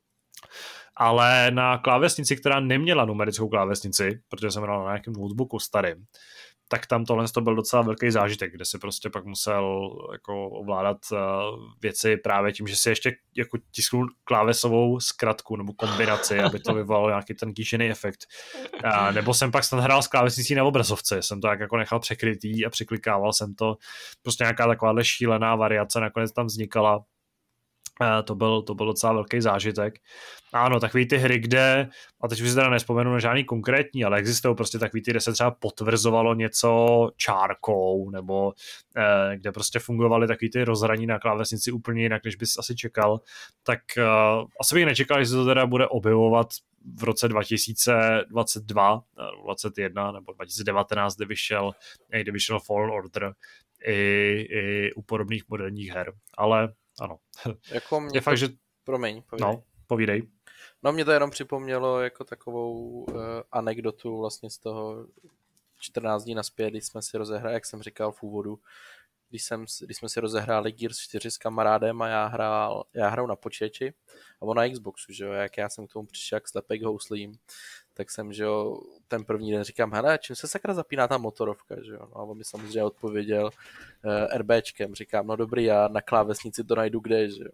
Ale na klávesnici, která neměla numerickou klávesnici, protože jsem hrál na nějakém notebooku starým, tak tam tohle to byl docela velký zážitek, kde si prostě pak musel jako ovládat uh, věci právě tím, že si ještě jako tisknul klávesovou zkratku nebo kombinaci, aby to vyvolalo nějaký ten kýžený efekt. Uh, nebo jsem pak snad hrál s klávesnicí na obrazovce, jsem to jako nechal překrytý a překlikával jsem to. Prostě nějaká takováhle šílená variace nakonec tam vznikala. Uh, to, byl, to byl docela velký zážitek. Ano, takový ty hry, kde, a teď už si teda nespomenu na žádný konkrétní, ale existují prostě takový ty, kde se třeba potvrzovalo něco čárkou, nebo uh, kde prostě fungovaly takový ty rozhraní na klávesnici úplně jinak, než bys asi čekal, tak uh, asi bych nečekal, že se to teda bude objevovat v roce dva tisíce dvacet dva, dvacet jedna nebo dva tisíce devatenáct, kdy vyšel, kdy vyšel Fallen Order i, i u podobných moderních her. Ale ano. Jako mě je to... fakt, že... Promiň, povídej. No, povídej. No, mě to jenom připomnělo jako takovou uh, anekdotu vlastně z toho čtrnáct dní naspět, když jsme si rozehráli, jak jsem říkal v úvodu, když, jsem, když jsme si rozehráli Gears čtyři s kamarádem a já hrál, já hraju na počítači a on na Xboxu, že jo, jak já jsem k tomu přišel jak slepek houslím, tak jsem, že jo, ten první den říkám, hele, čím se sakra zapíná ta motorovka, že jo, no a on mi samozřejmě odpověděl uh, RBčkem, říkám, no dobrý, já na klávesnici to najdu kde, že jo.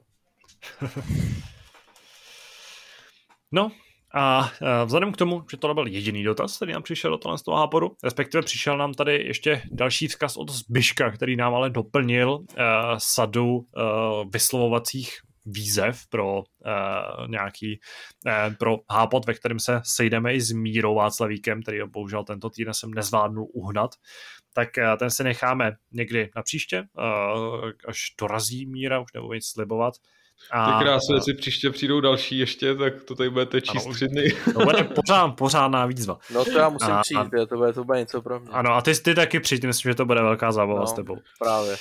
No a vzhledem k tomu, že to byl jediný dotaz, který nám přišel do tohle z toho Hápodu, respektive přišel nám tady ještě další vzkaz od Zbyška, který nám ale doplnil uh, sadu uh, vyslovovacích výzev pro uh, nějaký uh, pro Hápod, ve kterém se sejdeme i s Mírou Václavíkem, který bohužel tento týden jsem nezvládnul uhnat, tak uh, ten si necháme někdy na příště, uh, až dorazí Míra, už nebudu nic slibovat. A, ty krásy, jestli příště přijdou další ještě, tak to tady budete číst ano, tři dny. To bude pořád, pořádná výzva. No to já musím a, přijít, to bude, to bude něco pro mě. Ano, a ty, ty taky přijď, myslím, že to bude velká zábava no, s tebou. Právě.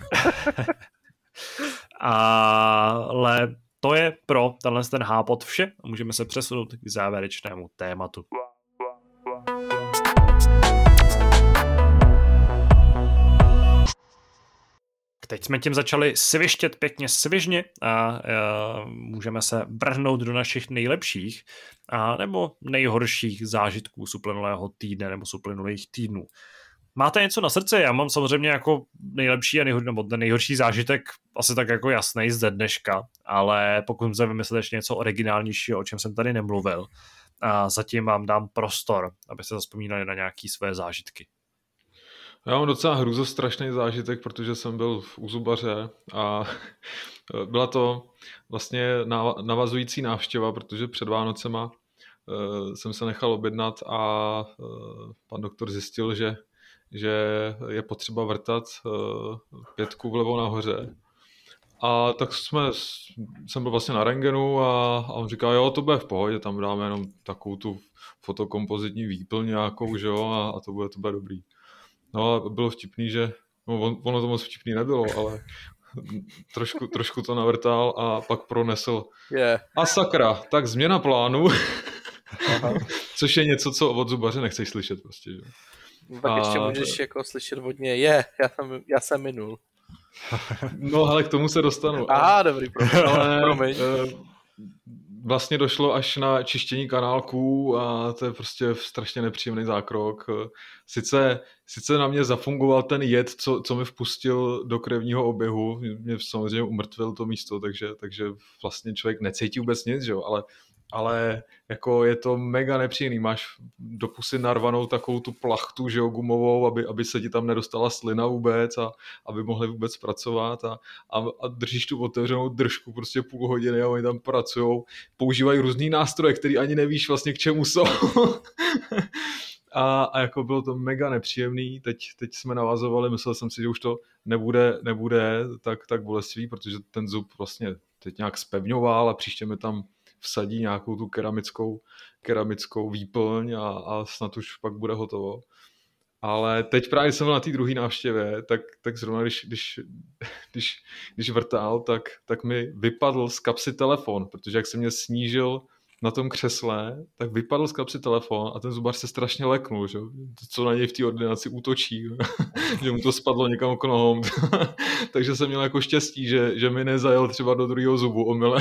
Ale to je pro tenhle ten Hápod vše. Můžeme se přesunout k závěrečnému tématu. Teď jsme tím začali svištět pěkně svižně a, a můžeme se vrhnout do našich nejlepších a nebo nejhorších zážitků z uplynulého týdne nebo z uplynulých týdnů. Máte něco na srdci? Já mám samozřejmě jako nejlepší a nejhor, nebo ten nejhorší zážitek asi tak jako jasnej ze dneška, ale pokud se vymyslet ještě něco originálnějšího, o čem jsem tady nemluvil, a zatím vám dám prostor, abyste zazpomínali na nějaké své zážitky. Já mám docela hrůzostrašný zážitek, protože jsem byl u zubaře a byla to vlastně navazující návštěva, protože před Vánocema jsem se nechal objednat a pan doktor zjistil, že, že je potřeba vrtat pětku vlevo nahoře. A tak jsme, jsem byl vlastně na rentgenu a, a on říká, jo, to bude v pohodě, tam dáme jenom takovou tu fotokompozitní výplň nějakou, že jo, a, a to bude, to bude dobrý. No a bylo vtipný, že, no on, ono to moc vtipný nebylo, ale trošku, trošku to navrtal a pak pronesl yeah. a sakra, tak změna plánu. Což je něco, co od zubaře nechceš slyšet prostě, že? No, tak a... ještě můžeš jako slyšet od něj, je, já jsem, já jsem minul. No, ale k tomu se dostanu. Aha, dobrý, promiň. Ale, promiň. Vlastně došlo až na čištění kanálků a to je prostě strašně nepříjemný zákrok. Sice, sice na mě zafungoval ten jed, co, co mi vpustil do krevního oběhu, mě samozřejmě umrtvil to místo, takže, takže vlastně člověk necítí vůbec nic, že jo? Ale ale jako je to mega nepříjemný, máš do pusy narvanou takovou tu plachtu, že jo, gumovou, aby, aby se ti tam nedostala slina vůbec a aby mohli vůbec pracovat a, a, a držíš tu otevřenou držku prostě půl hodiny a oni tam pracujou, používají různý nástroje, který ani nevíš vlastně k čemu jsou. a, a jako bylo to mega nepříjemný, teď, teď jsme navazovali, myslel jsem si, že už to nebude, nebude tak, tak bolestivý, protože ten zub vlastně teď nějak spevňoval a příště mi tam vsadí nějakou tu keramickou, keramickou výplň a, a snad už pak bude hotovo. Ale teď právě jsem byl na té druhé návštěvě, tak, tak zrovna když, když, když, když vrtal, tak, tak mi vypadl z kapsy telefon, protože jak se mě snížil na tom křesle, tak vypadl z kapsy telefon a ten zubař se strašně leknul, že? Co na něj v té ordinaci útočí, že mu to spadlo někam okolo nohou. Takže jsem měl jako štěstí, že, že mi nezajel třeba do druhého zubu omylem.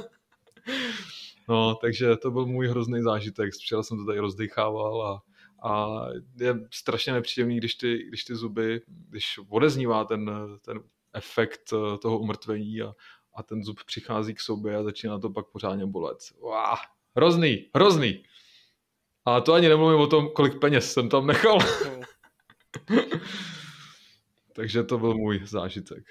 No, takže to byl můj hrozný zážitek. Včera jsem to tady rozdechával a, a je strašně nepříjemný, když ty, když ty zuby, když odeznívá ten, ten efekt toho umrtvení a, a ten zub přichází k sobě a začíná to pak pořádně bolet. Uá, hrozný, hrozný. A to ani nemluvím o tom, kolik peněz jsem tam nechal. Takže to byl můj zážitek.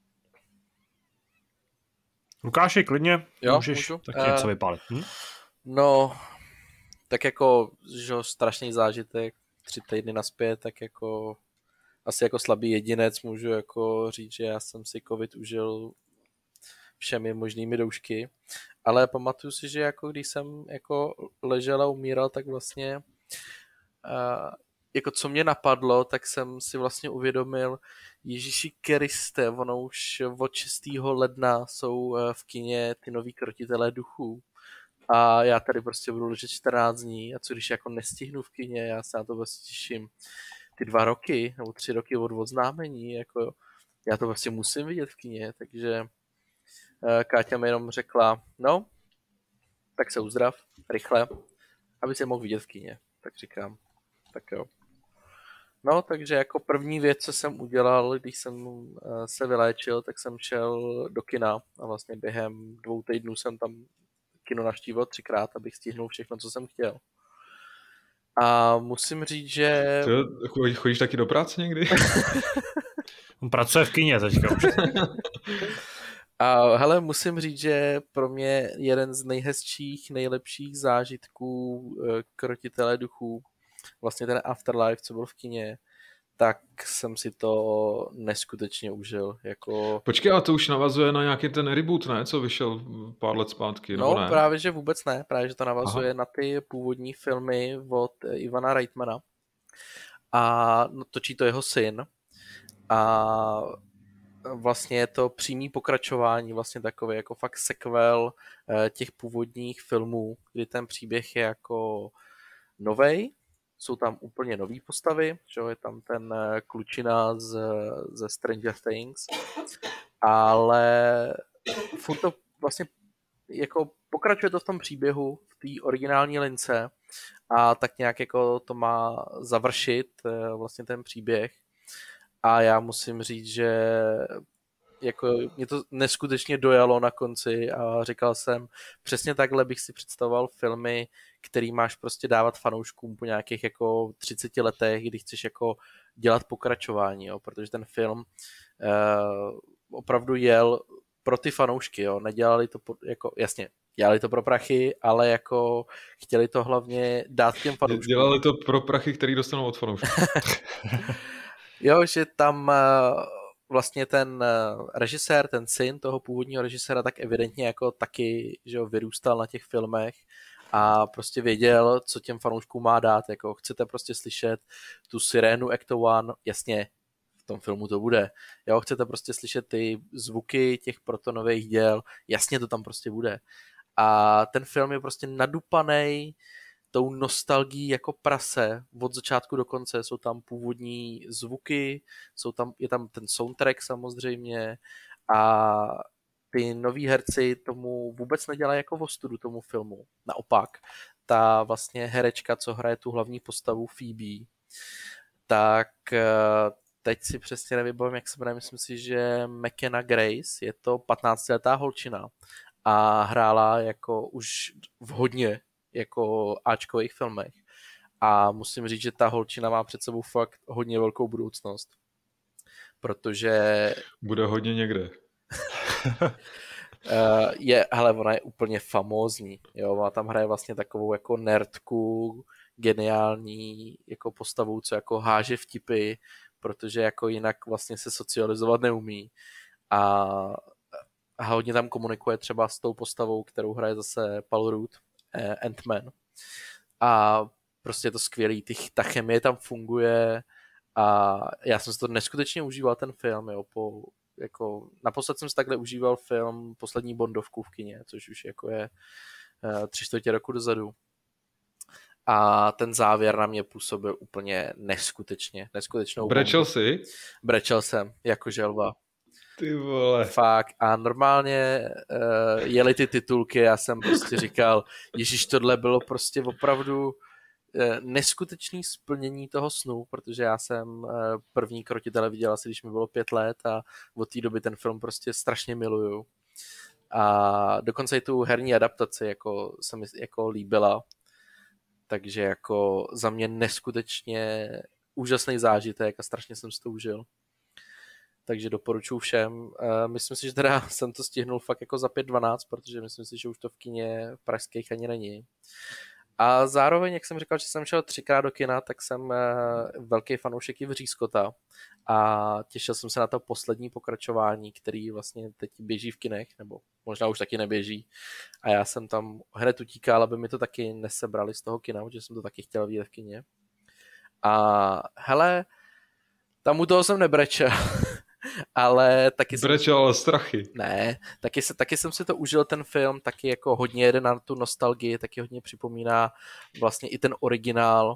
Lukáši, klidně, jo, můžeš můžu? taky něco vypálit. Hm? No, tak jako, že strašný zážitek, tři týdny naspět, tak jako asi jako slabý jedinec můžu jako říct, že já jsem si covid užil všemi možnými doušky, ale pamatuju si, že jako když jsem jako ležel a umíral, tak vlastně uh, jako co mě napadlo, tak jsem si vlastně uvědomil, Ježíši Kriste, ono už od šestého ledna jsou v kině ty nový Krotitelé duchů a já tady prostě budu ležet čtrnáct dní a co když jako nestihnu v kině, já se na to vlastně těším ty dva roky nebo tři roky od oznámení, jako já to prostě musím vidět v kině, takže Káťa mi jenom řekla, no, tak se uzdrav, rychle, aby se mohl vidět v kině, tak říkám, tak jo. No, takže jako první věc, co jsem udělal, když jsem se vyléčil, tak jsem šel do kina a vlastně během dvou týdnů jsem tam kino navštívil třikrát, abych stihnul všechno, co jsem chtěl. A musím říct, že... Ty chodíš taky do práce někdy? On pracuje v kině teďka. A hele, musím říct, že pro mě jeden z nejhezčích, nejlepších zážitků Krotitelé duchů, vlastně ten Afterlife, co byl v kině, tak jsem si to neskutečně užil. Jako... Počkej, a to už navazuje na nějaký ten reboot, ne? Co vyšel pár let zpátky, no, ne? právě, že vůbec ne. Právě, že to navazuje Aha. na ty původní filmy od Ivana Reitmana. A no, točí to jeho syn. A vlastně je to přímý pokračování, vlastně takový jako fakt sequel těch původních filmů, kdy ten příběh je jako novej, jsou tam úplně nový postavy, že je tam ten klučina z, ze Stranger Things, ale furt to vlastně jako pokračuje to v tom příběhu, v té originální lince a tak nějak jako to má završit vlastně ten příběh a já musím říct, že jako mě to neskutečně dojalo na konci a říkal jsem, přesně takhle bych si představoval filmy, který máš prostě dávat fanouškům po nějakých jako třiceti letech, kdy chceš jako dělat pokračování, jo, protože ten film uh, opravdu jel pro ty fanoušky, jo, nedělali to po, jako, jasně, dělali to pro prachy, ale jako chtěli to hlavně dát těm fanouškům. Dělali to pro prachy, který dostanou od fanoušků. Jo, že tam uh, vlastně ten režisér, ten syn toho původního režiséra, tak evidentně jako taky, že jo, vyrůstal na těch filmech a prostě věděl, co těm fanouškům má dát, jako chcete prostě slyšet tu sirénu Act One, jasně, v tom filmu to bude. Jo, chcete prostě slyšet ty zvuky těch protonových děl, jasně to tam prostě bude. A ten film je prostě nadupanej tou nostalgií jako prase od začátku do konce. Jsou tam původní zvuky, jsou tam, je tam ten soundtrack samozřejmě a ty noví herci tomu vůbec nedělají jako ostudu tomu filmu. Naopak, ta vlastně herečka, co hraje tu hlavní postavu Phoebe, tak teď si přesně nevybavím, jak se jmenuje, myslím si, že McKenna Grace, je to patnáctiletá holčina a hrála jako už v hodně jako áčkových filmech. A musím říct, že ta holčina má před sebou fakt hodně velkou budoucnost. Protože... Bude hodně někde. je, hele, ona je úplně famózní. Jo? Ona tam hraje vlastně takovou jako nerdku, geniální jako postavu, co jako háže vtipy, protože jako jinak vlastně se socializovat neumí. A, a hodně tam komunikuje třeba s tou postavou, kterou hraje zase Paul Rudd, eh, Ant-Man. A prostě je to skvělý, ty, ta chemie tam funguje a já jsem si to neskutečně užíval ten film, jo, po, jako, naposled jsem si takhle užíval film Poslední Bondovku v kině, což už jako je uh, tři čtvrtě roku dozadu. A ten závěr na mě působil úplně neskutečně, neskutečnou bombu. Brečel jsi? Brečel jsem, jako želva. Ty vole. Fakt. A normálně uh, jeli ty titulky, já jsem prostě říkal, ježiš, tohle bylo prostě opravdu uh, neskutečný splnění toho snu, protože já jsem uh, první Krotitele viděl asi, když mi bylo pět let a od té doby ten film prostě strašně miluju. A dokonce i tu herní adaptaci jako se mi jako líbila. Takže jako za mě neskutečně úžasný zážitek a strašně jsem si to užil. Takže doporučuji všem. Myslím si, že teda jsem to stihnul fakt jako za pět dvanáct, protože myslím si, že už to v kině pražských ani není. A zároveň, jak jsem říkal, že jsem šel třikrát do kina, tak jsem velký fanoušek i Vřízkota a těšil jsem se na to poslední pokračování, který vlastně teď běží v kinech, nebo možná už taky neběží. A já jsem tam hned utíkal, aby mi to taky nesebrali z toho kina, protože jsem to taky chtěl vidět v kině. A hele, tam u toho jsem nebrečel. Ale taky jsem... Brečel, ale strachy. Ne, taky, se, taky jsem si to užil ten film, taky jako hodně jede na tu nostalgii, taky hodně připomíná vlastně i ten originál.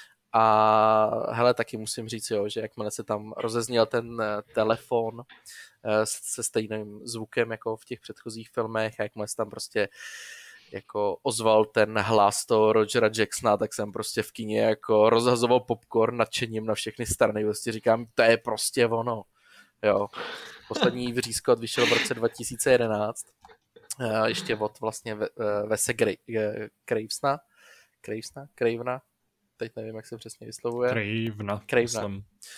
A hele, taky musím říct, jo, že jakmile se tam rozezněl ten telefon se stejným zvukem jako v těch předchozích filmech, a jakmile se tam prostě jako ozval ten hlas toho Rogera Jacksona, tak jsem prostě v kině jako rozhazoval popcorn nadšením na všechny strany. Prostě říkám, to je prostě ono. Jo. Poslední Vřízkot vyšel v roce dva tisíce jedenáct. Ještě od vlastně Wese Cravena. Cravena? Cravena? Teď nevím, jak se přesně vyslovuje. Cravena. Cravena.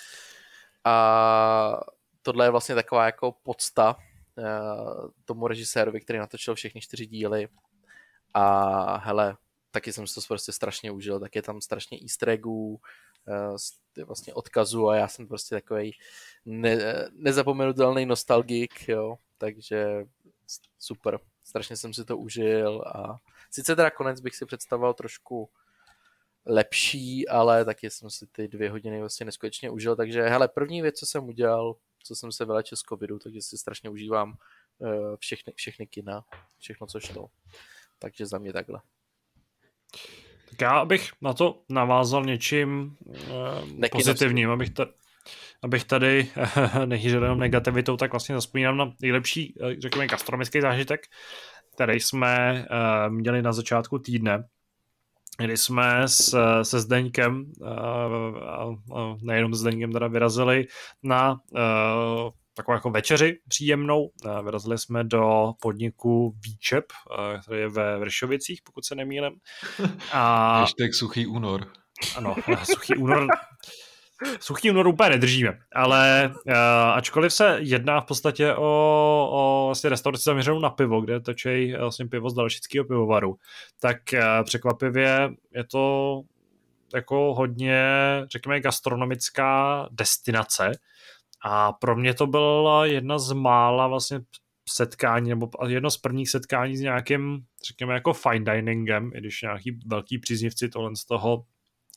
A tohle je vlastně taková jako podsta tomu režisérovi, který natočil všechny čtyři díly. A hele, taky jsem si to prostě strašně užil. Tak je tam strašně easter eggů, vlastně odkazu a já jsem prostě takovej ne, nezapomenutelný nostalgik, jo, takže super, strašně jsem si to užil a sice teda konec bych si představoval trošku lepší, ale taky jsem si ty dvě hodiny vlastně neskutečně užil, takže hele, první věc, co jsem udělal, co jsem se vylečil z covidu, takže si strašně užívám všechny, všechny kina, všechno, co šlo, takže za mě takhle. Tak já bych na to navázal něčím eh, pozitivním, abych, ta, abych tady eh, nehýřil jenom negativitou, tak vlastně zaspomínám na nejlepší, eh, řekněme, gastronomický zážitek, který jsme eh, měli na začátku týdne, kdy jsme s, se Zdeňkem, eh, a, a nejenom s Zdeňkem, teda vyrazili na eh, takovou jako večeři příjemnou. Vyrazili jsme do podniku Výčep, který je ve Vršovicích, pokud se nemýlím. A... Hashtag suchý únor. Ano, suchý únor. Suchý únor úplně nedržíme, ale uh, ačkoliv se jedná v podstatě o, o vlastně restauraci zaměřenou na pivo, kde točí vlastně pivo z Dalšického pivovaru, tak uh, překvapivě je to jako hodně, řekněme, gastronomická destinace. A pro mě to byla jedna z mála vlastně setkání, nebo jedno z prvních setkání s nějakým, řekněme, jako fine diningem, i když nějaký velký příznivci tohle z toho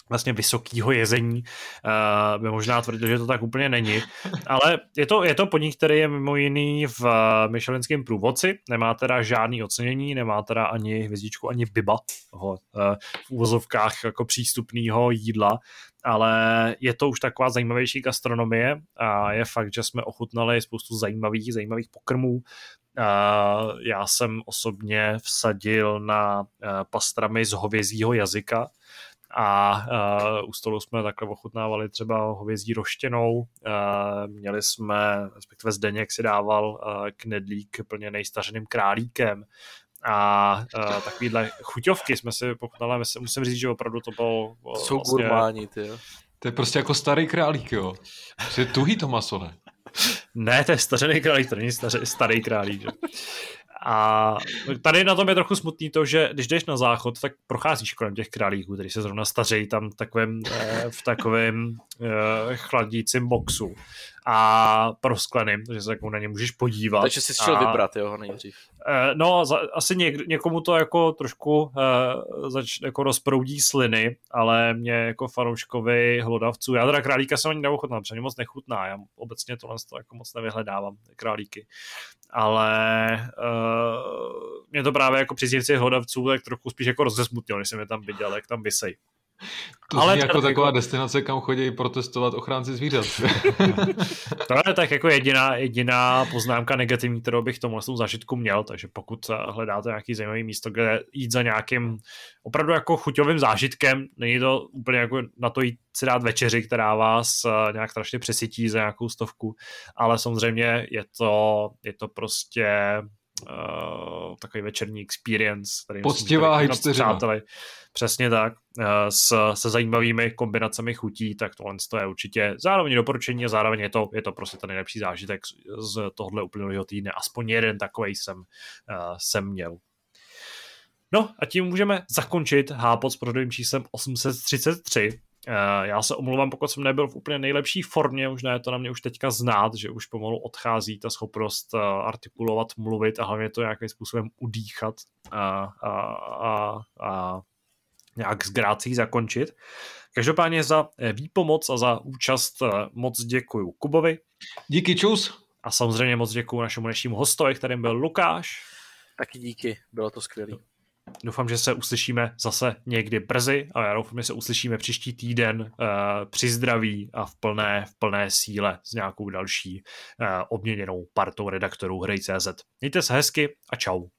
vlastně vysokého jezení. Uh, by možná tvrdil, že to tak úplně není. Ale je to, je to podnik, který je mimo jiný v michelinském průvodci. Nemá teda žádný ocenění, nemá teda ani hvězdičku, ani biba toho, uh, v úvozovkách jako přístupného jídla. Ale je to už taková zajímavější gastronomie a je fakt, že jsme ochutnali spoustu zajímavých, zajímavých pokrmů. Uh, já jsem osobně vsadil na uh, pastramy z hovězího jazyka, a uh, u stolu jsme takhle ochutnávali třeba hovězí roštěnou, uh, měli jsme, respektive Zdeněk si dával uh, knedlík plněnej stařeným králíkem a uh, takovýhle chuťovky jsme si pochutnali, musím říct, že opravdu to bylo uh, jsou vlastně... gurmáni, ty jo. To je prostě jako starý králík, jo. To je tuhý to maso, ne? Ne, to je stařený králík, to není staři, starý králík, že? A tady na tom je trochu smutný to, že když jdeš na záchod, tak procházíš kolem těch králíků, který se zrovna stařejí tam takovém, v takovém chladícím boxu a proskleným, takže se jako na ně můžeš podívat. Takže jsi chtěl a, vybrat, jo, nejdřív. No, asi něk, někomu to jako trošku uh, zač, jako rozproudí sliny, ale mě jako fanouškovi hlodavců, já teda králíka jsem ani neochutnal, protože mě moc nechutná, já obecně tohle to jako moc nevyhledávám, králíky. Ale uh, mě to právě jako příznivci hlodavců tak trochu spíš jako rozesmutnilo, když jsem je tam viděl, jak tam vysejí. To ale jako taková jako... destinace, kam chodí protestovat ochránci zvířat. To je tak jako jediná, jediná poznámka negativní, kterou bych tomu tomu zážitku měl, takže pokud hledáte nějaký zajímavý místo, kde jít za nějakým opravdu jako chuťovým zážitkem, není to úplně jako na to jít si dát večeři, která vás nějak strašně přesytí za nějakou stovku, ale samozřejmě je to, je to prostě uh, takový večerní experience. Poctivá hipsteřina. Přesně tak, s, se zajímavými kombinacemi chutí, tak tohle je určitě zároveň doporučení a zároveň je to, je to prostě ten nejlepší zážitek z tohohle uplynulého týdne. Aspoň jeden takovej jsem, uh, jsem měl. No a tím můžeme zakončit Hápot s pořadovým číslem osm set třicet tři. Uh, já se omlouvám, pokud jsem nebyl v úplně nejlepší formě, možná je to na mě už teďka znát, že už pomalu odchází ta schopnost uh, artikulovat, mluvit a hlavně to nějakým způsobem udýchat a, a, a, a nějak s grácí zakončit. Každopádně za výpomoc a za účast moc děkuju Kubovi. Díky, čus. A samozřejmě moc děkuju našemu dnešnímu hostovi, kterým byl Lukáš. Taky díky, bylo to skvělé. Doufám, že se uslyšíme zase někdy brzy a já doufám, že se uslyšíme příští týden uh, při zdraví a v plné, v plné síle s nějakou další uh, obměněnou partou redaktorů Hry tečka cé zet. Mějte se hezky a čau.